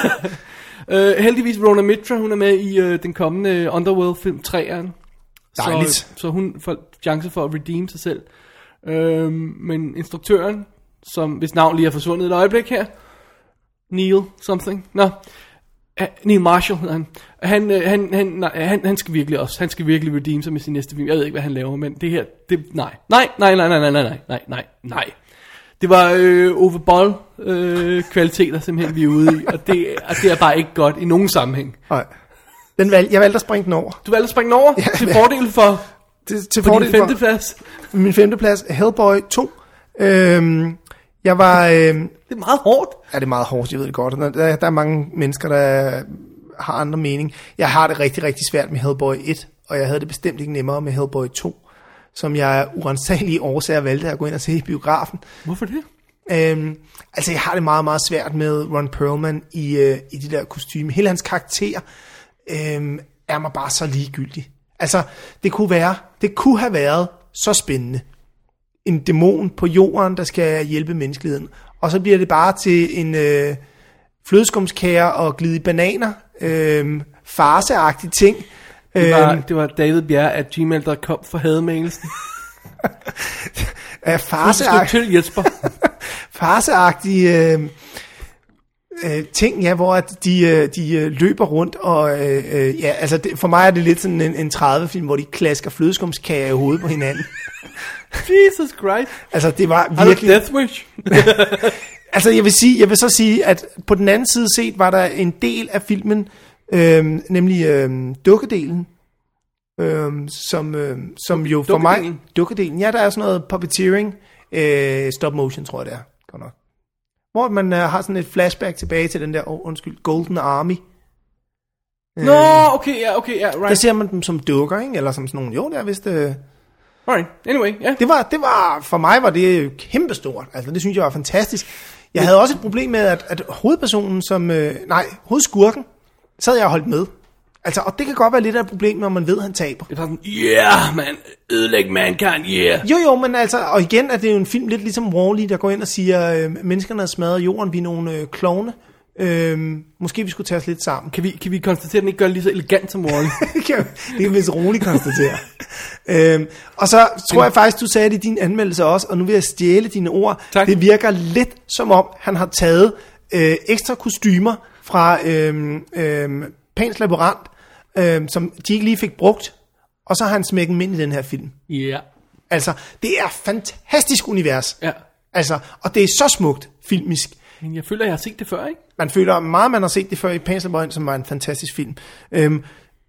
øh, heldigvis Rona Mitra, hun er med i øh, den kommende Underworld-film treeren. Dejligt. Så, så hun får chance for at redeem sig selv. Øhm, men instruktøren, som hvis navn lige er forsvundet et øjeblik her, Neil something, nå, uh, Neil Marshall hedder han. Han, uh, han, han, nej, han, han skal virkelig også, han skal virkelig redeem sig med sin næste film. Jeg ved ikke, hvad han laver, men det her, det, nej, nej, nej, nej, nej, nej, nej, nej, nej, nej. Det var øh, Ove Boll øh, kvaliteter simpelthen, vi er ude i, og det, og det er bare ikke godt i nogen sammenhæng. Nej. Den valg, jeg valgte at springe den over. Du valgte at springe den over? Ja, til fordel for, til, til for fordel din femte plads? Min femte plads, Hellboy to. Øhm, jeg var... Øhm, det er meget hårdt. Ja, det er meget hårdt, jeg ved det godt. Der, der er mange mennesker, der har andre mening. Jeg har det rigtig, rigtig svært med Hellboy et, og jeg havde det bestemt ikke nemmere med Hellboy to, som jeg af uransagelige årsager valgte at gå ind og se i biografen. Hvorfor det? Øhm, altså, jeg har det meget, meget svært med Ron Perlman i, øh, i de der kostyme. Hele hans karakter øhm, er mig bare så ligegyldig. Altså, det kunne være, det kunne have været så spændende. En dæmon på jorden, der skal hjælpe menneskeligheden. Og så bliver det bare til en øh, flødeskumskager og glide i bananer. Øh, farseagtig ting. Det var, det var David Bjerre at gmail punktum com for hademails. Ja, farseagtig. farseagtige øh, øh, ting, ja, hvor at de, øh, de øh, løber rundt, og øh, øh, ja, altså det, for mig er det lidt sådan en, en tredive-film, hvor de klasker flødeskumskager i hovedet på hinanden. Jesus Christ. Altså det var virkelig... Death Wish? Altså jeg vil sige, jeg vil så sige, at på den anden side set, var der en del af filmen, øh, nemlig øh, dukkedelen, øh, som, øh, som jo for mig... Dukkedelen? Ja, der er sådan noget puppeteering, øh, stop motion, tror jeg det er. Godt nok. Hvor man øh, har sådan et flashback tilbage til den der, oh, undskyld, Golden Army. Nå, no, okay, ja, okay, ja, right. Der ser man dem som dukker, ikke? Eller som sådan nogle, jo, der er vist... Øh, Alright, anyway, ja. Yeah. Det var, det var, for mig var det kæmpestort. Altså, det synes jeg var fantastisk. Jeg havde også et problem med, at, at hovedpersonen som, øh, nej, hovedskurken, sad jeg og holdt med. Altså, og det kan godt være lidt af et problem, når man ved, at han taber. Det er sådan, yeah, man, ødelæg mankind, yeah. Jo, jo, men altså, og igen er det jo en film lidt ligesom Wall-E, der går ind og siger, øh, menneskerne er smadret jorden, vi er nogle øh, klovne. Øh, måske vi skulle tage os lidt sammen. Kan vi, kan vi konstatere, at den ikke gør det lige så elegant som Wall-E? det kan vi vist roligt konstatere. øh, og så tror jeg faktisk, du sagde det i din anmeldelse også, og nu vil jeg stjæle dine ord. Tak. Det virker lidt som om, han har taget øh, ekstra kostymer fra øh, øh, Pans Labyrinth, øh, som de ikke lige fik brugt, og så har han smækket dem ind i den her film. Ja. Yeah. Altså, det er fantastisk univers. Ja. Altså, og det er så smukt filmisk. Men jeg føler, jeg har set det før, ikke? Man føler meget, man har set det før i Pans Labyrinth, som var en fantastisk film. Øhm,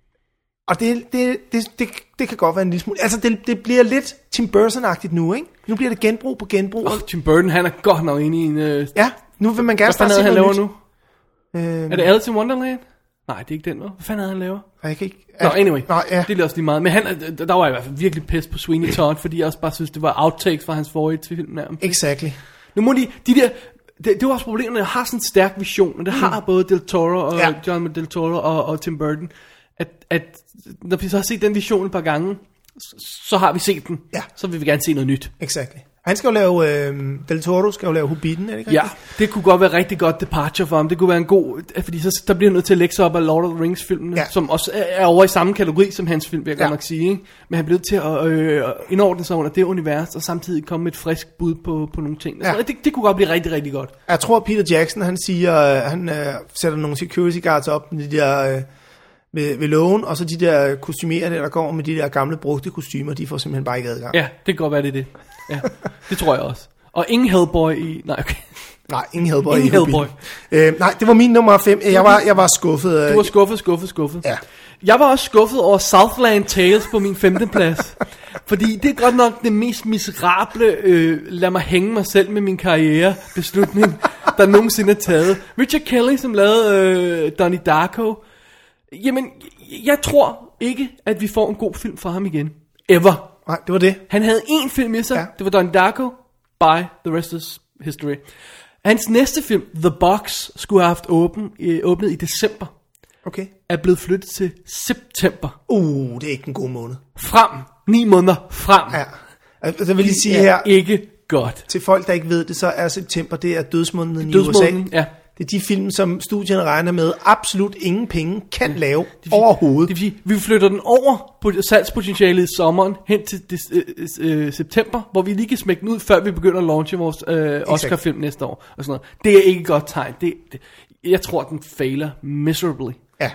og det, det, det, det, det kan godt være en lille smule. Altså, det, det bliver lidt Tim Burton-agtigt nu, ikke? Nu bliver det genbrug på genbrug. Oh, Tim Burton, han er godt nok inde i en... Øh... Ja, nu vil man gerne starte se noget nyt. Hvad han laver nu? Øhm... Er det Alice in Wonderland? Nej, det er ikke den nu. Hvad fanden havde han laver? Jeg kan ikke... Nå, anyway. Nå, ja. Det er også lige meget. Men han, der var i hvert fald virkelig pest på Sweeney Todd, fordi jeg også bare synes, det var outtakes fra hans forrige film nærmest. Exactly. Nu må de... de der, det, det var også problemet, når jeg har sådan en stærk vision, og det mm. har både Del Toro og ja. John Del Toro og, og Tim Burton, at, at når vi så har set den vision et par gange, så, så har vi set den. Ja. Så vil vi gerne se noget nyt. Exactly. Han skal jo lave, øh, Del Toro skal jo lave Hobbiten, er det ikke Ja, rigtigt? det kunne godt være rigtig godt departure for ham. Det kunne være en god, fordi så, der bliver nødt til at lægge sig op af Lord of the Rings filmene, ja. Som også er, er over i samme kategori som hans film, vil jeg ja. godt nok sige. Ikke? Men han bliver nødt til at øh, indordne sig under det univers, og samtidig komme med et frisk bud på, på nogle ting. Ja. Så det, det kunne godt blive rigtig, rigtig godt. Jeg tror, Peter Jackson, han siger, han øh, sætter nogle security guards op med de der... Øh, Ved, ved lågen, og så de der kostymerer, der går med de der gamle brugte kostymer, de får simpelthen bare ikke adgang. Ja, det kan godt være, det er det. Ja, det tror jeg også. Og ingen Hellboy i... Nej, okay. Nej, ingen Hellboy ingen i Hellboy. Øh, nej, det var min nummer fem. Jeg var, jeg var skuffet. Du var skuffet, skuffet, skuffet. Ja. Jeg var også skuffet over Southland Tales på min femte plads. Fordi det er godt nok det mest miserable, øh, lad mig hænge mig selv med min karriere beslutning, der nogensinde er taget. Richard Kelly, som lavede øh, Donnie Darko. Jamen, jeg tror ikke, at vi får en god film fra ham igen. Ever. Nej, det var det. Han havde én film i sig. Ja. Det var Donnie Darko. Bye. The rest is history. Hans næste film, The Box, skulle have haft åben, øh, åbnet i december. Okay. Er blevet flyttet til september. Uh, det er ikke en god måned. Frem. Ni måneder frem. Ja. Altså, jeg vil lige sige det her. Ikke godt. Til folk, der ikke ved det, så er september, det er dødsmåneden i dødsmåneden, U S A. Ja. Det er de film, som studierne regner med absolut ingen penge kan ja. lave det vil, overhovedet. Det vil sige, vi flytter den over på salgspotentialet i sommeren hen til øh, øh, september, hvor vi lige kan smække den ud, før vi begynder at launche vores øh, Oscar-film næste år. Og sådan noget. Det er ikke et godt tegn. Det, det, jeg tror, den fejler miserably. Ja.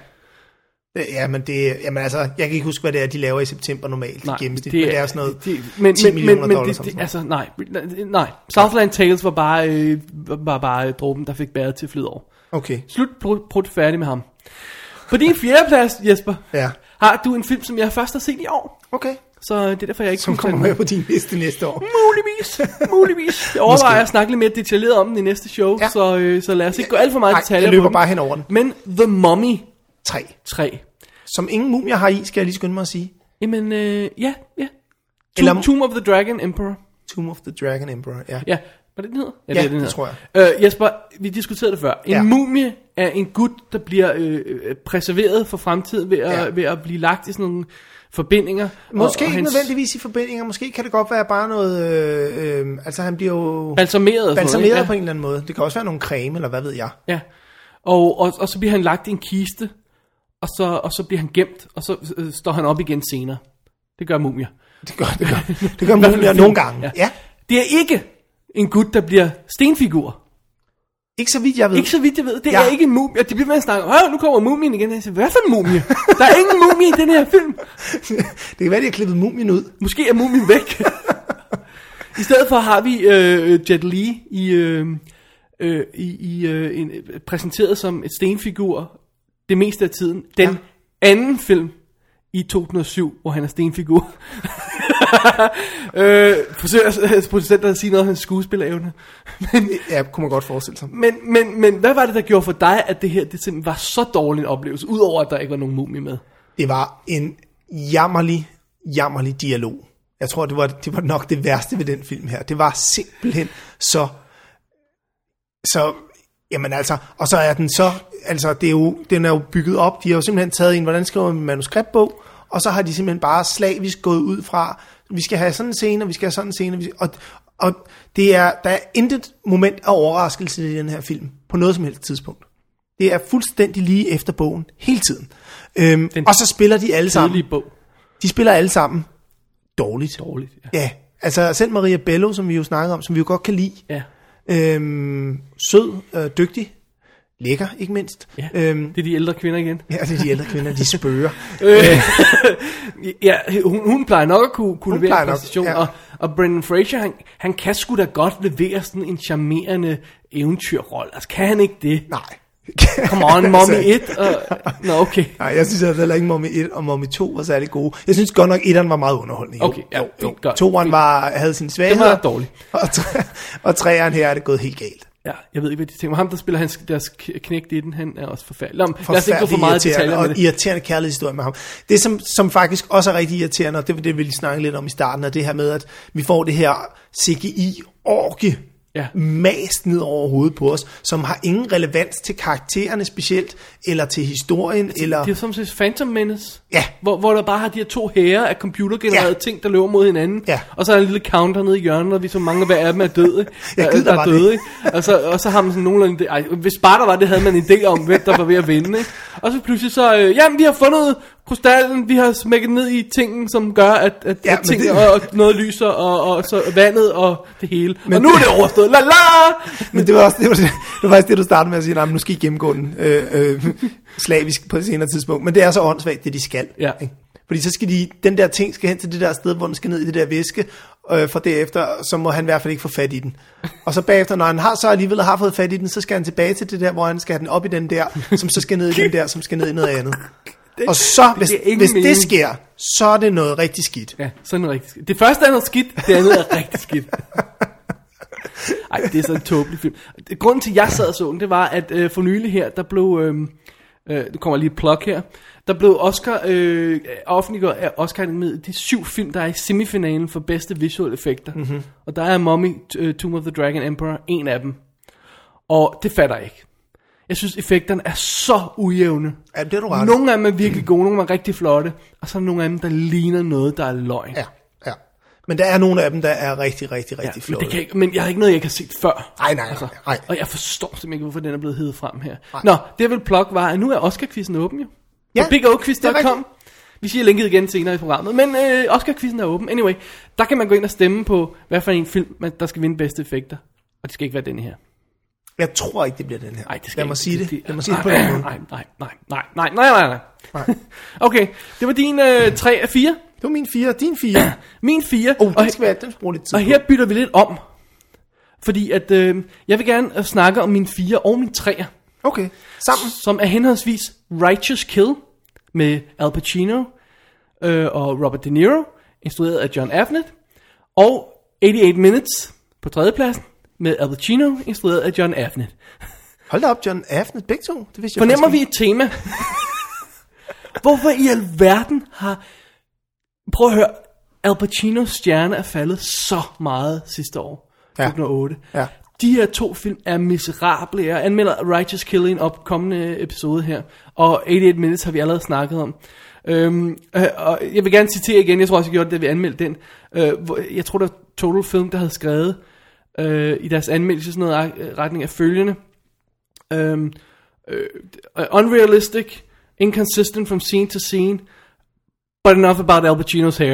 Ja, men det, jamen altså, jeg kan ikke huske, hvad det er, de laver i september normalt nej, i gennemsnit, det, men det er sådan noget det, men, ti men, millioner men, dollars. Men det, det, altså, nej, nej. Southland Tales var bare, øh, var bare dråben, der fik bæret til flyde over. Okay. Slut, prut, færdig med ham. På din fjerde plads, Jesper, ja. har du en film, som jeg først har set i år. Okay. Så det er derfor, jeg ikke som kommer med på din liste næste år. Muligvis, muligvis. Jeg overvejer at snakke lidt mere detaljeret om den i næste show, ja. så, øh, så lad os ikke gå alt for meget Nej, detaljer jeg løber på bare hen over den. Men The Mummy tre. tre. Som ingen mumier har i, skal jeg lige skynde mig at sige. Jamen, øh, ja, ja. Eller, Tomb of the Dragon Emperor. Tomb of the Dragon Emperor, ja. Ja, hvad det den hedder? Ja, ja det, det, den det tror jeg. Øh, Jesper, vi diskuterede det før. En ja. mumie er en gut, der bliver øh, præserveret for fremtiden ved at, ja. ved at blive lagt i sådan nogle forbindinger. Måske og, og ikke hans... nødvendigvis i forbindinger. Måske kan det godt være bare noget... Øh, øh, altså han bliver jo... Balsameret. Balsameret noget, på en eller anden måde. Det kan også være nogle creme, eller hvad ved jeg. Ja, og, og, og så bliver han lagt i en kiste, og så, og så bliver han gemt, og så øh, står han op igen senere. Det gør mumier. Det gør, det gør, det gør mumier nogle gange. Ja. Ja. Det er ikke en gut, der bliver stenfigur. Ikke så vidt jeg ved. Ikke så vidt jeg ved. Det ja. er ikke en mumie. De bliver med at snakke, nu kommer mumien igen. Jeg siger, hvad for en mumie? Der er ingen mumie i den her film. Det kan være, de har klippet mumien ud. Måske er mumien væk. I stedet for har vi øh, Jet Li i, øh, øh, i, i øh, en, præsenteret som et stenfigur det meste af tiden. Den ja. anden film i to tusind og syv, hvor han er stenfigur. øh, forsøger producenterne at sige noget om hans skuespillerevne. Men, ja, kunne man godt forestille sig. Men, men, men hvad var det, der gjorde for dig, at det her det simpelthen var så dårlig en oplevelse, udover at der ikke var nogen mumie med? Det var en jammerlig, jammerlig dialog. Jeg tror, det var, det var nok det værste ved den film her. Det var simpelthen så... Så... Jamen altså... Og så er den så altså, det er jo, den er jo bygget op. De har jo simpelthen taget en, hvordan skriver man en manuskriptbog, og så har de simpelthen bare slavisk gået ud fra, vi skal have sådan en scene, og vi skal have sådan en scene, og, og det er, der er intet moment af overraskelse i den her film, på noget som helst tidspunkt. Det er fuldstændig lige efter bogen, hele tiden. Øhm, og så spiller de alle sammen. Bog. De spiller alle sammen dårligt. Dårligt, ja. Ja, altså selv Maria Bello, som vi jo snakkede om, som vi jo godt kan lide. Ja. Øhm, sød, øh, dygtig, lækker, ikke mindst. Ja, øhm, det er de ældre kvinder igen. Ja, det er de ældre kvinder, de spørger. ja, hun, hun plejer nok at kunne, kunne levere en præstation, ja. og, og Brendan Fraser, han, han kan sgu da godt levere sådan en charmerende eventyrrolle. Altså, kan han ikke det? Nej. Come on, Mommy et. Og... Nå, okay. Nej, jeg synes at heller ikke Mommy et og Mommy to var særlig gode. Jeg synes godt nok, etteren var meget underholdende. Okay, ja, fint, godt. Toeren var, havde sin svagheder. Det var dårligt. Og, og treeren her er det gået helt galt. Ja, jeg ved ikke, hvad de tænker. Ham, der spiller hans, deres knægt i den, han er også forfærdelig. Lad os ikke gå for meget detaljer med det. Og irriterende kærlighedshistorie med ham. Det, som, som faktisk også er rigtig irriterende, og det var det, vi lige snakke lidt om i starten, er det her med, at vi får det her C G I-orgie, ja. Mast ned over hovedet på os, som har ingen relevans til karaktererne specielt, eller til historien, altså, eller... Det er som sagt Phantom Menace, ja. hvor, hvor der bare har de her to hære af computergenererede ja. ting, der løber mod hinanden, ja. og så er der en lille counter nede i hjørnet, og vi så mange hver af dem er døde, der, der er døde, ikke? Og, så, og så har man sådan nogenlunde... Ej, hvis bare der var det, havde man en idé om, hvem der var ved at vinde, ikke? Og så pludselig så, øh, jamen vi har fundet krystallen, vi har smækket ned i tingen, som gør, at, at, ja, at ting, det... og, og noget lyser, og, og så vandet, og det hele. Men og nu er det overstået, la la! Men det var også det var, det, det var faktisk det, du startede med at sige, nej, nu skal I gennemgå den øh, øh, slavisk på et senere tidspunkt. Men det er så åndssvagt, det de skal. Ja. Ikke? Fordi så skal de, den der ting skal hen til det der sted, hvor den skal ned i det der væske, øh, for derefter, så må han i hvert fald ikke få fat i den. Og så bagefter, når han har så alligevel har fået fat i den, så skal han tilbage til det der, hvor han skal have den op i den der, som så skal ned i den der, som skal ned i noget andet. Det, og så, hvis, det, hvis det sker, så er det noget rigtig skidt. Ja, så er det rigtig skidt. Det første er noget skidt, det andet er rigtig skidt. Ej, det er sådan en tåbelig film. Grunden til, at jeg sad og så den, det var, at øh, for nylig her, der blev, øh, øh, det kommer lige et plug her, der blev Oscar, øh, offentliggjort af Oscar med de syv film, der er i semifinalen for bedste visuelle effekter. Mm-hmm. Og der er Mummy, uh, Tomb of the Dragon Emperor, en af dem. Og det fatter jeg ikke. Jeg synes, effekterne er så ujævne. Ja, det er du ret. Nogle af dem er virkelig gode, nogle er rigtig flotte, og så er nogle af dem, der ligner noget, der er løgn. Ja, ja. Men der er nogle af dem, der er rigtig, rigtig, rigtig ja, flotte. Men, det kan, men jeg har ikke noget, jeg ikke har set før. Nej, nej, altså, nej. Og jeg forstår simpelthen ikke, hvorfor den er blevet hevet frem her. Nej. Nå, det vil plug var, at nu er Oscar-quizzen åben jo. Ja, big o quiz punktum com. Vi siger linket igen senere i programmet. Men øh, Oscar-quizzen er åben. Anyway, der kan man gå ind og stemme på, hvad for en film, der skal vinde bedste effekter. Og det skal ikke være denne her. Jeg tror ikke, det bliver den her. Nej, det skal Lad mig ikke. sige det. det. Lad mig sige det på den måde. Nej, nej, nej, nej, nej, nej, nej, nej. Okay, det var din øh, tre af fire. Det var min fire, din fire. Min fire. Oh, det skal være, den skal bruge lidt tid Og på. her bytter vi lidt om. Fordi at, øh, jeg vil gerne øh, snakke om min fire og min treer. Okay, sammen. Som er henholdsvis Righteous Kill med Al Pacino øh, og Robert De Niro, instrueret af John Avnet. Og otteogtyve Minutes på tredjepladsen med Al Pacino, instrueret af John Avnet. Hold da op, John Avnet, begge to. Det vidste jeg Fornemmer faktisk. vi et tema? Hvorfor i alverden har... Prøv at høre, Al Pacinos stjerne er faldet så meget sidste år. Ja. to tusind og otte. Ja. De her to film er miserable. Jeg anmelder Righteous Kill i en opkommende episode her. Og otteogtyve Minutes har vi allerede snakket om. Øhm, øh, og jeg vil gerne citere igen, jeg tror også jeg gjorde det, da vi anmeldte den. Øh, hvor, jeg tror der var Total Film, der havde skrevet øh, i deres anmeldelse sådan noget øh, retning af følgende. Um, uh, unrealistic, inconsistent from scene to scene, but enough about Al Pacino's hair.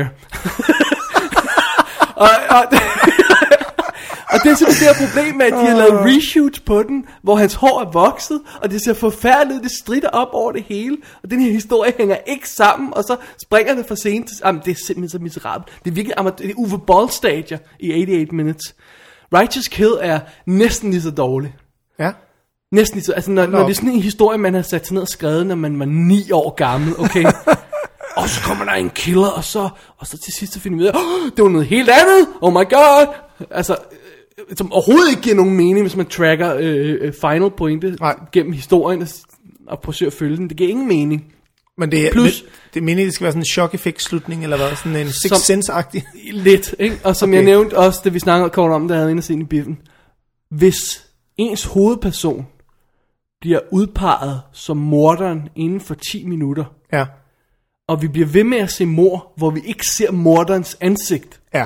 og, og, og det er simpelthen det her problem med, at de har lavet reshoots på den, hvor hans hår er vokset, og det ser forfærdeligt, det stritter op over det hele, og den her historie hænger ikke sammen, og så springer det fra scene til... Jamen, det er simpelthen så miserabelt. Det er virkelig amat- det er Uwe Boll-stadier i otteogtyve Minutes. Righteous Kill er næsten lige så dårlig. Ja. Næsten lige så, altså når, når det er sådan en historie, man har sat sig ned og skrevet, når man var ni år gammel, okay? Og så kommer der en killer, og så, og så til sidst så finder vi ud af, oh, det var noget helt andet, oh my god! Altså, øh, som overhovedet ikke giver nogen mening, hvis man tracker øh, final pointet Nej. gennem historien og, og forsøger at følge den. Det giver ingen mening. Men det er, Plus, det, det er meningen, det skal være sådan en shock-effekt-slutning, eller hvad? Sådan en Sixth Sense-agtig? Lidt, ikke? Og som okay. jeg nævnte også, da vi snakkede kort om, der havde inde og set i biffen. Hvis ens hovedperson bliver udpeget som morderen inden for ti minutter. Ja. Og vi bliver ved med at se mord, hvor vi ikke ser morderens ansigt. Ja.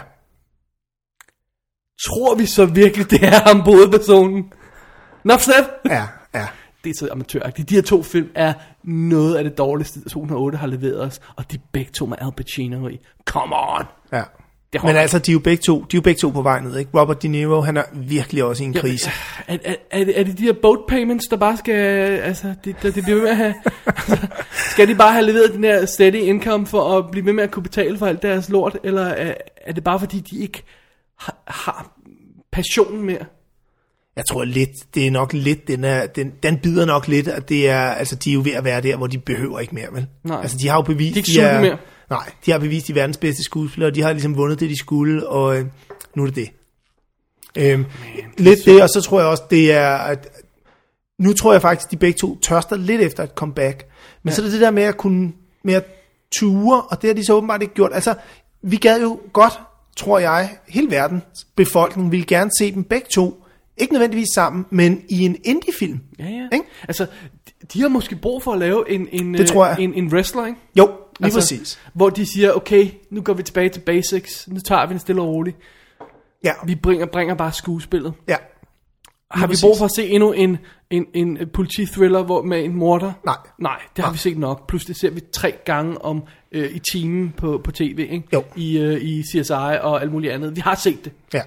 Tror vi så virkelig, det er ham hovedpersonen? Nok said. Ja, ja. Det er så amatøragtigt. De her to film er noget af det dårligste, to tusind og otte har leveret os. Og de begge to med Al Pacino i. Come on! Ja. Men altså, de er jo begge to, de er jo begge to på vej ned, ikke? Robert De Niro, han er virkelig også i en krise. Ja, er, er, er, det, er det de her boat payments, der bare skal, altså, det, det bliver ved med at have, altså, skal de bare have leveret den her steady income for at blive ved med at kunne betale for alt deres lort, eller er, er det bare fordi, de ikke har, har passionen mere? Jeg tror lidt, det er nok lidt, den, er, den, den bider nok lidt, at det er, altså, de er jo ved at være der, hvor de behøver ikke mere, vel? Nej. Altså, de har jo bevist, de, de er, mere. Nej, de har bevist de verdens bedste skuespillere, og de har ligesom vundet det, de skulle, og øh, nu er det det. Øhm, Man, lidt det, det, og så tror jeg også, det er, at nu tror jeg faktisk, de begge to tørster lidt efter et comeback. Men ja. Så er det det der med at kunne, med at ture, og det har de så åbenbart ikke gjort. Altså, vi gad jo godt, tror jeg, hele verdens befolkning ville gerne se dem begge to, ikke nødvendigvis sammen, men i en indie-film. Ja, ja. Ikke? Altså, de, de har måske brug for at lave en, en, det tror jeg. en, en wrestler, ikke? Jo, lige altså, præcis. Hvor de siger, okay, nu går vi tilbage til basics, nu tager vi en stille og roligt. Ja. Vi bringer, bringer bare skuespillet. Ja. Har vi brug for at se endnu en, en, en politithriller hvor, med en morder? Nej. Nej, det har Nej. vi set nok. Plus det ser vi tre gange om øh, i timen på, på tv, ikke? Jo. I, øh, i C S I og alt muligt andet. Vi har set det. Ja.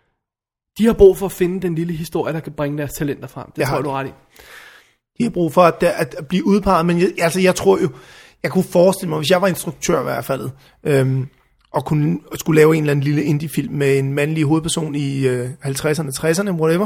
De har brug for at finde den lille historie, der kan bringe deres talenter frem. Det, det tror jeg, du ret i. De har brug for at, at, at blive udpeget, men jeg, altså jeg tror jo, jeg kunne forestille mig, hvis jeg var instruktør i hvert fald, øhm, og kunne, skulle lave en eller anden lille indie-film med en mandlig hovedperson i øh, halvtredserne, tresserne, whatever,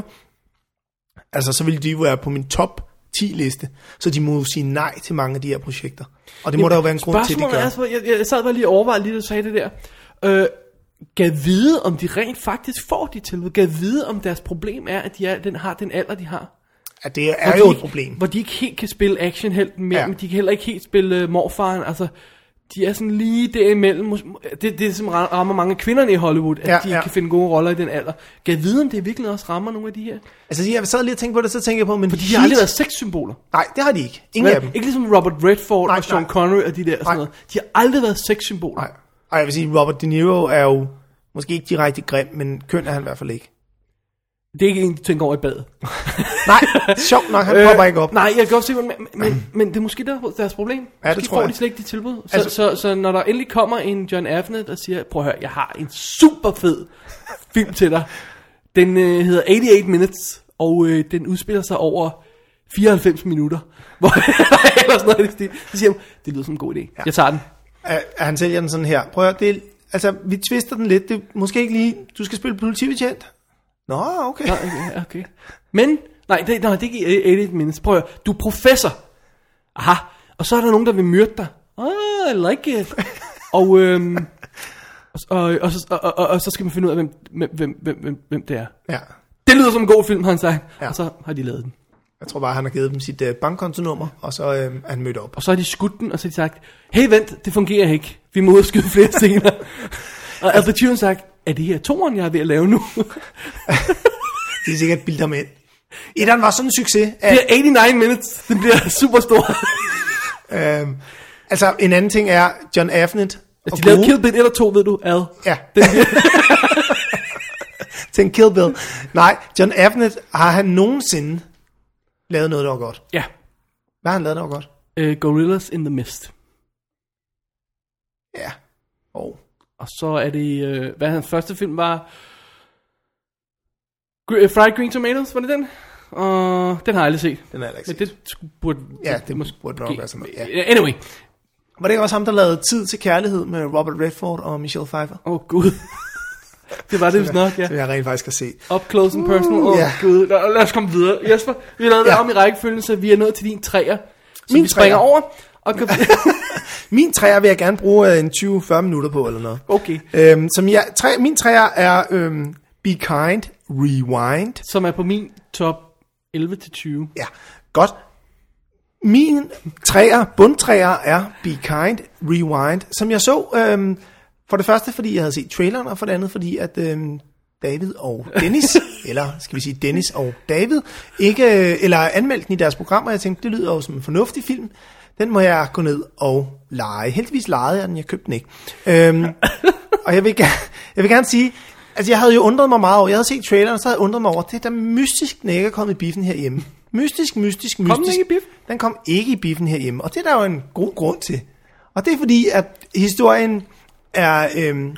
altså så ville de jo være på min top ti liste, så de må jo sige nej til mange af de her projekter. Og det må Jamen, der jo være en grund til, at de gør. Altså, jeg, jeg sad bare lige og overvejede lige, du sagde det der. Øh, Gav vide, om de rent faktisk får de tilbud. Gav vide, om deres problem er, at de er, den har den alder, de har. Ja, det er jo et problem. Hvor de ikke helt kan spille actionhelten mere, ja. Men de kan heller ikke helt spille uh, morfaren. Altså, de er sådan lige derimellem. Det, det som rammer mange kvinderne i Hollywood, at ja, de ja. kan finde gode roller i den alder. Gav vide, om det virkelig også rammer nogle af de her. Altså, jeg sad lige og tænkte på det, så tænker jeg på, men fordi de har aldrig været sexsymboler. Nej, det har de ikke. Ingen men, af dem. Ikke ligesom Robert Redford nej, og Sean nej. Connery og de der sådan noget. De har aldrig været sexsymboler. Nej. Og jeg vil sige, Robert De Niro er jo måske ikke direkte grim, men køn er han i hvert fald ikke. Det er ikke en, du tænker over i badet. Nej, sjovt nok, han popper ikke op. Nej, jeg kan godt se, men, men, men det er måske der, deres problem. Ja, det måske tror jeg. får de slet ikke de tilbud. Så, altså, så, så, så når der endelig kommer en John Avnet og siger, prøv at høre, jeg har en super fed film til dig. Den øh, hedder otteogtyve Minutes, og øh, den udspiller sig over fireoghalvfems minutter. Hvor eller sådan noget, det, så siger han, det lyder som en god idé. Ja. Jeg tager den. Er, er han sælger den sådan her. Prøv at høre, det er, altså, vi twister den lidt. Det er måske ikke lige, du skal spille politibetjent. Nå, okay. Nå, okay, okay. Men, nej, det, nej, det er ikke otteogtyve Minutes. Prøv at høre, du er professor. Aha, og så er der nogen, der vil myrde dig. Oh, I like it. og, øhm, og, og, og, og, og, og, og så skal man finde ud af, hvem, hvem, hvem, hvem, hvem det er. Ja. Det lyder som en god film, har han sagt. Ja. Og så har de lavet den. Jeg tror bare, han har givet dem sit uh, bankkontonummer, og så øh, er han mødt op. Og så har de skudt den, og så har de sagt, hey vent, det fungerer ikke. Vi må udskyde flere scener. Og Al Pacino har sagt, er det her toeren, jeg er ved at lave nu? Det er sikkert bildt ham ind. Etteren var sådan en succes. At... Det er otteogtyve Minutes, den bliver super stor. øhm, altså, en anden ting er, John Avnet. Altså, de lavede Kill Bill et eller to, ved du, Al. Ja. Den til en Kill Bill. Nej, John Avnet, har han nogensinde lavet noget, der var godt? Ja. Hvad har han lavet, der var godt? Uh, Gorillas in the Mist. Ja. Oh. Og så er det, uh, hvad hans første film var? Gr- Fried Green Tomatoes, var det den? Og den har jeg aldrig set. Den har jeg ikke set. Men det burde... Ja, det måske, burde nok være sådan noget. Ja. Anyway. Var det ikke også ham, der lavede Tid til Kærlighed med Robert Redford og Michelle Pfeiffer? Åh, oh, gud. Det var det vist nok, ja. Som jeg rent faktisk har set. Up close and personal. Åh, uh, oh, yeah. Gud. Lad os komme videre. Jesper, vi har lavet ja. det om i rækkefølgen, så vi er nået til din træer. Så Min vi springer træer. over. Og kan... Min træer vil jeg gerne bruge en tyve til fyrre minutter på, eller noget. Okay. Øhm, som jeg, træ, min træer er øhm, Be Kind, Rewind. Som er på min top elleve til tyve. Ja, godt. Min træer, bundtræer er Be Kind, Rewind, som jeg så, øhm, for det første, fordi jeg havde set traileren, og for det andet, fordi at, øhm, David og Dennis, eller skal vi sige Dennis og David, ikke, eller anmeldt den i deres program, og jeg tænkte, det lyder jo som en fornuftig film. Den må jeg gå ned og lege. Heldigvis legede jeg den, jeg købte den ikke. Øhm, og jeg vil, jeg vil gerne sige, altså jeg havde jo undret mig meget over, jeg havde set traileren, og så havde jeg undret mig over, det er da mystisk, den ikke er kommet i biffen herhjemme. Mystisk, mystisk, mystisk. Kom den ikke i biffen? Den kom ikke i biffen herhjemme, og det er der jo en god grund til. Og det er fordi, at historien er... Øhm,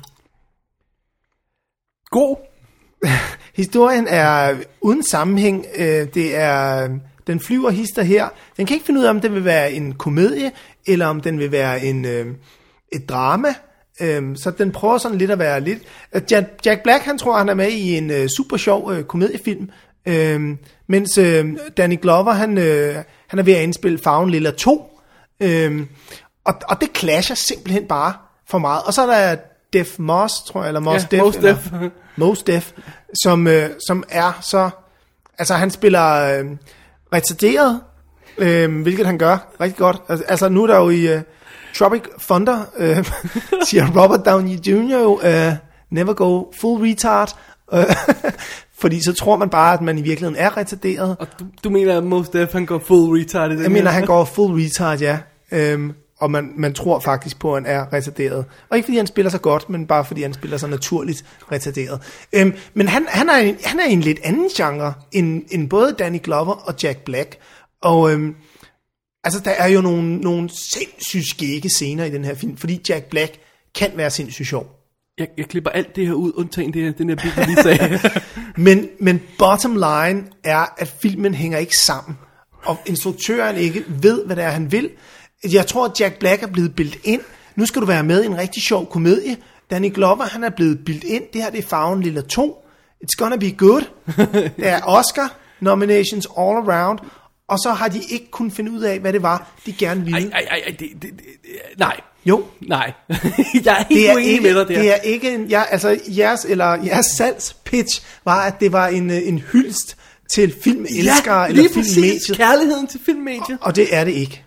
god. Historien er uden sammenhæng. Øh, det er... Den flyver hister her. Den kan ikke finde ud af, om det vil være en komedie, eller om den vil være en, øh, et drama. Øh, så den prøver sådan lidt at være lidt... Jack, Jack Black, han tror, han er med i en øh, super sjov øh, komediefilm. Øh, mens øh, Danny Glover, han, øh, han er ved at indspille Farven Lilla to. Øh, og, og det clasher simpelthen bare for meget. Og så er der Def Moss, tror jeg, eller Moss ja, Def. Mos Def. Mos Def, som, øh, som er så... Altså, han spiller... Øh, retarderet, øh, hvilket han gør rigtig godt. Altså, altså nu er der jo i uh, Tropic Thunder, øh, siger Robert Downey junior jo, uh, never go full retard, uh, fordi så tror man bare, at man i virkeligheden er retarderet. Og du, du mener, at Mos Def, han går full retard i den Jeg mener, her? han går full retard, ja. Um, og man, man tror faktisk på, at han er retarderet. Og ikke fordi han spiller så godt, men bare fordi han spiller så naturligt retarderet. Um, men han, han, er en, han er en lidt anden genre, end, end både Danny Glover og Jack Black. Og um, altså, der er jo nogle, nogle sindssygt skægge scener i den her film, fordi Jack Black kan være sindssygt sjov. Jeg, jeg klipper alt det her ud, undtagen det her, den her bit, jeg lige sagde. men, men bottom line er, at filmen hænger ikke sammen. Og instruktøren ikke ved, hvad det er, han vil. Jeg tror, at Jack Black er blevet bildt ind. Nu skal du være med i en rigtig sjov komedie. Danny Glover, han er blevet bildt ind. Det her, det er Farven Lilla to. It's gonna be good. Det er Oscar nominations all around. Og så har de ikke kunnet finde ud af, hvad det var, de gerne ville. Ej, ej, ej, det, det, det, nej. Jo. Nej. Jeg er helt uenig med dig der. Det er ikke en... Ja, altså, jeres, eller, jeres salgspitch var, at det var en, en hyldest til filmelskere ja, eller lige filmmediet. præcis. Kærligheden til filmmediet. Og, og det er det ikke.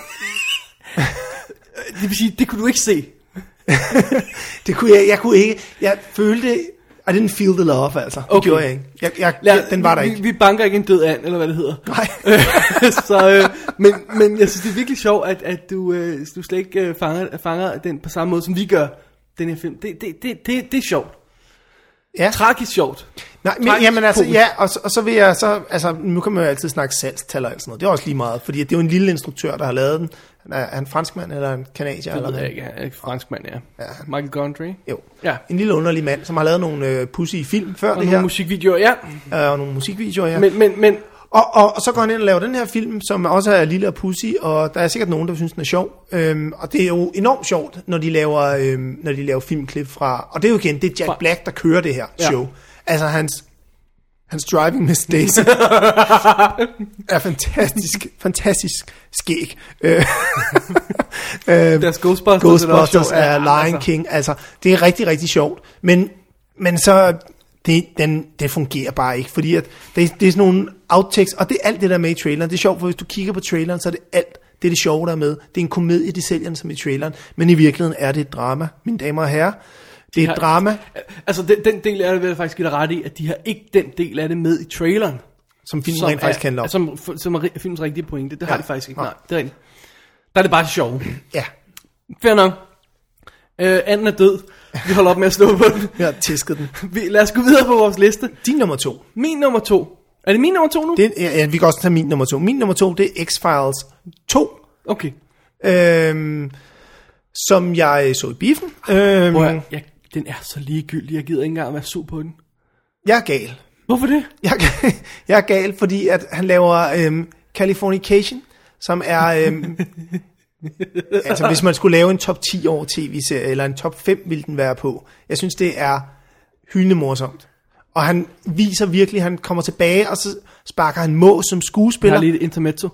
Det vil sige, det kunne du ikke se. Det kunne jeg, jeg kunne ikke. Jeg følte, I didn't feel the love, altså. Det okay. gjorde jeg ikke. Jeg, jeg, Lad, jeg, den var der vi, ikke. Vi banker ikke en død and, eller hvad det hedder. Nej. så, øh, men, men jeg synes, det er virkelig sjovt, at, at du, øh, du slet ikke øh, fanger, fanger den på samme måde, som vi gør, den her film. Det, det, det, det, det er sjovt. Ja. Tragisk sjovt. Nej, men, jamen altså, ja, og, og så vil jeg så, altså, nu kan man jo altid snakke salgstal og alt sådan noget. Det er også lige meget, fordi det er jo en lille instruktør, der har lavet den. Han er, er en franskmand eller en kanadier? Det ved eller jeg ikke, han er ikke franskmand, ja. ja. Michael Gondry. Jo, ja. En lille underlig mand, som har lavet nogle øh, pussy film før og det nogle her. musikvideoer, ja. Øh, og nogle musikvideoer, ja. Men, men, men... Og, og, og så går han ind og laver den her film, som også er lille og pussy, og der er sikkert nogen, der synes, den er sjov. Øhm, og det er jo enormt sjovt, når de laver, øhm, når de laver filmklip fra... Og det er jo igen, det er Jack Black, der kører det her show. Ja. Altså hans... Hans Driving Miss Daisy er fantastisk, fantastisk skæg. Øh, Deres Ghostbusters, Ghostbusters er, er Lion altså. King. Altså, det er rigtig, rigtig sjovt. Men, men så, det, den, det fungerer bare ikke, fordi at det, det er sådan nogle outtakes, og det er alt det der med i traileren. Det er sjovt, for hvis du kigger på traileren, så er det alt, det er det sjove der er med. Det er en komedie, de sælger den som i traileren, men i virkeligheden er det et drama, mine damer og herrer. Det er et har, drama. Altså, den, den del af det vil jeg faktisk give dig ret i, at de har ikke den del af det med i traileren. Som filmen rent faktisk handler om. Som, som er filmens rigtige pointe. Det ja. har de faktisk ikke. Nej, det er rigtigt. Der er det bare sjovt. Ja. Fair nok. Øh, anden er død. Vi holder op med at slå på den. Vi har tæsket den. Vi, lad os gå videre på vores liste. Din nummer to. Min nummer to. Er det min nummer to nu? Det, ja, ja, vi kan også tage min nummer to. Min nummer to, det er X-Files to. Okay. Øhm, som jeg så i biffen. Øhm, Hvor jeg, jeg, den er så ligegyldig. Jeg gider ikke engang være sur på den. Jeg er gal. Hvorfor det? Jeg, jeg er gal, fordi at han laver øhm, Californication, som er... Øhm, altså, hvis man skulle lave en top ti over tv-serie, eller en top fem, ville den være på. Jeg synes, det er hyldende morsomt. Og han viser virkelig, han kommer tilbage, og så sparker han må som skuespiller. Jeg har lige et intermezzo.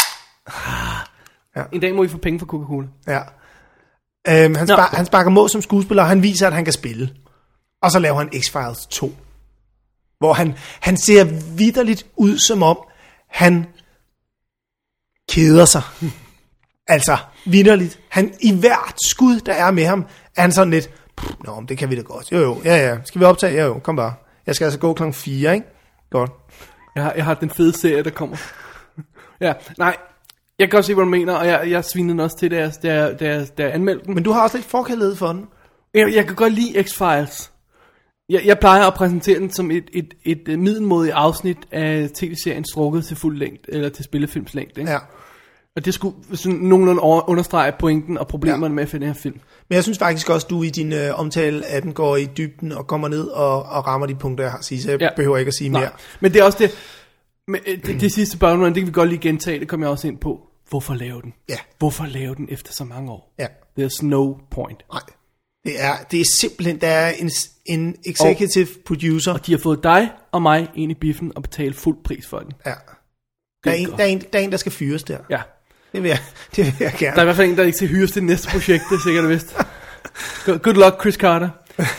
Ja. En dag må I få penge for Coca-Cola. Ja. Øhm, han, spar- han sparker må som skuespiller, og han viser, at han kan spille. Og så laver han X-Files to. Hvor han, han ser vitterligt ud, som om han keder sig. Altså, vitterligt. Han, i hvert skud, der er med ham, er han sådan lidt, nå, det kan vi da godt. Jo, jo, ja, ja. Skal vi optage? Jo, jo, kom bare. Jeg skal altså gå klokken fire, ikke? Godt. Jeg har, jeg har den fede serie, der kommer. Ja, nej. Jeg kan godt se, hvad du mener, og jeg, jeg svinede den også til, da jeg, da jeg, da jeg, da jeg anmeldte den. Men du har også lidt forkærlighed for den. Jeg, jeg kan godt lide X-Files. Jeg, jeg plejer at præsentere den som et, et, et, et middelmådigt afsnit af tv-serien strukket til fuld længde, eller til spillefilmslængde, ikke? Ja. Og det skulle sådan nogenlunde understrege pointen og problemerne ja. med at finde den her film. Men jeg synes faktisk også, du i din øh, omtale af den går i dybden og kommer ned og, og rammer de punkter, jeg har at sige, så jeg ja. behøver ikke at sige Nej. mere. Men det er også det, men, det, det sidste børn, det kan vi godt lige gentage, det kommer jeg også ind på. Hvorfor lave den? Ja. Hvorfor lave den efter så mange år? Ja. There's no point. Nej. Det er, det er simpelthen, der er en, en executive og, producer. Og de har fået dig og mig ind i biffen og betalt fuld pris for den. Ja. Der er, en, der, er en, der er en, der skal fyres der. Ja. Det vil jeg, det vil jeg gerne. Der er i hvert fald en, der ikke skal hyres til det næste projekt, det er sikkert og vist. Good luck, Chris Carter.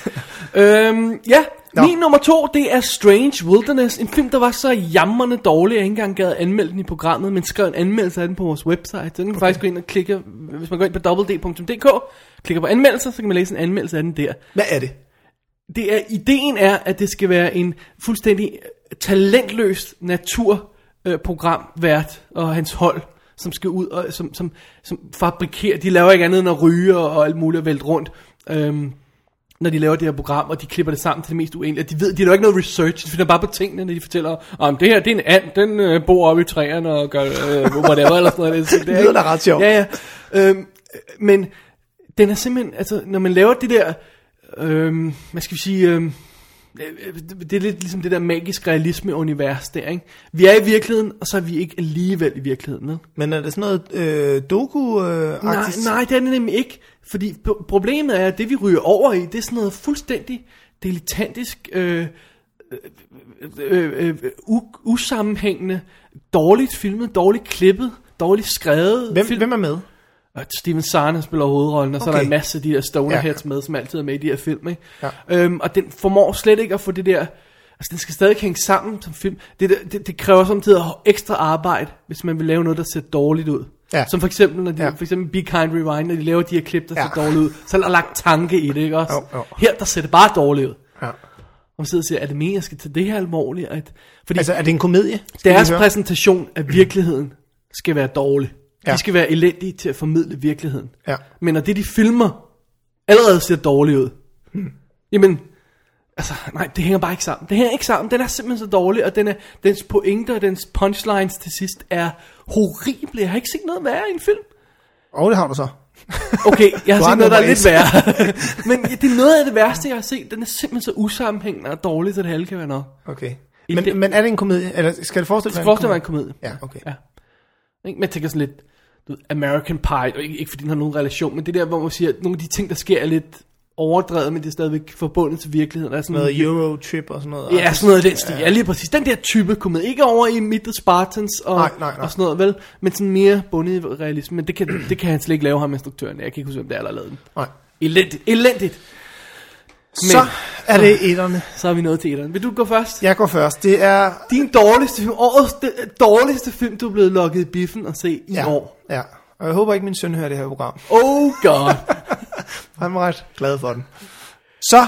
øhm, ja, no. Min nummer to, det er Strange Wilderness. En film, der var så jammerende dårlig, at jeg ikke engang gad anmelde den i programmet, men skrev en anmeldelse af den på vores website. Så den kan okay. faktisk gå ind og klikke, hvis man går ind på w w w punktum d k, klikker på anmeldelser, så kan man læse en anmeldelse af den der. Hvad er det? Det er, ideen er, at det skal være en fuldstændig talentløs naturprogramvært øh, og hans hold, som skal ud og som, som, som fabrikerer, de laver ikke andet end at ryge og, og alt muligt og vælte rundt, øhm, når de laver det her program, og de klipper det sammen til det mest uendelige. De ved, de har jo ikke noget research, de finder bare på tingene, når de fortæller, om det her, det er en and, den øh, bor oppe i træerne og gør, øh, whatever, eller sådan noget. Det, det lyder da ret sjovt. Ja, ja. Øhm, men den er simpelthen, altså, når man laver det der, øhm, hvad skal vi sige, øhm, det er lidt ligesom det der magisk realisme-univers der, ikke? Vi er i virkeligheden, og så er vi ikke alligevel i virkeligheden, ikke? Men er det sådan noget øh, doku øh, nej, nej, det er det nemlig ikke. Fordi problemet er, at det vi ryger over i, det er sådan noget fuldstændig dilettantisk, øh, øh, øh, øh, usammenhængende, dårligt filmet, dårligt klippet, dårligt skrevet. Hvem, film. hvem er med? Og Steven Sarna spiller hovedrollen, og okay. så er der en masse af de der stonerheads ja. med, som altid er med i de her film, ikke? Ja. Øhm, og den formår slet ikke at få det der, altså den skal stadig hænge sammen som film. Det, det, det kræver samtidig ekstra arbejde, hvis man vil lave noget, der ser dårligt ud. Ja. Som for eksempel, når de, ja. for eksempel Be Kind Rewind, når de laver de her klip, der ja. ser dårligt ud, så er der lagt tanke i det, ikke også? Jo, jo. Her, der ser det bare dårligt ud. Ja. Og man sidder og siger, er det meningen, jeg skal tage det her alvorligt? At, fordi altså, er det en komedie? Deres præsentation af virkeligheden skal være dårlig. Ja. De skal være elendige til at formidle virkeligheden. Ja. Men når det, de filmer, allerede ser dårligt ud, hmm. jamen, altså, nej, det hænger bare ikke sammen. Det hænger ikke sammen. Den er simpelthen så dårlig, og den er, dens pointer og dens punchlines til sidst er horrible. Jeg har ikke set noget værre i en film. Åh, oh, det har du så. Okay, jeg har set noget, der er lidt værre. Men det er noget af det værste, jeg har set. Den er simpelthen så usammenhængende og dårlig, så det hele kan være noget. Okay. Men, det, men er det en komedie? Eller skal det forestille sig en komedie? Det skal forestille være en komedie. Ja, okay. Ja. Men jeg tænker sådan lidt, du ved, American Pie, ikke, ikke fordi den har nogen relation, men det der, hvor man siger, at nogle af de ting, der sker, er lidt overdrevet, men det er stadigvæk forbundet til virkeligheden. Der er sådan noget Eurotrip og sådan noget. Ja, sådan noget af den stil. Ja, lige præcis. Den der type komedie. Ikke over i Meet the Spartans og, nej, nej, nej. og sådan noget, vel? Men sådan mere bundet i realisme. Men det kan, det kan han slet ikke lave, ham instruktøren. Jeg kan ikke huske, om det er, der lavet den. Nej. Elendigt. Elendigt. Men, så er det etterne. Så er vi nået til etterne. Vil du gå først? Jeg går først. Det er din dårligste film. Årets dårligste film, du er blevet lukket i biffen og se i ja, år. Ja. Og jeg håber ikke, min søn hører det her program. Oh god. Jeg er ret glad for den. Så,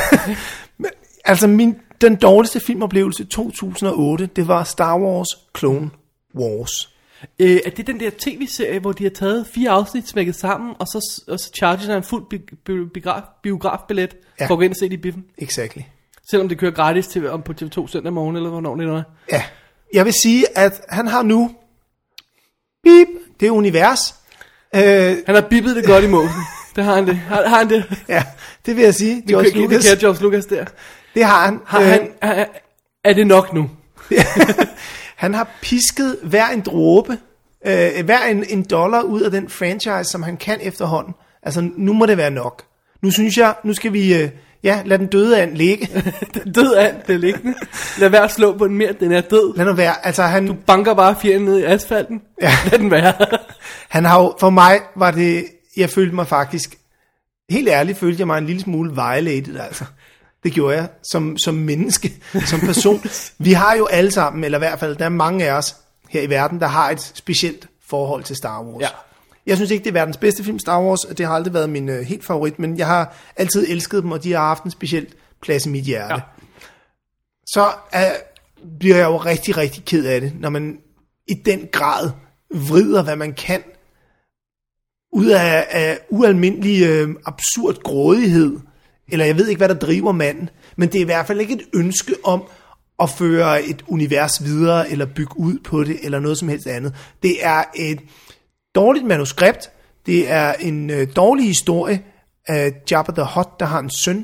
altså min, den dårligste filmoplevelse to tusind og otte, det var Star Wars Clone Wars. Øh, er det den der tv-serie, hvor de har taget fire afsnit smækket sammen, og så, og så charger sig en fuld bi- bi- biograf, biografbillet ja. for at gå ind og se det i biffen? Exactly. Selvom det kører gratis til, om på T V to søndag morgen, eller hvornår det er. Ja, jeg vil sige, at han har nu bip, det univers. Øh, han har bippet det godt i måsen. Det har han det. Har, har han det? Ja, det vil jeg sige. George det, Lucas. Det George Lucas der. Det har han. Har han er, er det nok nu? Han har pisket hver en dråbe, øh, hver en, en dollar ud af den franchise, som han kan efterhånden. Altså, nu må det være nok. Nu synes jeg, nu skal vi, øh, ja, lad den døde and ligge. Den døde and, det er liggende. Lad være at slå på den mere, den er død. Lad den være, altså han... Du banker bare fjenden ned i asfalten. Ja. Lad den være. Han har jo, for mig var det, jeg følte mig faktisk, helt ærligt følte jeg mig en lille smule violated, altså. Det gjorde jeg, som, som menneske, som person. Vi har jo alle sammen, eller i hvert fald, der er mange af os her i verden, der har et specielt forhold til Star Wars. Ja. Jeg synes ikke, det er verdens bedste film, Star Wars. Det har aldrig været min uh, helt favorit, men jeg har altid elsket dem, og de har haft en speciel plads i mit hjerte. Ja. så er, bliver jeg jo rigtig, rigtig ked af det, når man i den grad vrider, hvad man kan, ud af, af ualmindelig øh, absurd grådighed, eller jeg ved ikke, hvad der driver manden, men det er i hvert fald ikke et ønske om at føre et univers videre, eller bygge ud på det, eller noget som helst andet. Det er et dårligt manuskript, det er en øh, dårlig historie af Jabba the Hutt, der har en søn.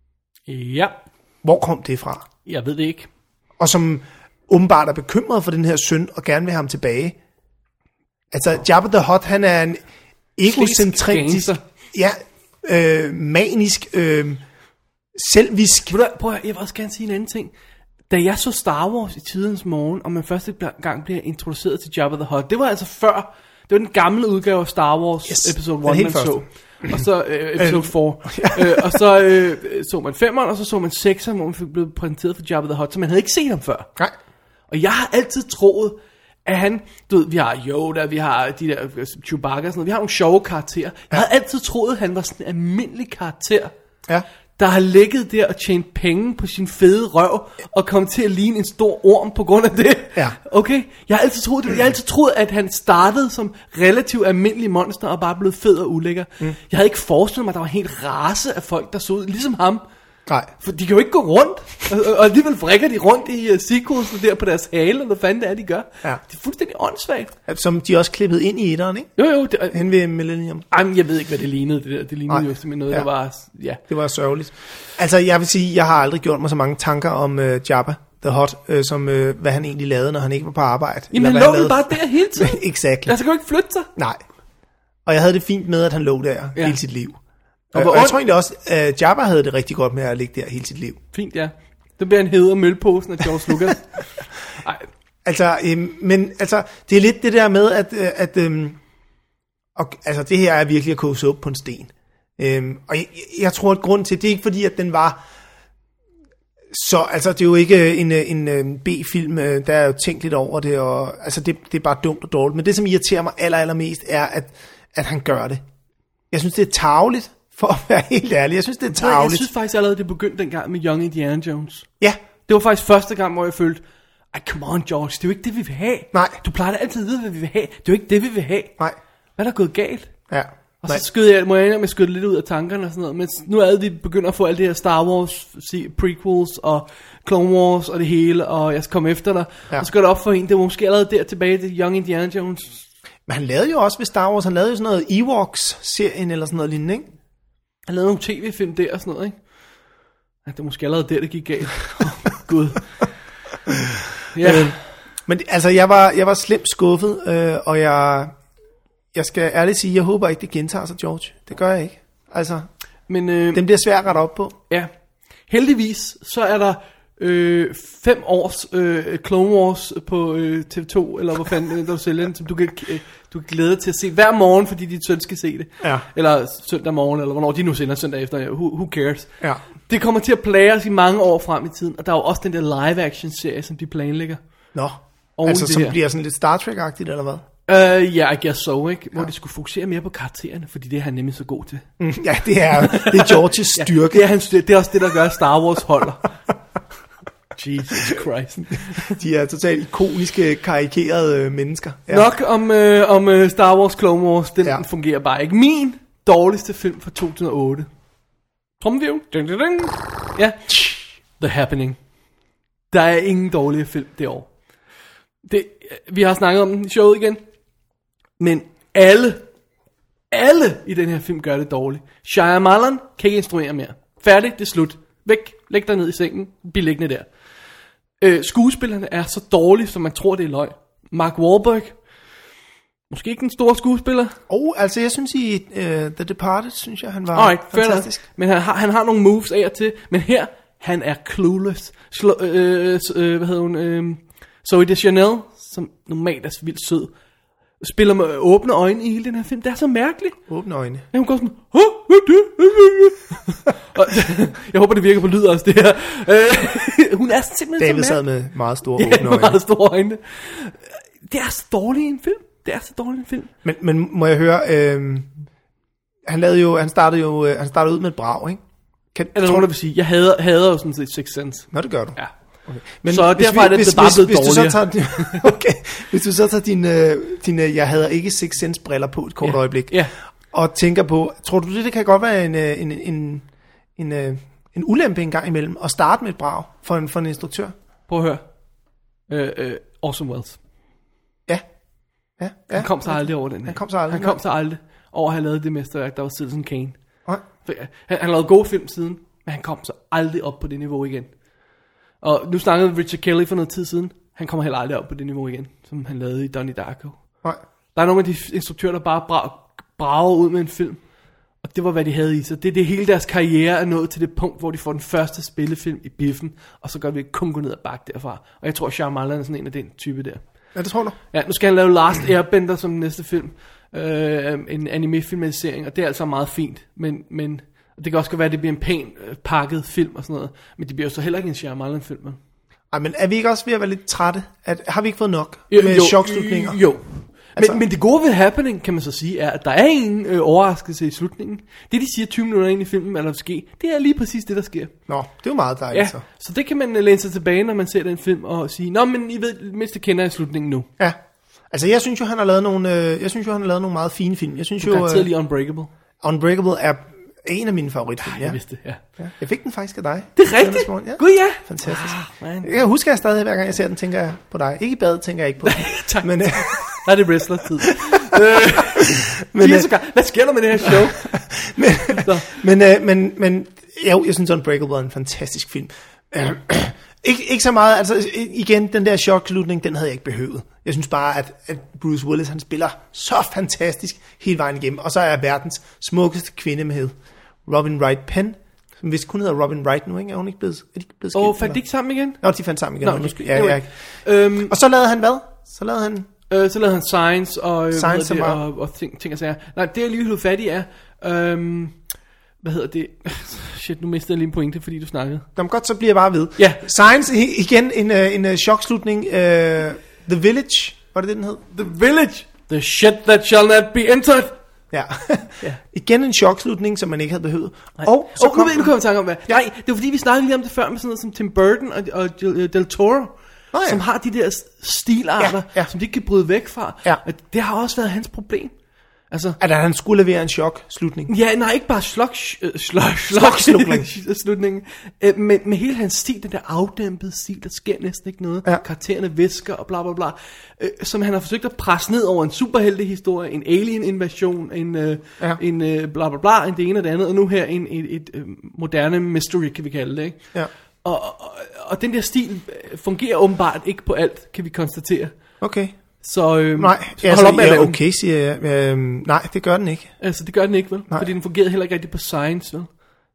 Ja. Hvor kom det fra? Jeg ved det ikke. Og som åbenbart er bekymret for den her søn, og gerne vil have ham tilbage. Altså, Jabba the Hutt, han er en egocentrisk, ja, øh, manisk, øh, selvisk. Prøv at, jeg vil også gerne sige en anden ting. Da jeg så Star Wars i tidens morgen, og man første gang bliver introduceret til Jabba the Hutt, det var altså før, det var den gamle udgave af Star Wars, yes, episode et, man så. Og så øh, episode fire. øh, og så øh, så man femeren, og så så man sekseren, hvor man fik blevet præsenteret for Jabba the Hutt, så man havde ikke set ham før. Nej. Og jeg har altid troet, at han, du ved, vi har Yoda, vi har de der Chewbacca og sådan noget, vi har nogle sjove karakterer. Jeg ja. havde altid troet, at han var sådan en almindelig karakter, ja. der har ligget der og tjent penge på sin fede røv, og kom til at ligne en stor orm på grund af det. Ja. Okay? Jeg har altid troet, det. Jeg har altid troet, at han startede som relativt almindelig monster, og bare blev fed og ulækker. Mm. Jeg havde ikke forestillet mig, at der var en hel race af folk, der så ud ligesom ham. Nej. For de kan jo ikke gå rundt, og, og alligevel vrikker de rundt i uh, sequelsen der på deres hale, eller hvad fanden det er, de gør. Ja. Det er fuldstændig åndssvagt. Som de også klippede ind i etteren, ikke? Jo, jo. Det, hen ved Millennium. Jamen, jeg ved ikke, hvad det lignede, det der. Det lignede Nej. jo simpelthen noget, ja. der var, ja. Det var sørgeligt. Altså, jeg vil sige, jeg har aldrig gjort mig så mange tanker om uh, Jabba the Hutt, uh, som uh, hvad han egentlig lavede, når han ikke var på arbejde. Jamen, han lå han bare der hele tiden. Exakt. Altså, kan jo ikke flytte sig. Nej. Og jeg havde det fint med, at han lå der ja. hele sit liv. Og, og jeg tror egentlig også, at Jabba havde det rigtig godt med at ligge der hele sit liv. Fint, ja. Det bliver en heder mølposen af George Lucas. Ej. Altså, øhm, men altså, det er lidt det der med, at, at øhm, og, altså, det her er virkelig at kose op på en sten. Øhm, og jeg, jeg tror, at grunden til, det er ikke fordi, at den var så, altså, det er jo ikke en, en, en B-film, der er jo tænkt lidt over det, og altså, det, det er bare dumt og dårligt. Men det, som irriterer mig aller, allermest, er, at, at han gør det. Jeg synes, det er tarveligt. For at være helt ærlig, jeg synes, det er tarveligt. Jeg synes faktisk allerede, det begyndte dengang med Young Indiana Jones. Ja. Det var faktisk første gang, hvor jeg følte, ej, come on, George, det er jo ikke det, vi vil have. Nej. Du plejer altid at vide, hvad vi vil have. Det er jo ikke det, vi vil have. Nej. Hvad er der gået galt? Ja. Og så skød jeg, må jeg indrømme, jeg skød lidt ud af tankerne og sådan noget. Men nu er vi begyndt at få alle de her Star Wars prequels og Clone Wars og det hele, og jeg skal komme efter dig. Ja. Og så går det op for en, det var måske allerede der tilbage til Young Indiana Jones. Men han lavede jo også ved Star Wars, han lavede jo sådan noget Ewoks-serien eller sådan noget lignende, ikke? Han lavede nogle tv-film der og sådan noget, ikke? Ja, det var måske allerede der, det gik galt. Oh, Gud. Ja. Øh, men altså, jeg var, jeg var slemt skuffet, øh, og jeg, jeg skal ærligt sige, jeg håber ikke, det gentager sig, George. Det gør jeg ikke. Altså, men, øh, den bliver svært at rette op på. Ja. Heldigvis, så er der øh, fem års øh, Clone Wars på øh, T V to, eller hvor fanden der sælger den, som du kan, øh, du kan glæde dig til at se hver morgen, fordi dit søn skal se det. Ja. Eller søndag morgen, eller hvornår de nu sender søndag efter. Who, who cares? Ja. Det kommer til at plage os i mange år frem i tiden, og der er jo også den der live-action-serie, som de planlægger. Nå, oven altså som her. bliver sådan lidt Star Trek-agtigt, eller hvad? Ja, uh, yeah, I guess so, ikke? Hvor ja. de skulle fokusere mere på karaktererne, fordi det er han nemlig så god til. Mm, ja, det er, det er Georges styrke. Ja, det, er hans, det er også det, der gør Star Wars holder. Jesus Christ. De er totalt ikoniske, karikerede øh, mennesker. Ja. Nok om, øh, om øh, Star Wars Clone Wars. Den ja. fungerer bare ikke. Min dårligste film fra to tusind og otte. Trommevirvel. Ding, ding, ding. Ja. The Happening. Der er ingen dårlige film det år. Det, vi har snakket om den i showet igen. Men alle, alle i den her film gør det dårligt. Shyamalan kan ikke instruere mere. Færdig, det er slut. Væk, læg dig ned i sengen. Bliv liggende der. Øh, skuespillerne er så dårlige, som man tror, det er løg. Mark Wahlberg, måske ikke den store skuespiller. Oh, altså jeg synes i uh, The Departed, synes jeg, han var Alright, fantastisk. Men han har, han har nogle moves af og til. Men her, han er clueless. Slo, øh, øh, hvad hedder hun? Øh, Zoe Deschanel, som normalt er vildt sød, spiller med åbne øjne i hele den her film. Det er så mærkeligt. Åbne øjne. Ja, hun går sådan, Hå, hvad er det? Og, jeg håber, det virker på lyd også, det her. Øh, hun er simpelthen David så sad med meget store åbne ja, øjne. meget store øjne. Det er så dårligt en film. Det er så dårligt en film. Men, men må jeg høre, øh, han lavede jo, han startede jo, øh, han startede ud med et brag, ikke? Kan, er der nogen, der vil sige, jeg hader, hader jo sådan set Sixth Sense. Nå, det gør du. Ja. Okay. Men så hvis derfor vi, er det hvis, bare hvis, blevet hvis, hvis dårligere. Du så tager, okay. Hvis du så tager dine, dine jeg havde ikke Six Sense briller på et kort Ja. øjeblik, Ja. og tænker på, tror du det, det kan godt være en, en, en, en, en, en ulempe en gang imellem, at starte med et brag for en, for en instruktør? Prøv at høre. Øh, øh, Orson Welles. Ja. Ja, ja. Han kom så aldrig over den her. Han kom så aldrig. Han kom så aldrig over at have lavet det mesterværk, der var Citizen Kane. Nej. For, ja, han, han lavede gode film siden, men han kom så aldrig op på det niveau igen. Og nu snakkede Richard Kelly for noget tid siden. Han kommer heller aldrig op på det niveau igen, som han lavede i Donnie Darko. Nej. Der er nogle af de instruktører, der bare bra- brager ud med en film. Og det var, hvad de havde i sig. Det er det, hele deres karriere er nået til det punkt, hvor de får den første spillefilm i biffen, og så gør vi kun gå ned og bakke derfra. Og jeg tror, Shyamalan er sådan en af den type der. Ja, det tror du? Ja, nu skal han lave Last Airbender som den næste film. Øh, en anime-filmatisering, og det er altså meget fint. Men, men det kan også være, at det bliver en pæn øh, pakket film og sådan noget. Men det bliver jo så heller ikke en Shyamalan-film. Ej, men er vi ikke også ved at være lidt trætte? At, har vi ikke fået nok Jo, med jo, chokslutninger? Jo. Altså- Men, men det gode ved Happening, kan man så sige, er, at der er en øh, overraskelse i slutningen. Det, de siger tyve minutter ind i filmen, hvad der vil ske, det er lige præcis det, der sker. Nå, det er jo meget dejligt Ja, så. så det kan man øh, læne sig tilbage, når man ser den film, og sige, nå, men I ved, mindst det kender jeg slutningen nu. Ja. Altså, jeg synes jo, han har lavet nogle, øh, jeg synes jo, han har lavet nogle meget fine film. Jeg synes Du jo, kan øh, øh, lige Unbreakable. Unbreakable er en af mine favoritfilm, Jeg ja. vidste det, ja. ja. Jeg fik den faktisk af dig. Det er rigtigt. Ja. Gud ja. Fantastisk. Ah, man. Jeg husker jeg stadig, hver gang jeg ser den, tænker jeg på dig. Ikke i bad, tænker jeg ikke på. Tak. Men, øh, Der er det wrestler-tid. men, Men, øh, hvad sker der med det her show? men, men, øh, men, men jo, jeg synes, Unbreakable er en fantastisk film. Øh, ikke, ikke så meget, altså igen, den der chokslutning, den havde jeg ikke behøvet. Jeg synes bare, at, at Bruce Willis, han spiller så fantastisk hele vejen igennem. Og så er verdens smukkeste kvinde med Robin Wright Penn, som vist kun hedder Robin Wright nu, ikke? Er hun ikke blevet, er de ikke blevet skilt? Og fandt de ikke sammen igen? Nå, de fandt sammen igen. Nå, Nå, måske. ja, ja, Øhm, og så lavede han hvad? Så lavede han... øh, så lavede han Science og, øh, Science, hvad som hedder var- det, og, og ting, ting og sager. Nej, det jeg lige vil fat i er, øhm, hvad hedder det? Shit, nu mistede jeg lige en pointe, fordi du snakkede. Nå, men godt, så bliver jeg bare ved. Ja. Science, i- igen en, øh, en, en chokslutning. Uh, The Village, var det det, den hed? The Village, the shit that shall not be entered. Ja. Ja. Igen en chokslutning, som man ikke havde behøvet. Nej. Og så oh, nu ved jeg, nu kommer jeg i tanke om hvad. Ja. Nej, det var fordi, vi snakkede lige om det før med sådan noget som Tim Burton og, og Del Del Toro. Nå ja. Som har de der stilarter, Ja, ja. som de ikke kan bryde væk fra. Ja. Og det har også været hans problem. Altså, at han skulle levere en chokslutning. ja, nej, ikke bare slok, øh, slok, Slokslutning. slutningen, øh, men med hele hans stil, den der afdæmpede stil, der sker næsten ikke noget. Ja. Karaktererne visker og bla bla bla, øh, som han har forsøgt at presse ned over en superheltehistorie, en alien-invasion, en, øh, Ja. en øh, bla bla bla, en det ene og det andet, og nu her en, et, et, et moderne mystery, kan vi kalde det, ikke? Ja. Og, og, og den der stil øh, fungerer åbenbart ikke på alt, kan vi konstatere. Okay. Så, øh, Nej, så altså, hold op med at ja, lave den. okay, siger jeg. Øhm, nej, det gør den ikke. Altså, det gør den ikke, vel? Nej. Fordi den fungerede heller ikke rigtig på Science, vel?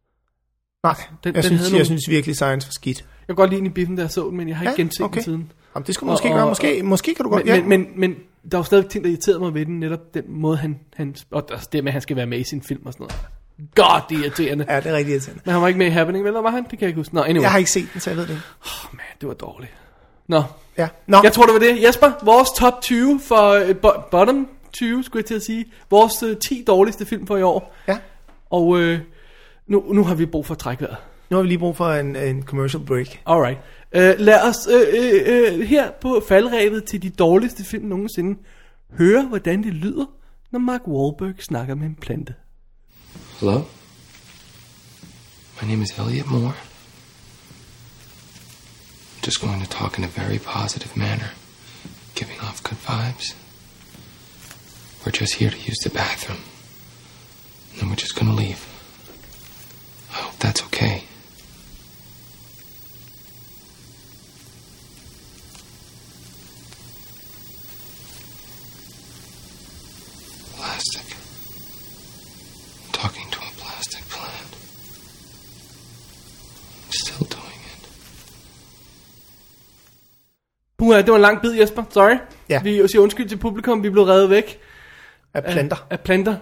Nej, Den- jeg, den synes, havde jeg nogle- synes virkelig, Science var skidt. Jeg kan godt lide den i biffen, da jeg så den, men jeg har ikke Ja, genset okay. den siden. Jamen, det skulle man Og- måske og- gøre. Måske, måske kan du godt. Men, Ja. men, men, men der var stadig ting, der irriterede mig ved den, netop den måde, han, han og også det med, at han skal være med i sin film og sådan noget. God, det er irriterende. Ja, det er rigtig irriterende. Men han var ikke med i Happening, vel? Eller var han? Det kan jeg ikke huske. Nå, anyway. Jeg har ikke set den, så jeg ved det ikke. Oh, man, det var dårligt. Nå, Ja. Nå, jeg tror, det var det. Jesper, vores top tyve for uh, bo- bottom tyve, skulle jeg til at sige. Vores uh, ti dårligste film for i år. ja. Og uh, nu, nu har vi brug for at trække vejret. Nu har vi lige brug for en, en commercial break. Alright. Uh, lad os uh, uh, uh, her på faldrebet til de dårligste film nogensinde høre, hvordan det lyder, når Mark Wahlberg snakker med en plante. Hello? My name is Elliot Moore. I'm just going to talk in a very positive manner, giving off good vibes. We're just here to use the bathroom. And then we're just going to leave. I hope that's okay. Plastic. Talking to a plastic plant. I'm still doing it. Puha, det var en lang bid, Jesper. Sorry. Ja. Vi siger undskyld til publikum, vi blev revet væk. Af planter. Af, af planter.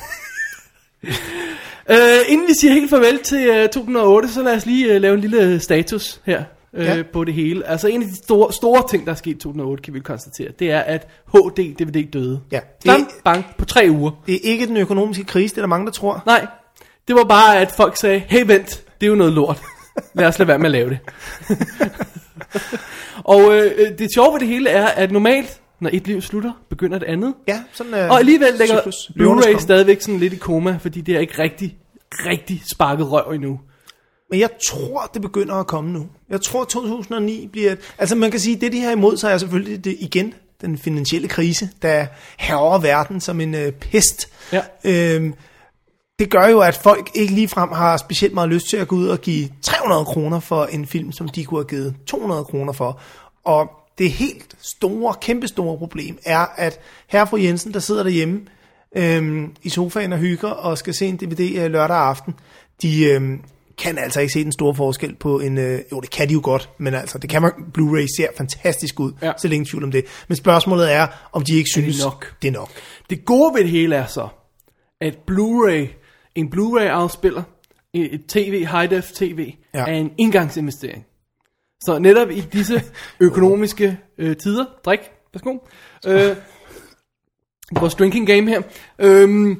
uh, inden vi siger helt farvel til uh, to tusind og otte, så lad os lige uh, lave en lille status her uh, Ja. på det hele. Altså en af de store, store ting, der er sket i to tusind og otte, kan vi konstatere, det er, at H D D V D døde. Ja. Bang, bang, på tre uger. Det er ikke den økonomiske krise, det er der mange, der tror. Nej, det var bare, at folk sagde, hey vent, det er jo noget lort. Lad os lade være med at lave det. Og øh, det sjove ved det hele er, at normalt, når et liv slutter, begynder det andet. Ja, sådan øh, Og alligevel ligger cyklus. Blu-ray stadigvæk sådan lidt i koma, fordi det er ikke rigtig, rigtig sparket røv endnu. Men jeg tror, det begynder at komme nu. Jeg tror, to tusind og ni bliver... Et, altså man kan sige, det de har imod sig er selvfølgelig det igen, den finansielle krise, der hærger verden som en øh, pest. Ja. Øhm, det gør jo, at folk ikke ligefrem har specielt meget lyst til at gå ud og give tre hundrede kroner for en film, som de kunne have givet to hundrede kroner for. Og det helt store, kæmpe store problem er, at herre fru Jensen, der sidder derhjemme øhm, i sofaen og hygger og skal se en D V D lørdag aften, de øhm, kan altså ikke se den store forskel på en... Øh, jo, det kan de jo godt, men altså, det kan man... Blu-ray ser fantastisk ud, ja. Så længe tvivl om det. Men spørgsmålet er, om de ikke synes, det er nok. Det er nok. Det gode ved det hele er så, at Blu-ray, en Blu-ray-afspiller, et tv, high-def tv, ja. Er en indgangsinvestering. Så netop i disse økonomiske øh, tider, drik, værsgo, øh, vores drinking game her, øh,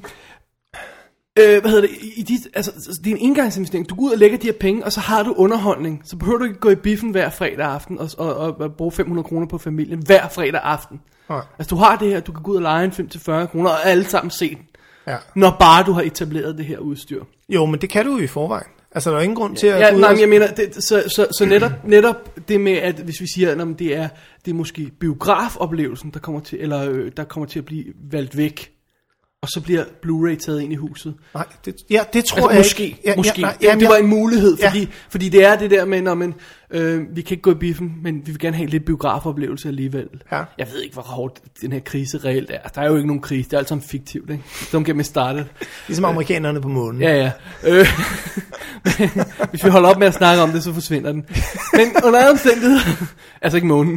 Øh, hvad hedder det, i de, altså, det er en indgangsinvestering. Du går ud og lægger de her penge, og så har du underholdning. Så behøver du ikke gå i biffen hver fredag aften, og, og, og, og bruge fem hundrede kroner på familien hver fredag aften. Nej. Altså du har det her, du kan gå ud og lege en film til fyrre kroner, og alle sammen se den. Ja. Når bare du har etableret det her udstyr. Jo, men det kan du jo i forvejen. Altså der er ingen grund til at... Ja, gå ud nej, og... men jeg mener, det, så, så, så netop, netop det med, at hvis vi siger, at det er, det er måske biografoplevelsen, der kommer til, eller, øh, der kommer til at blive valgt væk, og så bliver Blu-ray taget ind i huset. Nej, det, ja, det tror altså, jeg måske, ikke. Ja, måske. Ja, nej, det, jamen, det var en mulighed, fordi, ja. fordi det er det der med, når man, øh, vi kan ikke gå i biffen, men vi vil gerne have lidt biografoplevelse alligevel. Ja. Jeg ved ikke, hvor hårdt den her krise reelt er. Der er jo ikke nogen krise, det er alt sammen fiktivt, ikke? Don't get me started. Ligesom amerikanerne på månen. Ja, ja. Øh, hvis vi holder op med at snakke om det, så forsvinder den. Men under andre omstændigheder, altså ikke månen.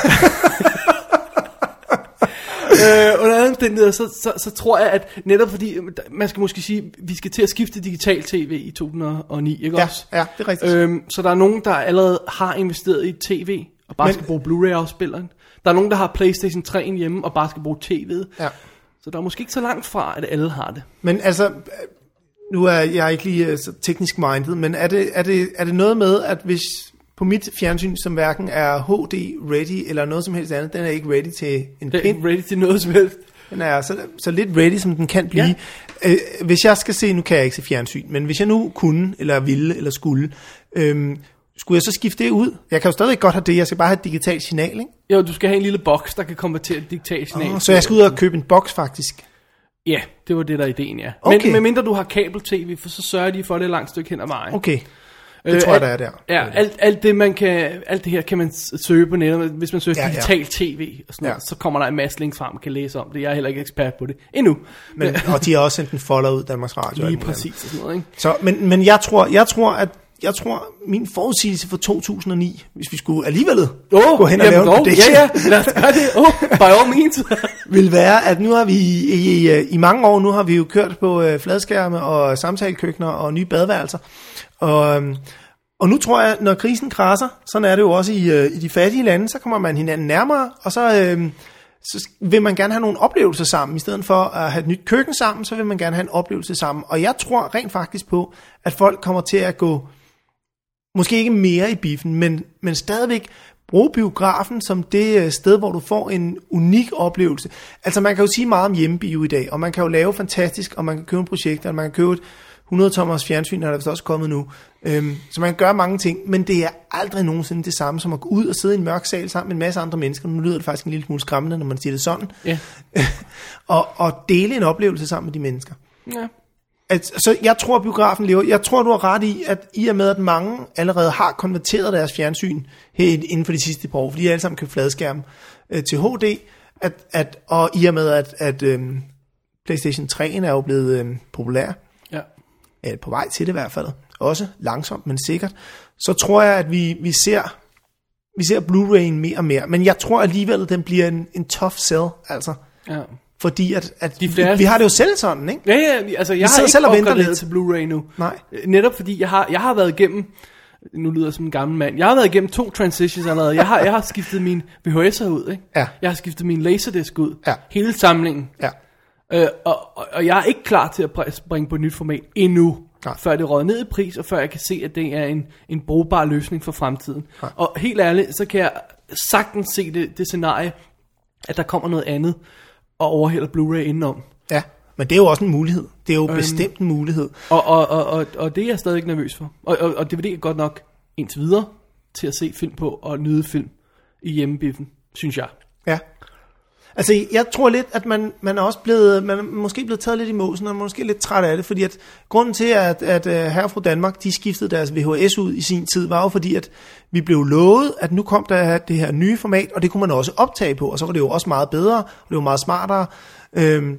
Øh, under andre omstændigheder, så, så, så tror jeg, at netop fordi, man skal måske sige, vi skal til at skifte digital tv i to tusind og ni, ikke ja, også? Ja, det er rigtigt. Øhm, så der er nogen, der allerede har investeret i tv, og bare Men, skal bruge Blu-ray-afspilleren. Der er nogen, der har PlayStation tre hjemme, og bare skal bruge tv'et. Ja. Så der er måske ikke så langt fra, at alle har det. Men altså, nu er jeg ikke lige så teknisk minded, men er det, er det, er det noget med, at hvis... På mit fjernsyn, som hverken er H D ready eller noget som helst andet, den er ikke ready til en den pind. Er ready til noget som helst. Den er så, så lidt ready, som den kan blive. Ja. Øh, hvis jeg skal se, nu kan jeg ikke se fjernsyn, men hvis jeg nu kunne, eller ville, eller skulle, øhm, skulle jeg så skifte det ud? Jeg kan jo stadig godt have det, jeg skal bare have et digitalt signal, ikke? Jo, du skal have en lille boks, der kan konvertere et digitalt signal. Oh, så jeg skal ud og købe en boks, faktisk? Ja, det var det, der er ideen, ja. Okay. Men medmindre du har kabel-tv, for så sørger de for det et langt stykke hen ad vejen. Okay. Det tror jeg, der er der. Ja, alt, alt, det, man kan, alt det her kan man søge på nettet. Hvis man søger ja, digital ja. tv, og sådan noget, ja. Så kommer der en masse links frem, man kan læse om det. Jeg er heller ikke ekspert på det endnu. Men, og de har også sendt en folder ud, Danmarks Radio. Lige præcis. Og sådan noget, ikke? Så, men, men jeg tror, jeg tror, at jeg tror, min forudsigelse for to tusind og ni, hvis vi skulle alligevel oh, gå hen og lave en prediction, ja, ja, lad os gøre det. Oh, by all means. vil være, at nu har vi i, i, i mange år, nu har vi jo kørt på øh, fladskærme og samtalekøkkener og nye badeværelser. Og... Øh, Og nu tror jeg, når krisen krasser, sådan er det jo også i, øh, i de fattige lande, så kommer man hinanden nærmere, og så, øh, så vil man gerne have nogle oplevelser sammen. I stedet for at have et nyt køkken sammen, så vil man gerne have en oplevelse sammen. Og jeg tror rent faktisk på, at folk kommer til at gå, måske ikke mere i biffen, men, men stadigvæk bruge biografen som det sted, hvor du får en unik oplevelse. Altså man kan jo sige meget om hjemmebio i dag, og man kan jo lave fantastisk, og man kan købe en projekt, og man kan købe et hundrede tommers fjernsyn, der er vist også kommet nu. Øhm, så man kan gøre mange ting, men det er aldrig nogensinde det samme som at gå ud og sidde i en mørk sal sammen med en masse andre mennesker. Nu lyder det faktisk en lille smule skræmmende, når man siger det sådan. Ja. og, og dele en oplevelse sammen med de mennesker. Ja. At, så jeg tror, at biografen lever. Jeg tror, du har ret i, at i og med, at mange allerede har konverteret deres fjernsyn her inden for de sidste par år, fordi de alle sammen købt fladskærm øh, til H D, at, at, og i og med, at, at øhm, PlayStation tre er jo blevet øhm, populær, ja. er på vej til det i hvert fald, også langsomt, men sikkert, så tror jeg, at vi, vi ser vi ser Blu-ray'en mere og mere, men jeg tror alligevel, at den bliver en, en tough sell, altså. Ja. Fordi at, at de flere, vi, vi har det jo selv sådan, ikke? Ja, ja, altså jeg vi har ikke selv opgraderet til Blu-ray nu. Nej. Netop fordi jeg har, jeg har været igennem, nu lyder jeg som en gammel mand, jeg har været igennem to transitions allerede. Jeg har, jeg har skiftet min V H S'er ud, ikke? Ja. Jeg har skiftet min Laserdisc ud. Ja. Hele samlingen. Ja. Øh, og, og, og jeg er ikke klar til at springe på et nyt format endnu. Nej. Før det råder ned i pris, og før jeg kan se, at det er en, en brugbar løsning for fremtiden. Nej. Og helt ærligt, så kan jeg sagtens se det, det scenarie, at der kommer noget andet og overhælder Blu-ray indenom. Ja, men det er jo også en mulighed. Det er jo øhm, bestemt en mulighed. Og, og, og, og, og det er jeg stadig ikke nervøs for. Og, og, og D V D er godt nok indtil videre til at se film på og nyde film i hjemmebiffen, synes jeg. Ja. Altså, jeg tror lidt, at man, man er også blevet, man er måske blevet taget lidt i måsen, og man er måske lidt træt af det, fordi at grunden til, at, at Herre fra Danmark, de skiftede deres V H S ud i sin tid, var jo fordi, at vi blev lovet, at nu kom der det her nye format, og det kunne man også optage på, og så var det jo også meget bedre, og det var meget smartere. Øhm,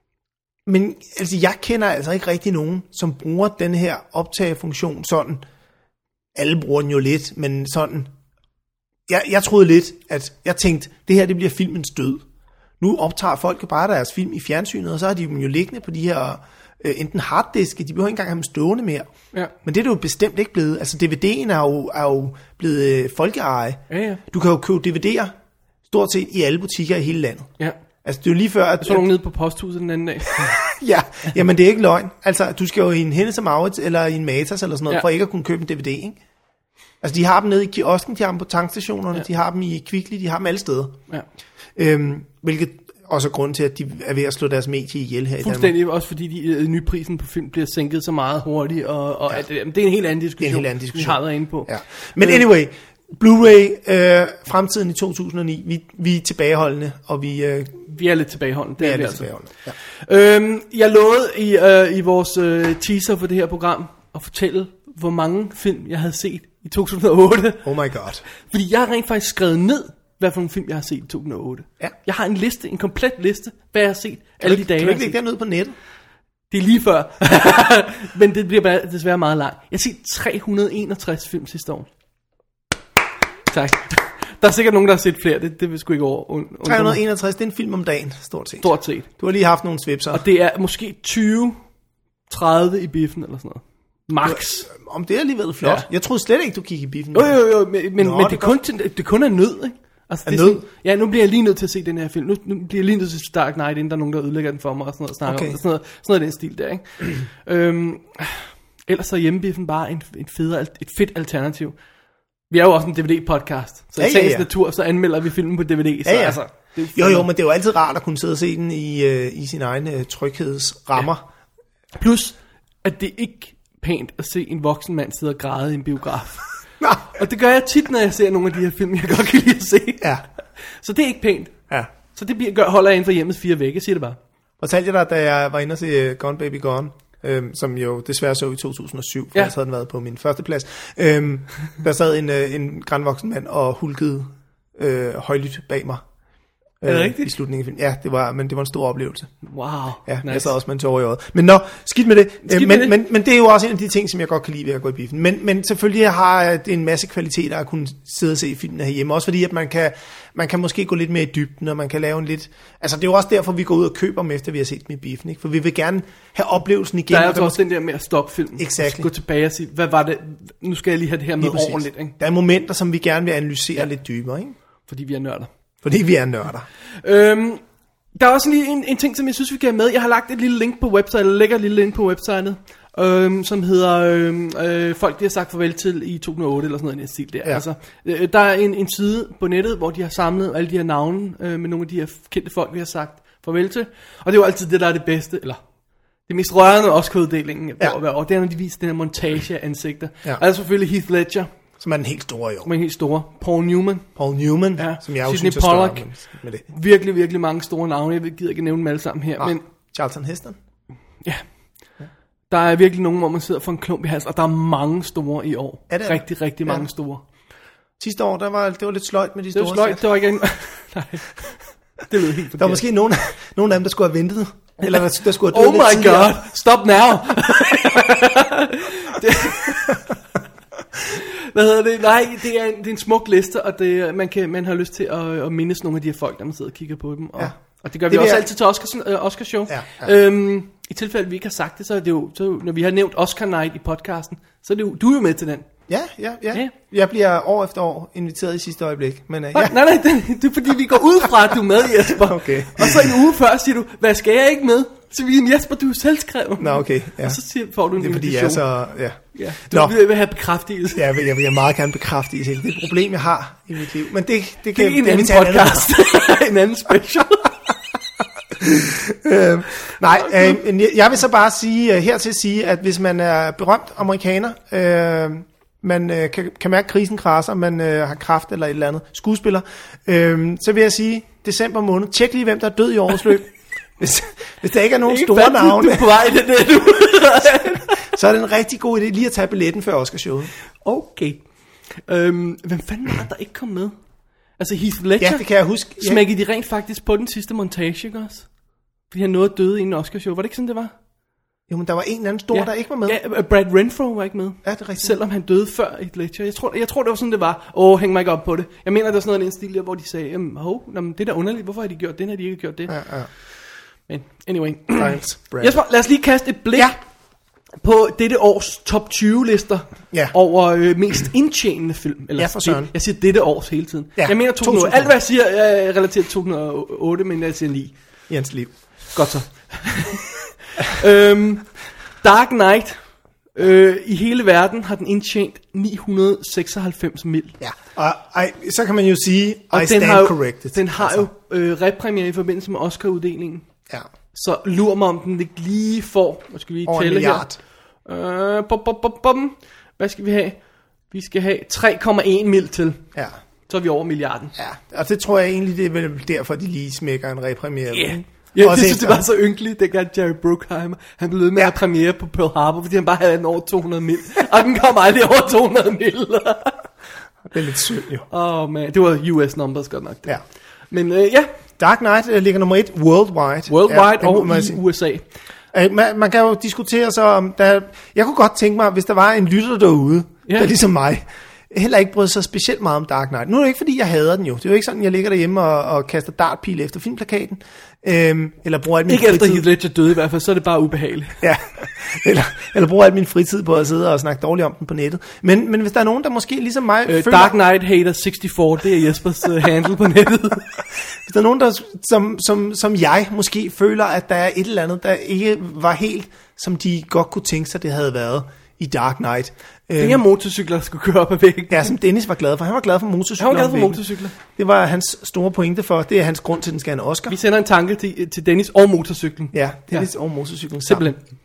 men altså, jeg kender altså ikke rigtig nogen, som bruger den her optagefunktion sådan. Alle bruger den jo lidt, men sådan. Jeg, jeg troede lidt, at jeg tænkte, det her det bliver filmens død. Nu optager folk jo bare deres film i fjernsynet, og så har de dem jo liggende på de her øh, enten harddiske, de behøver ikke engang have dem stående mere. Ja. Men det er det jo bestemt ikke blevet. Altså D V D'en er jo, er jo blevet øh, folkeeje. Ja, ja. Du kan jo købe D V D'er stort set i alle butikker i hele landet. Ja. Altså det er jo lige før, at... Jeg så nogen nede på posthuset den anden dag. ja, jamen det er ikke løgn. Altså du skal jo i en Hennes og Mauritz eller i en Matas eller sådan noget, ja. For ikke at kunne købe en D V D, ikke? Altså de har dem nede i kiosken, de har dem på tankstationerne, ja. De har dem i Kvickly, de har dem alle steder. Ja. Øhm, hvilket også er grund til, at de er ved at slå deres medie ihjel her i Danmark. Fuldstændig, også fordi de øh, nye prisen på film bliver sænket så meget hurtigt, og, og ja. at, øh, det er en helt anden diskussion, en helt anden diskussion. vi har været inde på. Ja. Men anyway, Blu-ray, øh, fremtiden i to tusind og ni, vi, vi er tilbageholdende, og vi... Øh, vi er lidt tilbageholdende. Det vi er, er lidt altså. tilbageholdende, ja. øhm, Jeg lovede i, øh, i vores øh, teaser for det her program at fortælle, hvor mange film jeg havde set i to tusind og otte. Oh my god. Fordi jeg har rent faktisk skrevet ned, hvad for nogle film jeg har set i to tusind og otte. Ja. Jeg har en liste, en komplet liste, hvad jeg har set alle de dage. Kan du ikke lægge den ud på nettet? Det er lige før. Men det bliver bare, desværre meget langt. Jeg har set tre hundrede og enogtres film sidste år. Tak. Der er sikkert nogen, der har set flere. Det, det vil sgu ikke over. Und, tre hundrede og enogtres, det er en film om dagen, stort set. Stort set. Du har lige haft nogle svipser. Og det er måske tyve tredive i biffen eller sådan noget. Max. Om det er alligevel flot. Ja. Jeg troede slet ikke, du kiggede i biffen. Jo, jo, jo, men, men, Nå, men det, det, kun, det kun er nød, ikke? Altså, er det er nød? Sådan, ja, nu bliver jeg lige nødt til at se den her film. Nu, nu bliver jeg lige nødt til at se Dark Knight, inden der er nogen, der ødelægger den for mig, og sådan noget, snakker okay. om sådan noget, sådan noget den stil der, ikke? øhm, ellers så er hjemmebiffen bare en, en federe, et fedt alternativ. Vi er jo også en D V D-podcast, så ja, i sagens ja, ja. natur, så anmelder vi filmen på D V D. Så, ja, ja. Altså, det jo, jo, men det er jo altid rart at kunne sidde og se den i, uh, i sin egen uh, tryghedsrammer. Ja. Plus, at det ikke pænt at se en voksen mand sidde og græde i en biograf. Og det gør jeg tit, når jeg ser nogle af de her film, jeg godt kan lide at se. Ja. Så det er ikke pænt. Ja. Så det bliver, gør, holder jeg inden for hjemmets fire vægge, siger det bare. Fortalte jeg dig, da jeg var inde og se Gone Baby Gone, øhm, som jo desværre så i to tusind og syv, for ja. Jeg havde den været på min første plads. Øhm, der sad en, en grandvoksen mand og hulkede øh, højlydt bag mig. Er det rigtigt? I slutningen af filmen. Ja, det var, men det var en stor oplevelse. Wow. Ja, nice. Jeg sad også med en tårer i øjet. Men nå, skidt med det. Skidt men, med det. Men, men det er jo også en af de ting, som jeg godt kan lide ved at gå i biffen. Men, men selvfølgelig har det en masse kvaliteter at kunne sidde og se filmen herhjemme. Også fordi, at man kan, man kan måske gå lidt mere i dybden, og man kan lave en lidt... Altså, det er jo også derfor, vi går ud og køber dem, efter vi har set dem i biffen. Ikke? For vi vil gerne have oplevelsen igen. Der er jo også måske... den der med at stoppe filmen. Exactly. Gå tilbage og sige, hvad var det? Nu skal jeg lige have det her med ordentligt. Ikke? Der er momenter, som vi gerne vil analysere ja. lidt dybere. Ikke? Fordi vi er nørder. Fordi vi er nørder. Øhm, der er også lige en, en ting, som jeg synes, vi kan have med. Jeg har lagt et lille link på website, eller lægger et lille link på websitet, øhm, som hedder øhm, øh, folk, de har sagt farvel til i to tusind og otte, eller sådan noget i den stil der. Ja. Altså, øh, der er en, en side på nettet, hvor de har samlet alle de her navne øh, med nogle af de her kendte folk, vi har sagt farvel til. Og det er jo altid det, der er det bedste, eller det mest rørende Oscar-uddelingen ja. Hver år. Det er, når de viser den her montage af ansigter. Ja. Og der er selvfølgelig Heath Ledger, som er den helt store jo. Som er den helt store. Paul Newman. Paul Newman, ja. Som jeg også synes er større med det. Virkelig, virkelig mange store navne. Jeg gider ikke nævne dem alle sammen her. Ah, men Charlton Heston. Ja. ja. Der er virkelig nogen, hvor man sidder for en klump i halsen. Og der er mange store i år. Er det? Rigtig, rigtig ja. mange store. Sidste år, der var, det var lidt sløjt med de store. Det var sløjt, det var ikke en... Nej. Det lød helt forkert. Der var måske nogen, nogen af dem, der skulle have ventet. Eller der, der skulle have død. Oh my tidligere. God, stop now. det... Hvad hedder det? Nej, det er en, det er en smuk liste, og det, man, kan, man har lyst til at, at mindes nogle af de her folk, der man sidder og kigger på dem. Og, ja. og det gør vi det også jeg... altid til Oscars, uh, Oscar show. Ja, ja. Øhm, I tilfælde, vi ikke har sagt det, så er det jo, så, når vi har nævnt Oscar Night i podcasten, så er det jo, du er jo med til den. Ja, ja, ja. Ja. Jeg bliver år efter år inviteret i sidste øjeblik. Men, uh, Nej, ja. nej, nej, det, det er fordi, vi går ud fra, at du er med, Jesper. Okay. Og så en uge før siger du, hvad skal jeg ikke med? Så vi er Jesper, du er selvskrevet. Nå, okay. Ja. Og så siger, får du en Det er fordi, jeg invitation. er så... Ja. Ja, du Nå. vil, vil have bekræftelse. Ja, jeg vil, jeg vil meget gerne bekræfte i det. Det er et problem, jeg har i mit liv. Men det, det, Det kan er en det, anden vi tage podcast. en anden special. øh, nej, øh, jeg vil så bare sige uh, hertil sige, at hvis man er berømt amerikaner, øh, man øh, kan, kan mærke, at krisen krasser, man øh, har kræft eller et eller andet skuespiller, øh, så vil jeg sige, december måned, tjek lige, hvem der er død i årets løb. Hvis, hvis der ikke er nogen Ikke store fandt, navne, Du er på vej, det der, du. så er det en rigtig god idé lige at tage billetten før Oscarshowet. Okay. Øhm, hvem fanden var der ikke kom med? Altså Heath Ledger. Ja, det kan jeg huske. Ja. Smækkede de rent faktisk på den sidste montage, ikke også? Fordi han nåede døde i en Oscarshow. Var det ikke sådan, det var? Jo, men der var en eller anden stor, ja. der ikke var med. Ja, Brad Renfro var ikke med. Ja, det er rigtigt. Selvom han døde før Heath Ledger. Jeg tror, jeg tror, det var sådan, det var. Åh, oh, hæng mig ikke op på det. Jeg mener, der er sådan noget i den stil der, hvor de sagde, jamen, hov, jamen, det er da underligt. Hvorfor har de gjort det, når de ikke har gjort det? Ja, ja. Men anyway. Thanks, Brad. Jesper, lad os lige kaste et blik Ja. på dette års top tyve lister Ja. over øh, mest indtjenende film. Eller, Ja, for søren. det, jeg siger dette års hele tiden. Ja, Jeg mener to tusind og otte. to tusind. Alt hvad jeg siger er relateret til to tusind og otte, men jeg siger ni. I hans liv. Godt så. øhm, Dark Knight. Øh, I hele verden har den indtjent ni hundrede seksoghalvfems mil. Ja, og ej, så kan man jo sige, Og I den stand har jo, corrected. den har altså. jo øh, repremiere i forbindelse med Oscar-uddelingen. Ja. Så lurer mig, om den ikke lige får, hvad skal vi lige Over en tælle milliard. her? Øh, bum, bum, bum, bum. Hvad skal vi have? Vi skal have tre komma en mil til. Ja. Så er vi over milliarden. Ja, og det tror jeg egentlig, det er vel derfor, de lige smækker en repremiere. Ja. Yeah. Ja, Også det synes efter- det var så ynkeligt, dengang Jerry Bruckheimer, han blev ved med Ja. at premiere på Pearl Harbor, fordi han bare havde den over to hundrede mil. Og den kom aldrig over to hundrede mil. Det er lidt synd, jo. Åh, oh, man. Det var U S numbers godt nok. Det. Ja. Men øh, ja, Dark Knight øh, ligger nummer et worldwide. worldwide ja, det må og man i sige. U S A. Øh, man, man kan jo diskutere så om, der, jeg kunne godt tænke mig, hvis der var en lytter derude, Ja. ja. der ligesom mig, heller ikke brød sig specielt meget om Dark Knight. Nu er det ikke, fordi jeg hader den jo. Det er jo ikke sådan, jeg ligger derhjemme og, og kaster dartpil efter filmplakaten. Øhm, eller bruger al min Ikke efter fritid. Heath Ledger døde i hvert fald, så er det bare ubehageligt. Ja, eller, eller bruger al min fritid på at sidde og snakke dårligt om den på nettet. Men, men hvis der er nogen, der måske ligesom mig Øh, føler... Dark Knight Hater seksogfyrre, det er Jespers uh, handle på nettet. Hvis der er nogen, der, som, som, som jeg måske føler, at der er et eller andet, der ikke var helt, som de godt kunne tænke sig, det havde været i Dark Knight. Flere Øhm, motorcykler skulle køre op ad væggen. ja, som Dennis var glad for. Han var glad for motorcykler. Han var glad om for væggen. motorcykler. Det var hans store pointe for. Det er hans grund til, at den skal have en Oscar. Vi sender en tanke til, til Dennis og motorcyklen. Ja, Dennis Ja. og motorcyklen sammen. Simpelthen.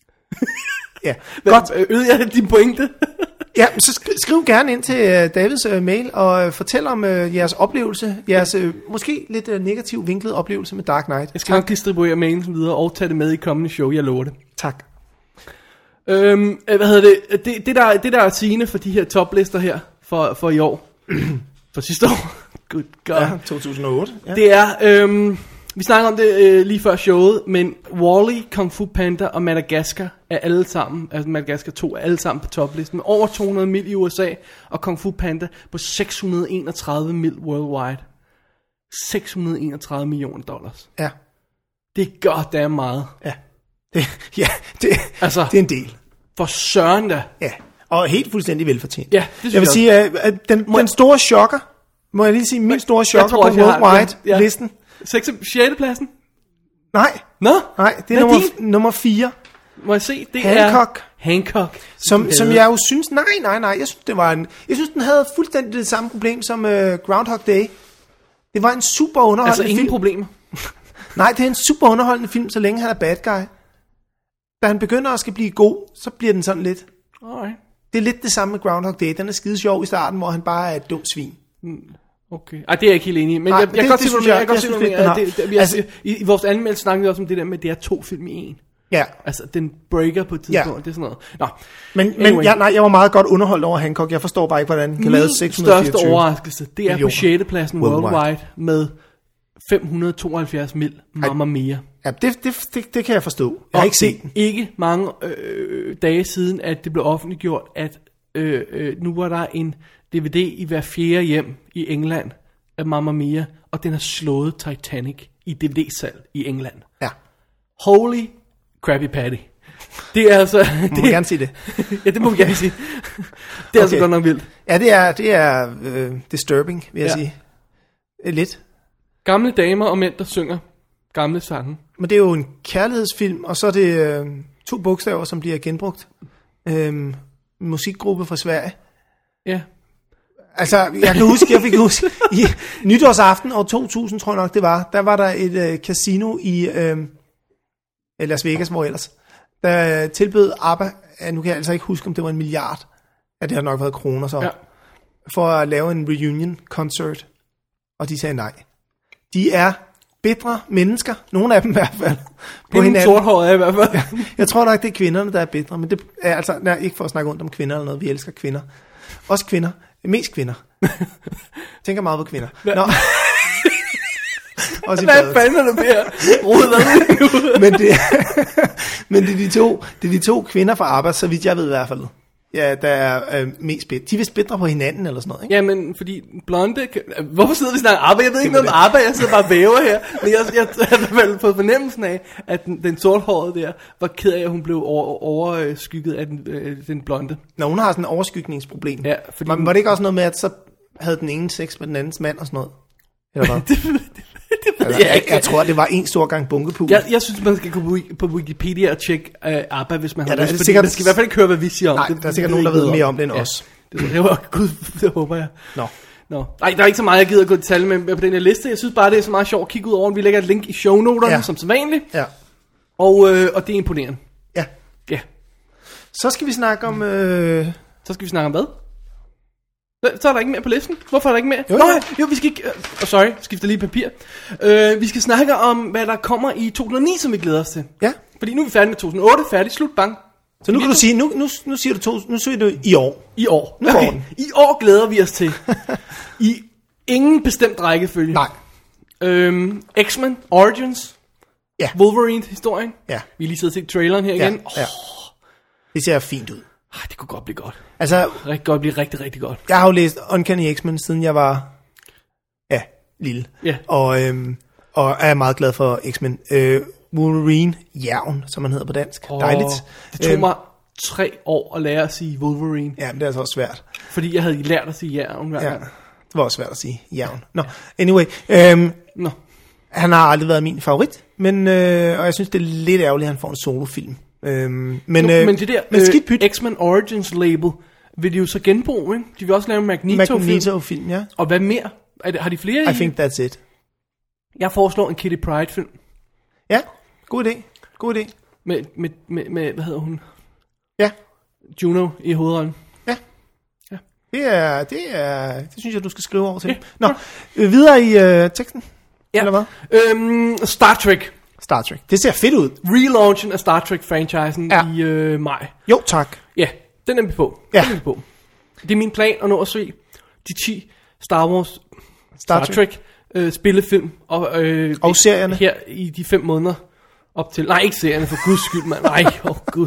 Ja, Godt. godt. Øde jeg din pointe? Ja, så sk- skriv gerne ind til uh, Davids uh, mail og uh, fortæl om uh, jeres oplevelse. Jeres uh, måske lidt uh, negativ vinklet oplevelse med Dark Knight. Jeg skal nok distribuere mailen videre og tage det med i kommende show, jeg lover det. Tak. Øhm, øh, hvad hedder det? Det, det, der, det der er sigende for de her toplister her for, for i år. For sidste år. Good God. Ja, to tusind og otte. Ja. Det er, øhm, vi snakker om det øh, lige før showet, men Wall-E, Kung Fu Panda og Madagascar er alle sammen, altså Madagascar to er alle sammen på toplisten, med over to hundrede mil i U S A, og Kung Fu Panda på seks hundrede og enogtredive mil worldwide. seks hundrede og enogtredive millioner dollars. Ja. Det er goddamn meget. Ja. Det, ja, det, Altså, det er en del. for søren da. Ja, og helt fuldstændig velfortjent. Ja, det synes jeg vil jeg sige, at, at den, den store chokker, må jeg lige sige, min store chokker tror på også, jeg har- worldwide-listen. seks sjette pladsen? Nej, Nå? nej, det Hvad er er nummer, din? nummer fire, Må jeg se? Det Hancock. er Hancock. som, Du som hader. jeg jo synes, nej, nej, nej, jeg synes, det var en, jeg synes, den havde fuldstændig det samme problem som uh, Groundhog Day. Det var en super underholdende Altså ingen film. problemer. Nej, det er en super underholdende film, så længe han er bad guy. Da han begynder at skal blive god, så bliver den sådan lidt. Alright. Det er lidt det samme med Groundhog Day. Den er skide sjov i starten, hvor han bare er et dumt svin. Okay. Ej, det er jeg ikke helt enig i. Men Nej, jeg, jeg det- kan godt det se, hvad synes du mener. jeg- Jeg kan godt jeg se, synes hvad du lidt, mener. den Det- har- det- vi har- altså- I i vores anmeldelse snakkede vi også om det der med, at det er to film i en. Ja, Altså, den breaker på et tidspunkt. Ja. Det er sådan noget. Nå. men, Anyway. men jeg, nej, jeg var meget godt underholdt over Hancock. Jeg forstår bare ikke, hvordan den kan lave Min seks hundrede og største fireogtyve. overraskelse, det er på millioner. sjette pladsen worldwide, Worldwide. med fem hundrede og tooghalvfjerds mil. Mamma Mia. Ja, det, det, det, det kan jeg forstå. Jeg har Og ikke set den. Ikke mange øh, dage siden, at det blev offentliggjort, at øh, øh, nu var der en D V D i hver fjerde hjem i England af Mamma Mia, og den har slået Titanic i D V D-salg i England. Ja. Holy Krabby Patty. Det er altså... Må man gerne sige det? Ja, det må vi gerne sige. Det er okay. Altså godt nok vildt. Ja, det er, det er øh, disturbing, vil jeg ja. sige. Lidt. Gamle damer og mænd, der synger gamle sange. Men det er jo en kærlighedsfilm, og så er det øh, to bogstaver, som bliver genbrugt. Øh, en musikgruppe fra Sverige. Ja. Altså, jeg kan huske, jeg fik huske, i nytårsaften år to tusind, tror jeg nok det var, der var der et øh, casino i øh, Las Vegas, hvor ellers, der tilbød ABBA, ja, nu kan jeg altså ikke huske, om det var en milliard, ja, det har nok været kroner så, ja. For at lave en reunion-concert, og de sagde nej. De er bitre mennesker, nogle af dem i hvert fald, på hinanden. Sorthåret i hvert fald. Jeg tror nok, det er kvinderne, der er bitre, men det er altså, nej, ikke for at snakke ondt om kvinder eller noget, vi elsker kvinder. Også kvinder. Mest kvinder. Tænker meget på kvinder. Nå. Også hvad fanden er der mere? men, det, men det er de to, det er de to kvinder fra ABBA, så vidt jeg ved i hvert fald. Ja, der er øh, mest bitre. De vil bitre på hinanden eller sådan noget, ikke? Ja, men fordi blonde... Kan... Hvorfor sidder vi og snakker ABBA? Jeg ved ikke noget om ABBA, jeg sidder bare og væver her. Men jeg, jeg, jeg har vel fået fornemmelsen af, at den, den sorthårede der var ked af, at hun blev over, overskygget af den, øh, den blonde. Nå, hun har sådan et overskygningsproblem. Ja, fordi... Men var det ikke også noget med, at så havde den ene sex med den andens mand og sådan noget? Eller hvad? det, det, det altså, jeg, jeg tror, det var en stor gang bunkepul. Jeg, jeg synes, man skal gå på Wikipedia og tjekke uh, ABBA, hvis man ja, har lyst. Sikkert... Man skal i hvert fald ikke høre, hvad vi siger om nej, det. Der er sikkert nogen, der ved mere om det end ja. os. Det, det var gud, det håber jeg. Nå. Nå. Nej, der er ikke så meget, jeg gider at gå i detalje med, med på den her liste. Jeg synes bare, det er så meget sjovt at kigge ud over. Vi lægger et link i shownoterne, ja. Som sædvanligt. Ja. Og, øh, og det er imponerende. Ja. Ja. Så skal vi snakke om... Øh... Så skal vi snakke om hvad? Så er der ikke mere på listen. Hvorfor er der ikke mere? Jo, Nå, jo, vi skal ikke... Oh, sorry, skifter lige papir. Uh, vi skal snakke om, hvad der kommer i to tusind og ni, som vi glæder os til. Ja. Fordi nu er vi færdige med to tusind og otte, færdig, slut, bang. Så nu kan du sige, nu, nu, nu siger du, to, nu siger du i år. I år. Nu okay. I år glæder vi os til. I ingen bestemt rækkefølge. Nej. Øhm, X-Men Origins. Ja. Wolverine-historien. Ja. Vi har lige siddet og set traileren her igen. Ja. Ja. Det ser fint ud. Ej, det kunne godt blive godt. Altså, rigtig godt blive rigtig, rigtig godt. Jeg har jo læst Uncanny X-Men, siden jeg var, ja, lille. Ja. Og, øhm, og er meget glad for X-Men. Øh, Wolverine, Jævn, som man hedder på dansk. Oh, dejligt. Det tog øhm, mig tre år at lære at sige Wolverine. Ja, men det er altså også svært. Fordi jeg havde lært at sige Jævn hver ja, gang. det var også svært at sige Jævn. Nå, anyway. Øhm, Nå. Han har aldrig været min favorit, men, øh, og jeg synes, det er lidt ærgerligt, at han får en solofilm. Øhm, men, jo, øh, men det der men øh, X-Men Origins label vil de jo så genbruge, ikke? De vil også lave en Magneto-film. Magneto-film, ja. Og hvad mere? Er det, har de flere I i? think that's it. Jeg foreslår en Kitty Pryde-film. Ja, god idé. God idé. Med, med, med, med, hvad hedder hun? Ja. Juno i hovedrollen. Ja. Ja. Det er, det er, det synes jeg, du skal skrive over til. Ja. Nå, ja. Videre i øh, teksten. Ja. Eller hvad? Øhm, Star Trek. Star Trek. Det ser fedt ud. Relaunchen af Star Trek-franchisen ja. i øh, maj. Jo, tak. Ja, den er vi på. Ja. Den er vi på. Det er min plan at nå at se de ti Star Wars, Star, Star Trek, øh, spillefilm og, øh, og serierne her i de fem måneder op til. Nej, ikke serierne, for guds skyld, mand. Nej, åh oh, gud.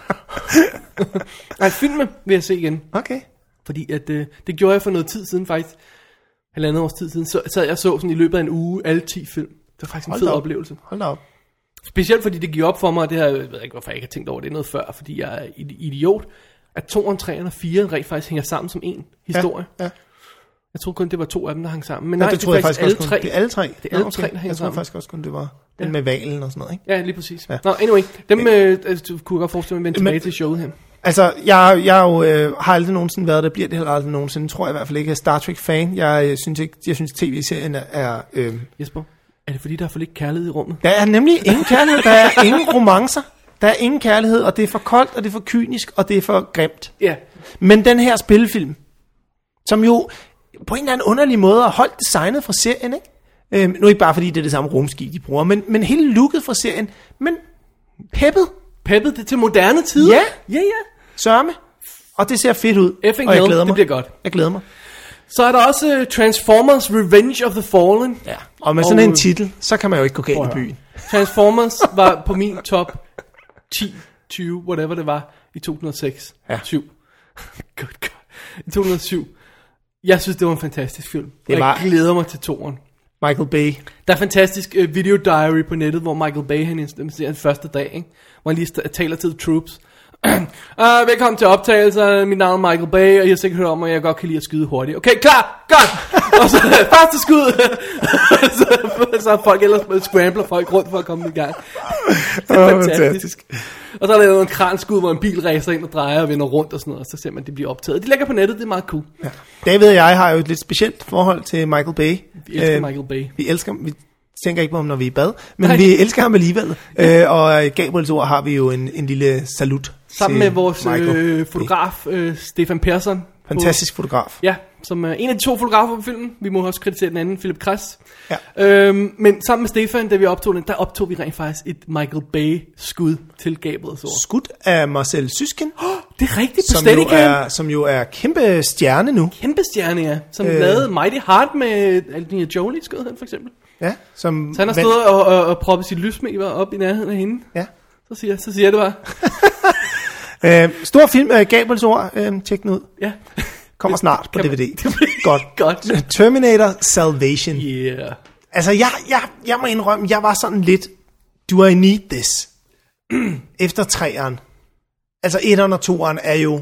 Nej, filmen vil jeg se igen. Okay. Fordi at, øh, det gjorde jeg for noget tid siden faktisk. Halvandet års tid siden. Så sad jeg så sådan i løbet af en uge alle ti film. Det var faktisk en Hold fed op. oplevelse. Hold da op. Specielt fordi det gik op for mig, og det her, jeg ved ikke hvorfor jeg ikke har tænkt over det noget før, fordi jeg er idiot, at toeren, treeren og firen rent faktisk hænger sammen som en historie. Ja, ja. Jeg troede kun, det var to af dem, der hang sammen. Men ja, nej, det, det, det er faktisk alle tre. Det er alle tre? Det er alle okay. tre, der hænger Jeg tror sammen. faktisk også kun, det var den ja. med valen og sådan noget, ikke? Ja, lige præcis. Ja. Nå, anyway, dem øh, altså, kunne jeg godt forestille mig at vende tilbage til showet her. Altså, jeg, jeg jo, øh, har aldrig nogensinde været, der bliver det heller aldrig nogensinde, tror jeg i hvert fald ikke, er Star Trek-fan. Jeg øh, synes ikke, jeg synes tv-serien er... er øh... Jesper, er det fordi, der er for lidt kærlighed i rummet? Der er nemlig ingen kærlighed, der er ingen romancer. Der er ingen kærlighed, og det er for koldt, og det er for kynisk, og det er for grimt. Ja. Men den her spillefilm, som jo på en eller anden underlig måde har holdt designet fra serien, ikke? Øhm, nu ikke bare fordi det er det samme rumskib, de bruger, men, men hele looket fra serien, men peppet. Peppet det til moderne tider? Ja. Ja, ja. Sørme. Og det ser fedt ud, Effing og jeg hell, glæder mig. Det bliver godt. Jeg glæder mig. Så er der også uh, Transformers Revenge of the Fallen. Ja, og med sådan og, en titel, så kan man jo ikke gå galt i byen. Transformers var på min top ti, tyve, whatever det var, i to tusind og seks. Ja. syv. God, God. I to tusind og syv. Jeg synes, det var en fantastisk film. Det var... Jeg glæder mig til toeren. Michael Bay. Der er fantastisk uh, video diary på nettet, hvor Michael Bay, han introducerer den første dag, ikke? Hvor han lige st- taler til The Troops. uh, velkommen til optagelser, mit navn er Michael Bay, og I har sikkert hørt om, at jeg godt kan lide at skyde hurtigt. Okay, klar, godt! Og så første skud! så, så er folk ellers scrambler folk rundt for at komme i gang. Det er fantastisk. fantastisk. Og så er der noget en kranskud, hvor en bil racer ind og drejer og vender rundt og sådan noget, og så ser man, det bliver optaget. De lægger på nettet, det er meget cool. Ja. David og jeg har jo et lidt specielt forhold til Michael Bay. Vi elsker øh, Michael Bay. Vi elsker vi tænker ikke på ham, når vi er i bad, men Nej. vi elsker ham alligevel. Ja. Øh, og Gabriels ord har vi jo en, en lille salut. Sammen med vores øh, fotograf, øh, Stefan Persson. Fantastisk på, fotograf. Ja, som er en af de to fotografer på filmen. Vi må også kreditere den anden, Philip Kress. Ja. Øhm, men sammen med Stefan, da vi optog den, der optog vi rent faktisk et Michael Bay-skud til Gabriels ord. Skud af Marcel Süskind. Oh, det er rigtigt, på som jo er, som jo er kæmpe stjerne nu. Kæmpe stjerne, ja. Som øh. lavede Mighty Hard med Angelina Jolie, skød han for eksempel. Ja, som... Så han har stået og, og, og proppet sit lysmækker op i nærheden af hende. Ja. Så siger, så siger jeg det bare. øh, stor film af Gabriels ord. Øh, tjek den ud. Ja. Kommer snart på D V D. Godt. Godt. Terminator Salvation. Yeah. Altså, jeg, jeg, jeg må indrømme, jeg var sådan lidt, do I need this? Efter treeren. Altså, etteren og toeren er jo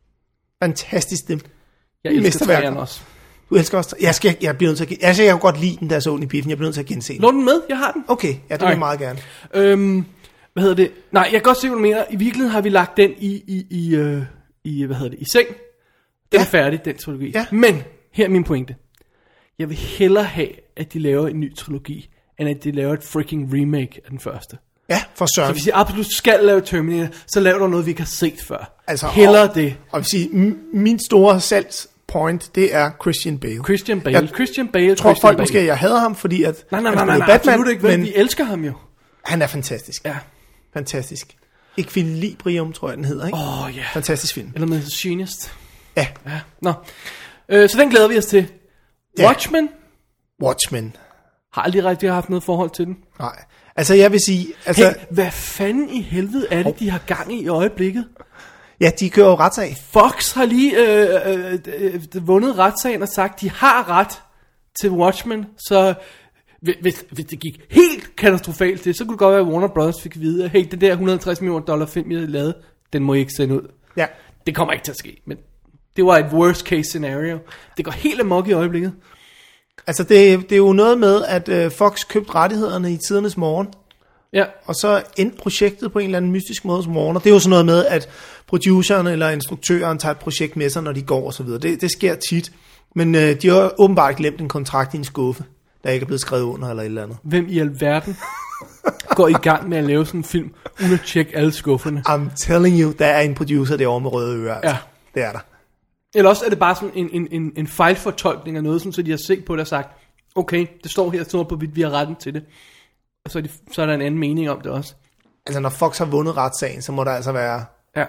fantastisk dem. Jeg elsker treeren også. Du elsker også. Jeg skal, jeg bliver nødt til at gen... Altså, jeg kan godt lide den, der så den i biffen. Jeg bliver nødt til at gense den. Lå den med? Jeg har den. Okay, ja, det vil jeg meget gerne. Øhm, hvad hedder det? Nej, jeg kan godt se, hvad du mener. I virkeligheden har vi lagt den i, i, i, øh, i hvad hedder det, i seng. Den ja. er færdig, den trilogi. Ja. Men, her er min pointe. Jeg vil hellere have, at de laver en ny trilogi, end at de laver et freaking remake af den første. Ja, for søren. Så hvis de absolut skal lave Terminator, så laver du noget, vi ikke har set før. Altså, hellere og, det. Og vil sige, m- min store salgspoint, det er Christian Bale. Christian Bale. Jeg Christian Bale. tror Christian folk Bale. måske, jeg hader ham, fordi at... Nej, nej, nej, nej, nej Batman, absolut ikke. Men vi elsker ham jo. Han er fantastisk. Ja. Fantastisk. Equilibrium, tror jeg, den hedder, ikke? Åh, oh, ja. Yeah. Fantastisk film. Eller med Machinist. Ja. Ja. Nå. Øh, så den glæder vi os til. Ja. Watchmen. Watchmen. Har aldrig rigtig haft noget forhold til den. Nej. Altså, jeg vil sige... Altså, hey, hvad fanden i helvede er det, de har gang i i øjeblikket? Ja, de kører jo retssag. Fox har lige øh, øh, øh, vundet retssagen og sagt, de har ret til Watchmen, så hvis, hvis det gik helt katastrofalt til, så kunne det godt være, at Warner Bros. Fik at vide, at hey, det der et hundrede og halvtreds millioner dollar film, jeg lavede, den må I ikke sende ud. Ja. Det kommer ikke til at ske, men det var et worst case scenario. Det går helt amok i øjeblikket. Altså, det, det er jo noget med, at øh, Fox købte rettighederne i tidernes morgen. Ja. Og så endte projektet på en eller anden mystisk måde som Warner. Det er jo sådan noget med, at produceren eller instruktøren tager et projekt med sig, når de går og så videre. Det, det sker tit. Men øh, de har åbenbart glemt en kontrakt i en skuffe, der ikke er blevet skrevet under eller et eller andet. Hvem i alverden går i gang med at lave sådan en film, uden at tjekke alle skufferne? I'm telling you, der er en producer derovre med røde ører. Altså. Ja. Det er der. Eller også er det bare sådan en, en, en, en fejlfortolkning af noget, sådan, så de har set på det og sagt, okay, det står her, står på, at vi har retten til det. Og så er, de, så er der en anden mening om det også. Altså, når Fox har vundet retssagen, så må der altså være... Ja.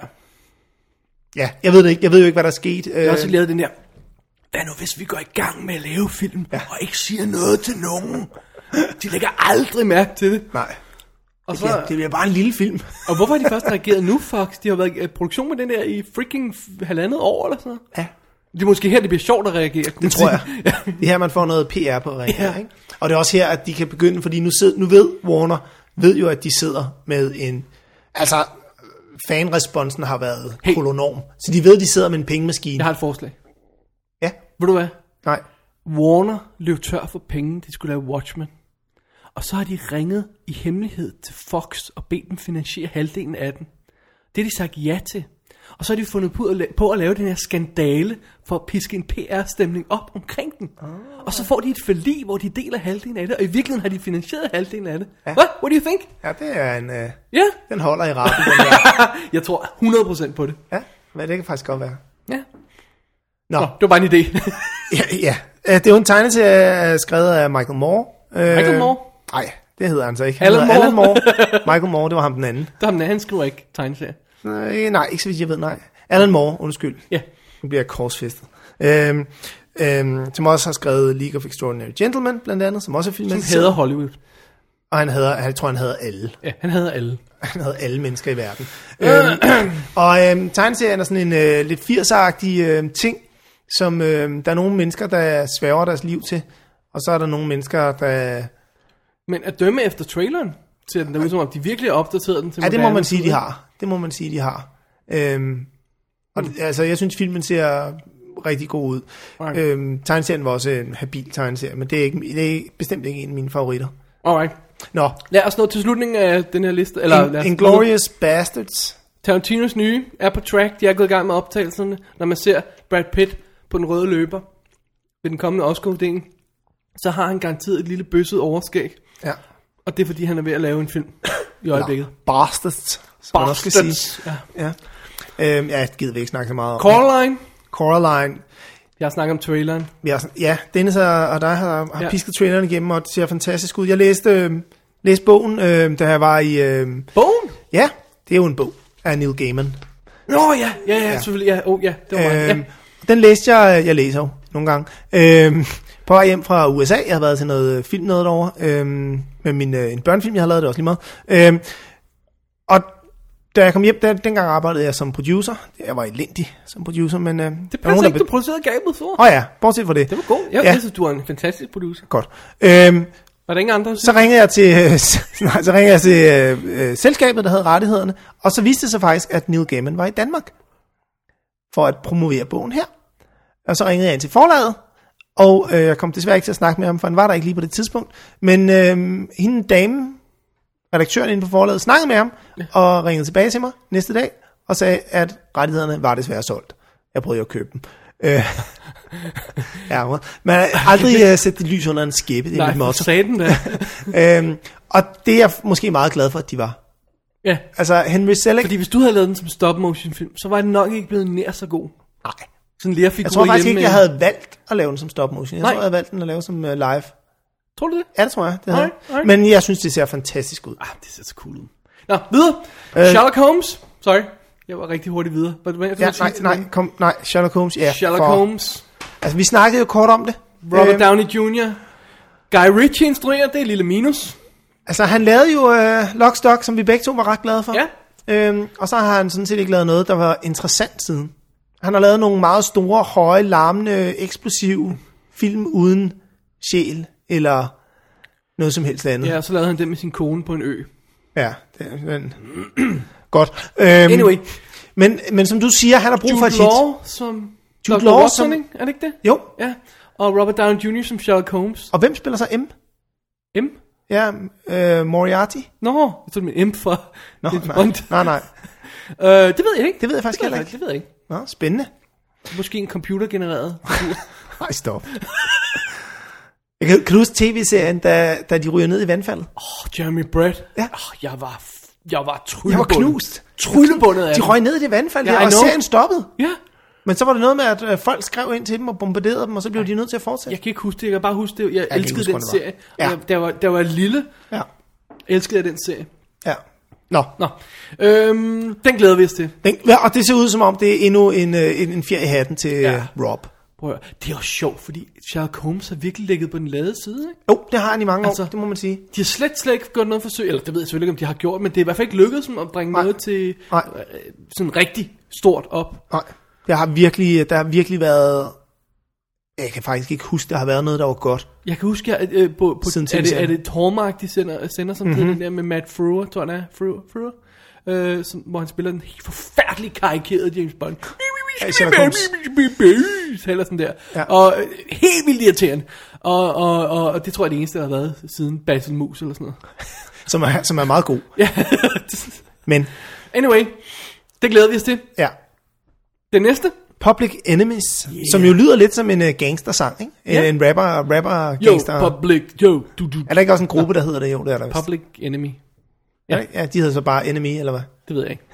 Ja, jeg ved det ikke. Jeg ved jo ikke, hvad der er sket. Jeg har også lavet den der, hvad nu hvis vi går i gang med at lave film, ja. Og ikke siger noget til nogen? De lægger aldrig mærke til det. Nej. Og så, ja, det bliver bare en lille film. Og hvorfor har de først reageret nu, Fox? De har været i produktion med den der i freaking halvandet år eller sådan noget. Ja. Det er måske her, det bliver sjovt at reagere. Det tror jeg. Ja. Det er her, man får noget P R på at reagere. Ja. Ikke? Og det er også her, at de kan begynde, fordi nu, sidder, nu ved Warner, ved jo, at de sidder med en... Altså, fanresponsen har været hey. kolonorm. Så de ved, at de sidder med en pengemaskine. Jeg har et forslag. Ja. Ved du hvad? Nej. Warner løb tør for penge, de skulle lave Watchmen. Og så har de ringet i hemmelighed til Fox og bedt dem finansiere halvdelen af den. Det har de sagt ja til. Og så har de fundet på at, la- på at lave den her skandale for at piske en P R-stemning op omkring den. Oh. Og så får de et forlig, hvor de deler halvdelen af det, og i virkeligheden har de finansieret halvdelen af det. Ja. What? What do you think? Ja, det er en... Øh, yeah. Den holder i rappen, den der. Jeg tror hundrede procent på det. Ja, men det kan faktisk godt være. Ja. Nå. Nå, det var bare en idé. ja, ja. Det er jo en tegneserie skrevet af Michael Moore. Michael Moore? Nej, det hedder han så ikke. Han Alan Moore. Alan Moore. Michael Moore, det var ham den anden. Det var ham den anden, han skriver ikke tegneserie. Nej, nej, ikke så vidt jeg ved, nej. Alan Moore, undskyld. Ja. Nu bliver jeg korsfæstet. Øhm, øhm, som også har skrevet League of Extraordinary Gentlemen, blandt andet, som også er filmet. Som hader Hollywood. Og han hader, jeg tror, han hader alle. Ja, han hader alle. Han hader alle mennesker i verden. øhm, og øhm, tegneserien er sådan en øh, lidt firsagtig øh, ting, som øh, der er nogle mennesker, der sværger deres liv til. Og så er der nogle mennesker, der... Men at dømme efter traileren, ser den der ud som om, de virkelig har opdateret den til Ja, det må moderne man sige, tid. de har. Det må man sige, de har. Øhm, og mm. altså, jeg synes, filmen ser rigtig god ud. Right. Øhm, tegneserien var også en habil tegneserie, men det er, ikke, det er bestemt ikke en af mine favoritter. Alright. Nå. Lad os nå til slutningen af den her liste. Eller, In, Inglourious Bastards. Tarantinos nye er på track. De er gået i gang med optagelserne. Når man ser Brad Pitt på den røde løber ved den kommende Oscar-uddeling, så har han garanteret et lille bøsset overskæg. Ja. Og det er fordi, han er ved at lave en film i øjeblikket. Ja, Bastards. Bastards. Ja. Ja. Øhm, ja, det gider vi ikke snakke så meget om. Coraline. Coraline. Jeg har snakket om traileren. Ja, ja Dennis og dig har, har Ja. pisket traileren igennem, og det ser fantastisk ud. Jeg læste, øh, læste bogen, øh, da jeg var i... Øh, Bogen? Ja, det er jo en bog af Neil Gaiman. Nå ja, ja, ja, ja. selvfølgelig. Ja, oh, ja, det var øh, ja. Den læste jeg, jeg læser jo nogle gange, øh, på vej hjem fra U S A. Jeg har været til noget film noget derovre, øh, med min, øh, en børnefilm, jeg har lavet det også lige meget. Øh, og da jeg kom hjem, der, dengang arbejdede jeg som producer. Jeg var elendig som producer, men... Øh, det passer ikke, be- du producerede Gabet for. Åh oh, ja, bortset fra det. Det var godt. Jeg ja. synes, du er en fantastisk producer. Godt. Øh, Var der ingen andre? Så ringede jeg til, nej, så ringede jeg til øh, øh, selskabet, der havde rettighederne, og så viste det sig faktisk, at Neil Gaiman var i Danmark for at promovere bogen her. Og så ringede jeg ind til forlaget, og øh, jeg kom desværre ikke til at snakke med ham, for han var der ikke lige på det tidspunkt. Men øh, hende dame, redaktøren inde på forlaget, snakkede med ham, ja. og ringede tilbage til mig næste dag, og sagde, at rettighederne var desværre solgt. Jeg prøvede at købe dem. Øh, ja, man har aldrig uh, sæt det lys under en skæppe. Det er Nej, mit motto. sagde den da. øhm, og det er jeg måske meget glad for, at de var. Ja. Altså, Henry Selick... Fordi hvis du havde lavet den som stop-motion film, så var den nok ikke blevet nær så god. Nej. Sådan en lerfigur Jeg tror faktisk hjemme ikke, jeg med- havde valgt at lave den som stop-motion. Jeg Nej. tror, jeg havde valgt den at lave som uh, live. Tror du det? Ja, det tror jeg. Det havde. Alright, alright. Men jeg synes, det ser fantastisk ud. Ah, det ser så cool ud. Nå, videre. Øh. Sherlock Holmes. Sorry. Jeg var rigtig hurtigt videre. Hvad, hvad, Ja, nej, nej, kom, nej, Sherlock Holmes, ja. Sherlock for, Holmes. Altså, vi snakkede jo kort om det. Robert Øhm, Downey junior Guy Ritchie instruerer, det er et lille minus. Altså, han lavede jo uh, Lock, Stock, som vi begge to var ret glade for. Ja. Øhm, og så har han sådan set ikke lavet noget, der var interessant siden. Han har lavet nogle meget store, høje, larmende, eksplosive film uden sjæl, eller noget som helst andet. Ja, og så lavede han det med sin kone på en ø. Ja, det er men... Godt. Øhm, Anyway. Men, men som du siger, han har brug for et Jude hit. Law som Jude doktor Law Watson, som- ikke? Er det ikke det? Jo. Ja. Og Robert Downey junior som Sherlock Holmes. Og hvem spiller så M? M? Ja, øh, Moriarty? Nå, jeg tror det er M for Nå, James nej, Bond. nej, nej. Øh, det ved jeg ikke. Det ved jeg faktisk det heller ved ikke. Det ved jeg ikke. Nå, spændende. Måske en computergenereret figur. Nej, stop. Jeg kan, kan du huske tv-serien, da, da de ryger ned i vandfaldet? Åh, Jeremy Brett. Ja. Oh, jeg var, jeg var Jeg tryllebundet. var knust. Tryllebundet af De dem. røg ned i det vandfald, Ja, der, I og know. serien stoppede. Ja. Men så var det noget med, at øh, folk skrev ind til dem og bombarderede dem, og så blev de nødt til at fortsætte. Jeg kan ikke huske det, jeg kan bare huske det. Jeg kan ikke elskede huske, den hvor det var. serie. Ja. Ja. Der, var, der var lille. Ja. Elskede jeg den serie. Ja. Nå. Nå. Øhm, den glæder vi os til. Den, ja, og det ser ud som om, det er endnu en, øh, en, en fjer i hatten til Ja. ja. Rob. Prøv at høre. Det er jo sjovt, fordi Sherlock Holmes har virkelig ligget på den lade side, ikke? Jo, det har han i mange Altså, år, det må man sige. De har slet, slet ikke gjort noget forsøg, eller det ved jeg selvfølgelig ikke, om de har gjort, men det er i hvert fald ikke lykkedes dem at bringe Nej. noget til Nej. øh, sådan rigtig stort op. Nej, der har virkelig, der har virkelig været... Jeg kan faktisk ikke huske, der har været noget, der var godt. Jeg kan huske, at øh, på, på Siden er, det, er tv-serien. det et Hallmark, de sender, sender som mm-hmm. den der med Matt Frewer, tror jeg han er, Frewer, Frewer øh, som, hvor han spiller den helt forfærdelig karikerede James Bond. Ja, Sherlock Holmes. Eller sådan der. Ja. Og øh, helt vildt irriterende. Og, og, og, og det tror jeg er det eneste, der har været siden Basil Mus eller sådan noget. Som er, som er meget god. Ja. Men, Anyway, det glæder vi os til. ja. Den næste. Public Enemies, yeah. som jo lyder lidt som en uh, gangster-sang, ikke? En, Ja. en rapper, rapper Jo, gangster. Public, jo, du, du. Er der ikke også en gruppe, der hedder det? Jo, det er der vist. Public Enemy. Ja. Ja, de hedder så bare Enemy, eller hvad? Det ved jeg ikke.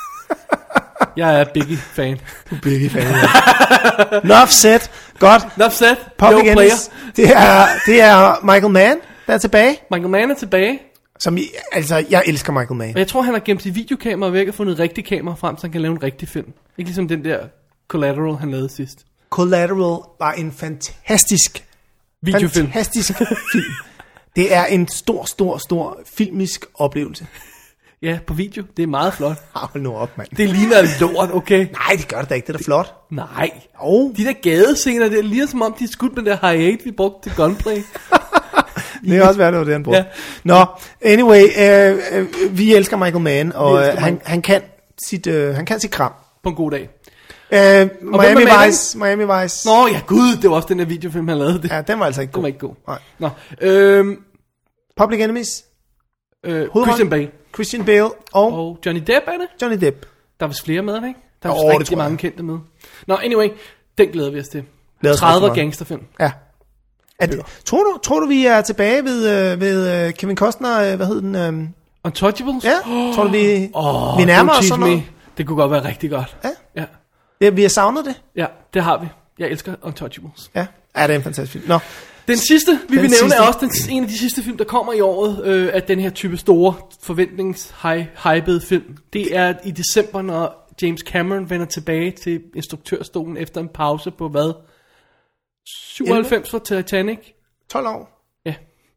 Jeg er Biggie-fan. Du er Biggie fan. Enough said. Godt. Enough said. Public Yo, Enemies. player. Det er, det er Michael Mann, der er tilbage. Michael Mann er tilbage. Som, I- altså, jeg elsker Michael Mann. Og jeg tror, han har gemt sit videokamera væk og fundet et rigtigt kamera frem, så han kan lave en rigtig film. Ikke ligesom den der Collateral, han lavede sidst. Collateral var en fantastisk, Videofilm. fantastisk film. Det er en stor, stor, stor filmisk oplevelse. Ja, på video. Det er meget flot. Hold nu op, mand. Det ligner lort, okay? Nej, det gør det da ikke. Det er da flot. Nej. Oh. De der gadescener, det er lige som om, de er skudt med det der high eight, vi brugte til gunplay. Det er også værd, det var det, han brugte. Ja. Nå, anyway, øh, øh, vi elsker Michael Mann, og øh, han, han, kan sit, øh, han kan sit kram. På en god dag. Øh, Miami Vice, Miami Vice. Nå ja, gud, det var også den der videofilm, han lavede. Det. Ja, den var altså ikke god. Den var ikke god. Nej. Nå, øhm, Public Enemies. Øh, Christian Bale. Christian Bale og... Og Johnny Depp er det? Johnny Depp. Der er vist flere med, ikke? Der er oh, vist rigtig mange kendte med. Nå, anyway, den glæder vi os til. Os tredive gangsterfilm. Ja. Er det, tror, du, tror du, vi er tilbage ved, øh, ved øh, Kevin Costner, øh, hvad hed den? Øh... Untouchables? Ja, oh, tror du, vi, oh, vi nærmer os sådan noget? Det kunne godt være rigtig godt. Ja. Ja. Ja, vi har savnet det. Ja, det har vi. Jeg elsker Untouchables. Ja, ja, det er en fantastisk film. Nå. Den sidste, vi den vil nævne, sidste. er også den, en af de sidste film, der kommer i året, øh, af den her type store forventnings-hypede film. Det er i december, når James Cameron vender tilbage til instruktørstolen efter en pause på hvad? syvoghalvfems for Titanic? tolv år. Ja.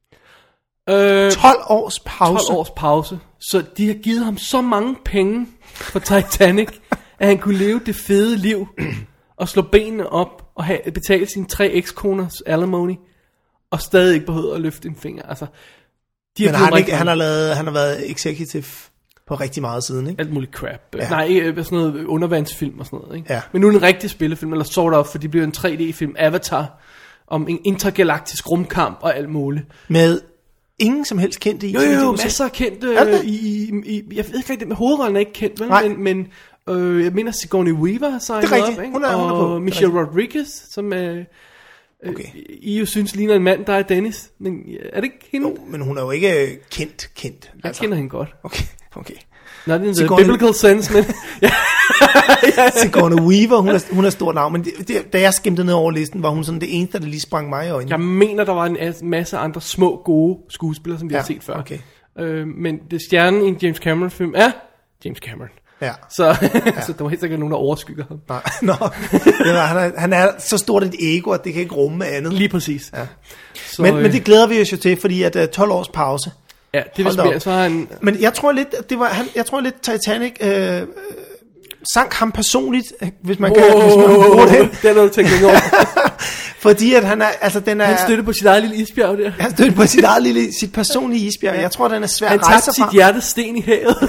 Øh, tolv års pause. tolv års pause. Så de har givet ham så mange penge for Titanic, at han kunne leve det fede liv og slå benene op og have, betale sine tre ekskroners alimony og stadig ikke behøver at løfte en finger. Altså, de Men har han, ikke, han, har lavet, han har været executive på rigtig meget siden, ikke? Alt muligt crap. Ja. Nej, sådan noget undervandsfilm og sådan noget, ikke? Ja. Men nu er det en rigtig spillefilm, eller sort of, for det bliver en tre D-film, Avatar, om en intergalaktisk rumkamp og alt muligt. Med ingen som helst kendte i. Jo, jo, jo masser af kendte i, i, i, jeg ved ikke rigtig, men hovedrollen er ikke kendt, vel? Nej. Men, men øh, jeg mener Sigourney Weaver har signet op, ikke? Hun er, hun er og Michelle Rodriguez, som øh, okay. øh, I jo synes ligner en mand, der er Dennis, men er det ikke hende? Jo, men hun er jo ikke kendt, kendt. Jeg altså. kender hende godt. Okay, okay. Not in the Sigourney... biblical sense, men... ja. Sigourney Weaver, hun er, hun er stort navn, men det, det, da jeg skimte ned over listen, var hun sådan det eneste, der lige sprang mig i øjnene. Jeg mener, der var en masse andre små, gode skuespillere, som vi ja, har set før. Okay. Øh, men det stjernen i en James Cameron-film er James Cameron. Ja. Så, ja. Så der var helt sikkert nogen, der overskygger ham. Nej, nå. Var, han, er, han er så stort et ego, at det kan ikke rumme andet. Lige præcis. Ja. Så, men, øh... men det glæder vi os jo til, fordi at uh, tolv års pause. Ja, det vil spille, så har han... Men jeg tror lidt, det var, han, jeg tror lidt Titanic øh, sank ham personligt, hvis man oh, kan, hvis man bruger det. Det er noget teknik over. Fordi at han er, altså den er... Han støtte på sit eget lille isbjerg der. Han støtte på sit eget lille, sit personlige isbjerg. Jeg tror, den er svær han at rejse sig fra. Han tabte sit hjertesten i havet.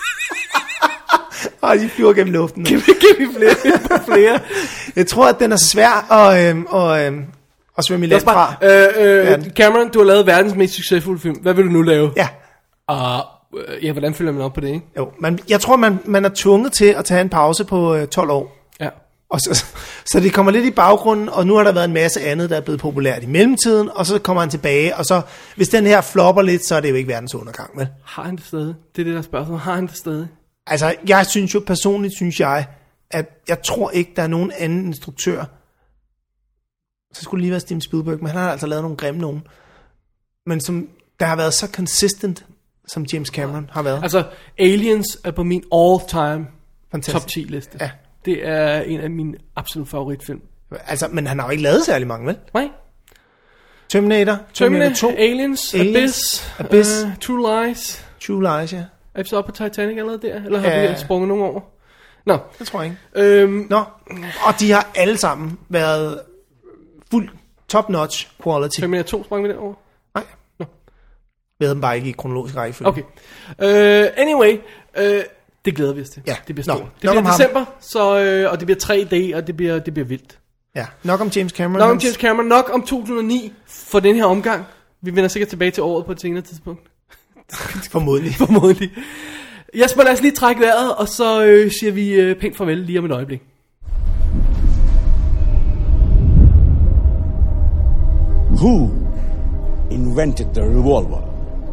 Og de flyver gennem luften. Kan vi, kan vi flere, flere? Jeg tror, at den er svær at, øhm, og, øhm, at svømme i land fra. Øh, øh, Cameron, du har lavet verdens mest succesfulde film. Hvad vil du nu lave? Ja. Og øh, ja, hvordan følger man op på det, ikke? Jo, man, jeg tror, man, man er tvunget til at tage en pause på øh, tolv år. Ja. Og så, så det kommer lidt i baggrunden, og nu har der været en masse andet, der er blevet populært i mellemtiden, og så kommer han tilbage, og så, hvis den her flopper lidt, så er det jo ikke verdens undergang, vel? Har han det stadig? Det er det, der spørgsmål. Har han det stadig? Altså, jeg synes jo, personligt synes jeg, at jeg tror ikke, der er nogen anden instruktør. Så skulle det lige være Steven Spielberg, men han har altså lavet nogle grimme nogen. Men som, der har været så consistent, som James Cameron har været. Altså, Aliens er på min all-time Fantastisk. top ti liste. Ja. Det er en af mine absolut favoritfilm. Altså, men han har jo ikke lavet særlig mange, vel? Nej. Terminator, Terminator, to, Aliens, Aliens Abyss, Abyss. Uh, True Lies. True Lies, ja. Er vi så oppe på Titanic allerede der? Eller har ja. vi sprunget nogen over? Nå. Det tror jeg ikke. Øhm, Nå, og de har alle sammen været fuld top-notch quality. Terminator to sprang vi derover? Nej. Nå. Vi havde dem bare ikke i kronologisk rækkefølge. Okay. Uh, anyway, uh, det glæder vi os til. Ja. Det bliver stort. Nå, det bliver december, så, uh, og det bliver tre D, og det bliver, det bliver vildt. Ja, nok om James Cameron. Nok om James Cameron, nok om to tusind og ni for den her omgang. Vi vender sikkert tilbage til året på et senere tidspunkt. Formodentlig. Formodentlig. Jesper, lad os lige trække vejret, og så øh, siger vi øh, pænt farvel lige om et øjeblik. Who invented the revolver?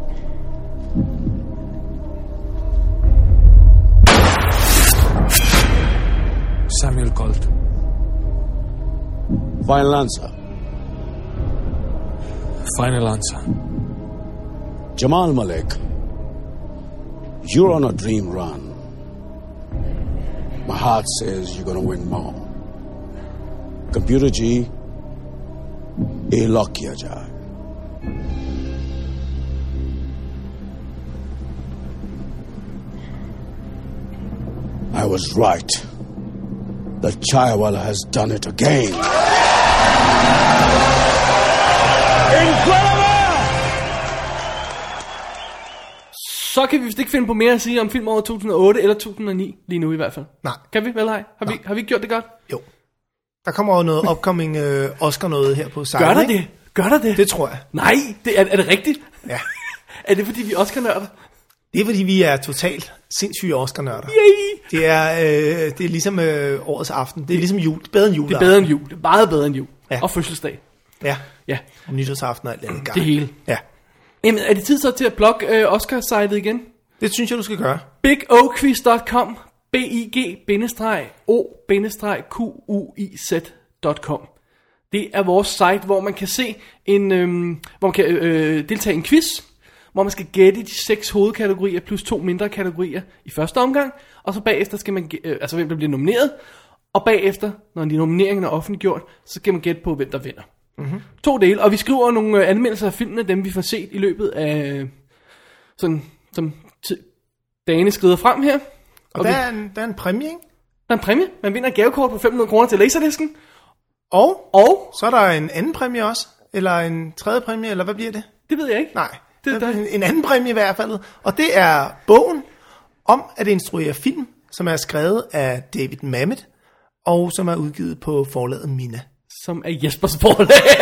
Samuel Colt. Final answer. Final answer. Jamal Malik, you're on a dream run. My heart says you're gonna win more. Computer G, A lock kiya jaye. I was right. The Chayawala has done it again. Så kan vi vist ikke finde på mere at sige om filmåret to tusind og otte eller to tusind og ni, lige nu i hvert fald. Nej. Kan vi vel, hej? Har vi, har vi gjort det godt? Jo. Der kommer jo noget upcoming øh, Oscar noget her på sejlen. Gør der det? Gør der det? Det tror jeg. Nej, det, er, er det rigtigt? Ja. Er det fordi vi er Oscar-nørder? Det er fordi vi er totalt sindssyge Oscar-nørder. Yay! Det er, øh, det er ligesom øh, årets aften. Det er ligesom jul. Bedre end jul. Det er bedre end jul. Det er meget bedre end jul. Ja. Og fødselsdag. Ja. Ja. Og nytårsaften og alt andet gang. Det hele. Ja. Jamen, er det tid så til at blogge øh, Oscar-sitet igen? Det synes jeg, du skal gøre. big o quiz punktum com b i g o q u i z punktum com. Det er vores site, hvor man kan se en, øhm, hvor man kan øh, deltage i en quiz, hvor man skal gætte de seks hovedkategorier plus to mindre kategorier i første omgang, og så bagefter skal man, øh, altså hvem der bliver nomineret, og bagefter, når de nomineringen er offentliggjort, så skal man gætte på, hvem der vinder. Mm-hmm. To dele, og vi skriver nogle øh, anmeldelser af filmene, dem vi får set i løbet af, sådan, som t- dagene skrider frem her. Og, og der, vi, er en, der er en præmie, ikke? Der er en præmie, man vinder et gavekort på fem hundrede kroner til Laserdisken. Og, og så er der en anden præmie også, eller en tredje præmie, eller hvad bliver det? Det ved jeg ikke. Nej, det er en, en anden præmie i hvert fald, og det er bogen om at instruere film, som er skrevet af David Mamet, og som er udgivet på forlaget Mina. Som er Jespers forlag.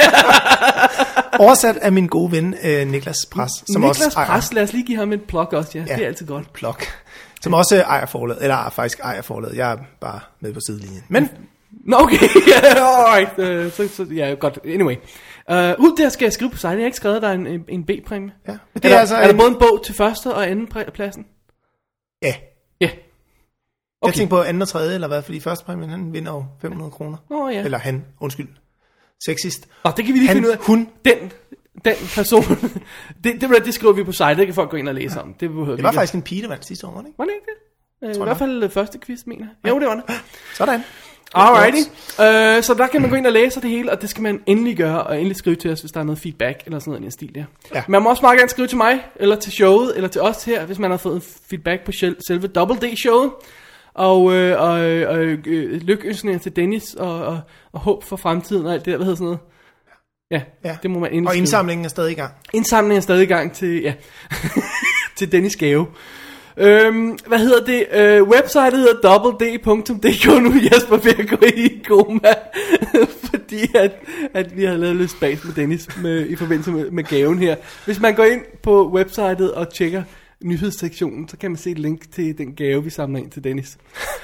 Oversat af min gode ven uh, Niklas Pras. Som Niklas også Pras, lad os lige give ham et plug også, ja. ja. Det er altid godt. Plug. Som også ejer forlaget, eller faktisk ejer forlaget. Jeg er bare med på sidelinjen. Men... Nå, okay. Alright. Uh, så, så, ja, godt. Anyway. Uh, ud der skal jeg skrive på sejlet. Jeg har ikke skrevet, der er en, en B-præmie. Ja. Det er, er, der, altså er der en... både en bog til første og anden præ- pladsen? Ja. Ja. Okay. Jeg tænker på anden og tredje, eller hvad? Fordi første præmien, han vinder jo fem hundrede kroner. Nå ja. Eller han, undskyld. Sexist. Og det kan vi lige han, finde ud af. Hun. Den, den person. det, det, det skriver vi på site. Det kan folk gå ind og læse ja. om. Det, det var faktisk en pige, der vandt sidste år, ikke? Var det ikke det? I hvert fald første quiz, mener jeg. Jo, det var det. Sådan. Alrighty. Uh, så der kan man gå ind og læse det hele, og det skal man endelig gøre, og endelig skrive til os, hvis der er noget feedback, eller sådan noget i den stil der. Ja. Man må også meget gerne skrive til mig, eller til showet, eller til os her, hvis man har fået feedback på selve Double D-showet. Og, øh, og, og øh, lykønsninger til Dennis, og, og, og håb for fremtiden, og alt det der, hvad hedder sådan noget. Ja, ja. Det må man endelig Og skrive. indsamlingen er stadig i gang. Indsamlingen er stadig i gang til, ja, til Dennis gave. Øhm, hvad hedder det? Øh, websitet hedder double d punktum d k. Nu er Jesper ved at gå i koma, fordi at, at vi har lavet lidt spas med Dennis med, i forbindelse med, med gaven her. Hvis man går ind på websitet og tjekker nyhedssektionen, så kan man se et link til den gave, vi samler ind til Dennis.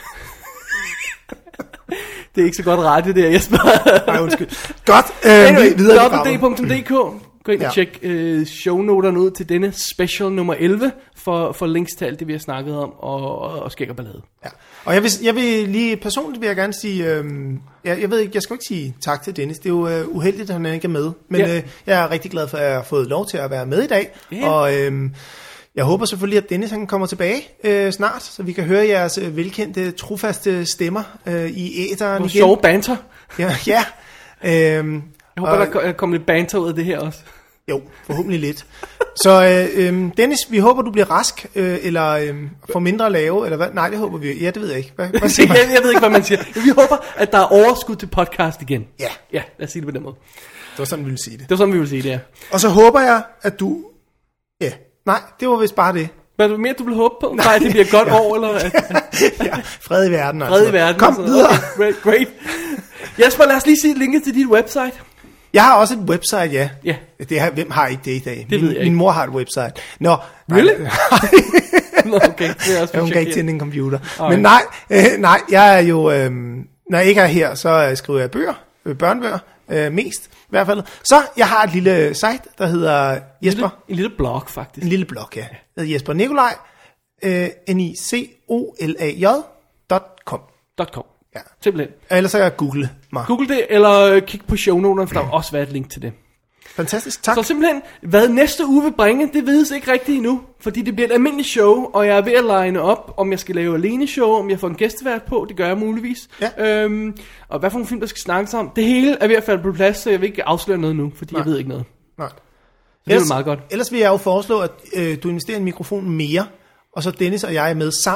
Det er ikke så godt radio der, Jesper. Nej, undskyld. Godt, øh, anyway, videre double d punktum d k. Gå ind og ja. tjek øh, shownoterne ud til denne special nummer elleve for, for links til alt det, vi har snakket om, og, og, og skæg og ballade. Ja. Og jeg vil, jeg vil lige personligt vil jeg gerne sige, øh, jeg, jeg ved ikke, jeg skal ikke sige tak til Dennis. Det er jo øh, uheldigt, at han ikke er med, men ja. øh, jeg er rigtig glad for, at jeg har fået lov til at være med i dag. Yeah. Og øh, jeg håber selvfølgelig, at Dennis han kommer tilbage øh, snart, så vi kan høre jeres øh, velkendte, trofaste stemmer øh, i æteren igen. Sjove banter. Ja, ja. Øh, Jeg håber, og, der kommer lidt banter ud af det her også. Jo, forhåbentlig lidt. Så øh, øh, Dennis, vi håber, du bliver rask, øh, eller øh, får mindre at lave, eller hvad? Nej, det håber vi. Ja, det ved jeg ikke. Hvad, hvad siger man? jeg, jeg ved ikke, hvad man siger. Vi håber, at der er overskud til podcast igen. Ja. Ja, lad os sige det på den måde. Det var sådan, vi ville sige det. Det var sådan, vi ville sige det, ja. Og så håber jeg, at du... Ja, nej, det var vist bare det. Hvad er det mere, du vil håbe på? Nej, det bliver et godt ja. år, eller at, ja, fred i verden, altså. Fred i verden. Kom videre. Okay, great, great. Jesper, lad os lige sige linket til dit website. Jeg har også et website, ja. Ja. Det har, hvem har ikke det i dag? Det min, ved jeg min mor har et website. Nå. Really? Nå, okay. Det er også hun kan ikke tænde en computer. Alright. Men nej, øh, nej, jeg er jo... Øh, når jeg ikke er her, så øh, skriver jeg bøger. Øh, børnebøger. Øh, mest. I hvert fald. Så jeg har et lille site, der hedder Jesper. En lille, en lille blog, faktisk. En lille blog, ja. Det hedder Jesper Nikolaj. Øh, N I C O L A J dot com. .com. Ja. Simpelthen. Ellers så kan jeg google mig. Google det, eller kig på shownoterne, for der vil også være et link til det. Fantastisk, tak. Så simpelthen, hvad næste uge vil bringe, det vides ikke rigtigt endnu. Fordi det bliver et almindeligt show, og jeg er ved at line op, om jeg skal lave alene show, om jeg får en gæstevært på, det gør jeg muligvis. Ja. Øhm, og hvad for nogle film, der skal snakkes om. Det hele er ved at falde på plads, så jeg vil ikke afsløre noget nu, fordi Nej. jeg ved ikke noget. Nej. Så det ellers, er meget godt. Ellers vil jeg jo foreslå, at øh, du investerer i en mikrofon mere, og så Dennis og jeg er med sammen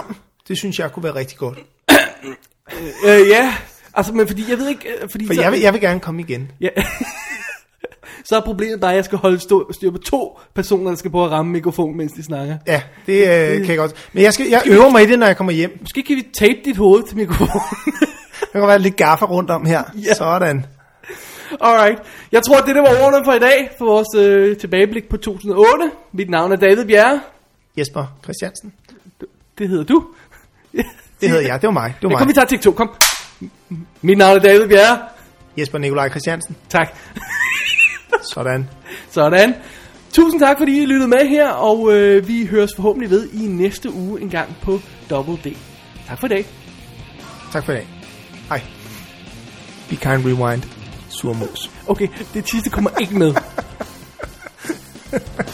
Det synes jeg kunne være rigtig godt. øh, ja, altså, men fordi jeg ved ikke... Fordi For så, jeg vil, jeg vil gerne komme igen. Ja. Så er problemet bare, at jeg skal holde stå, styr på to personer, der skal prøve at ramme mikrofonen, mens de snakker. Ja, det øh, kan jeg godt. Men jeg, skal, jeg øver mig i det, når jeg kommer hjem. Måske kan vi tape dit hoved til mikrofonen. Der kan være lidt gaffer rundt om her. Ja. Sådan. Alright. Jeg tror, det der var ordene for i dag, for vores øh, tilbageblik på to tusind og otte. Mit navn er David Bjerre. Jesper Christiansen. Det hedder du. Det hedder jeg, det var mig. Det var ja, mig. kom, vi tager take to, kom. Mit navn er David Bjerre. Jesper Nikolaj Christiansen. Tak. Sådan. Sådan. Tusind tak, fordi I lyttede med her, og øh, vi høres forhåbentlig ved i næste uge en gang på Double D. Tak for i dag. Tak for i dag. Hej. Be kind, rewind. Surmås. Okay, det sidste kommer ikke med.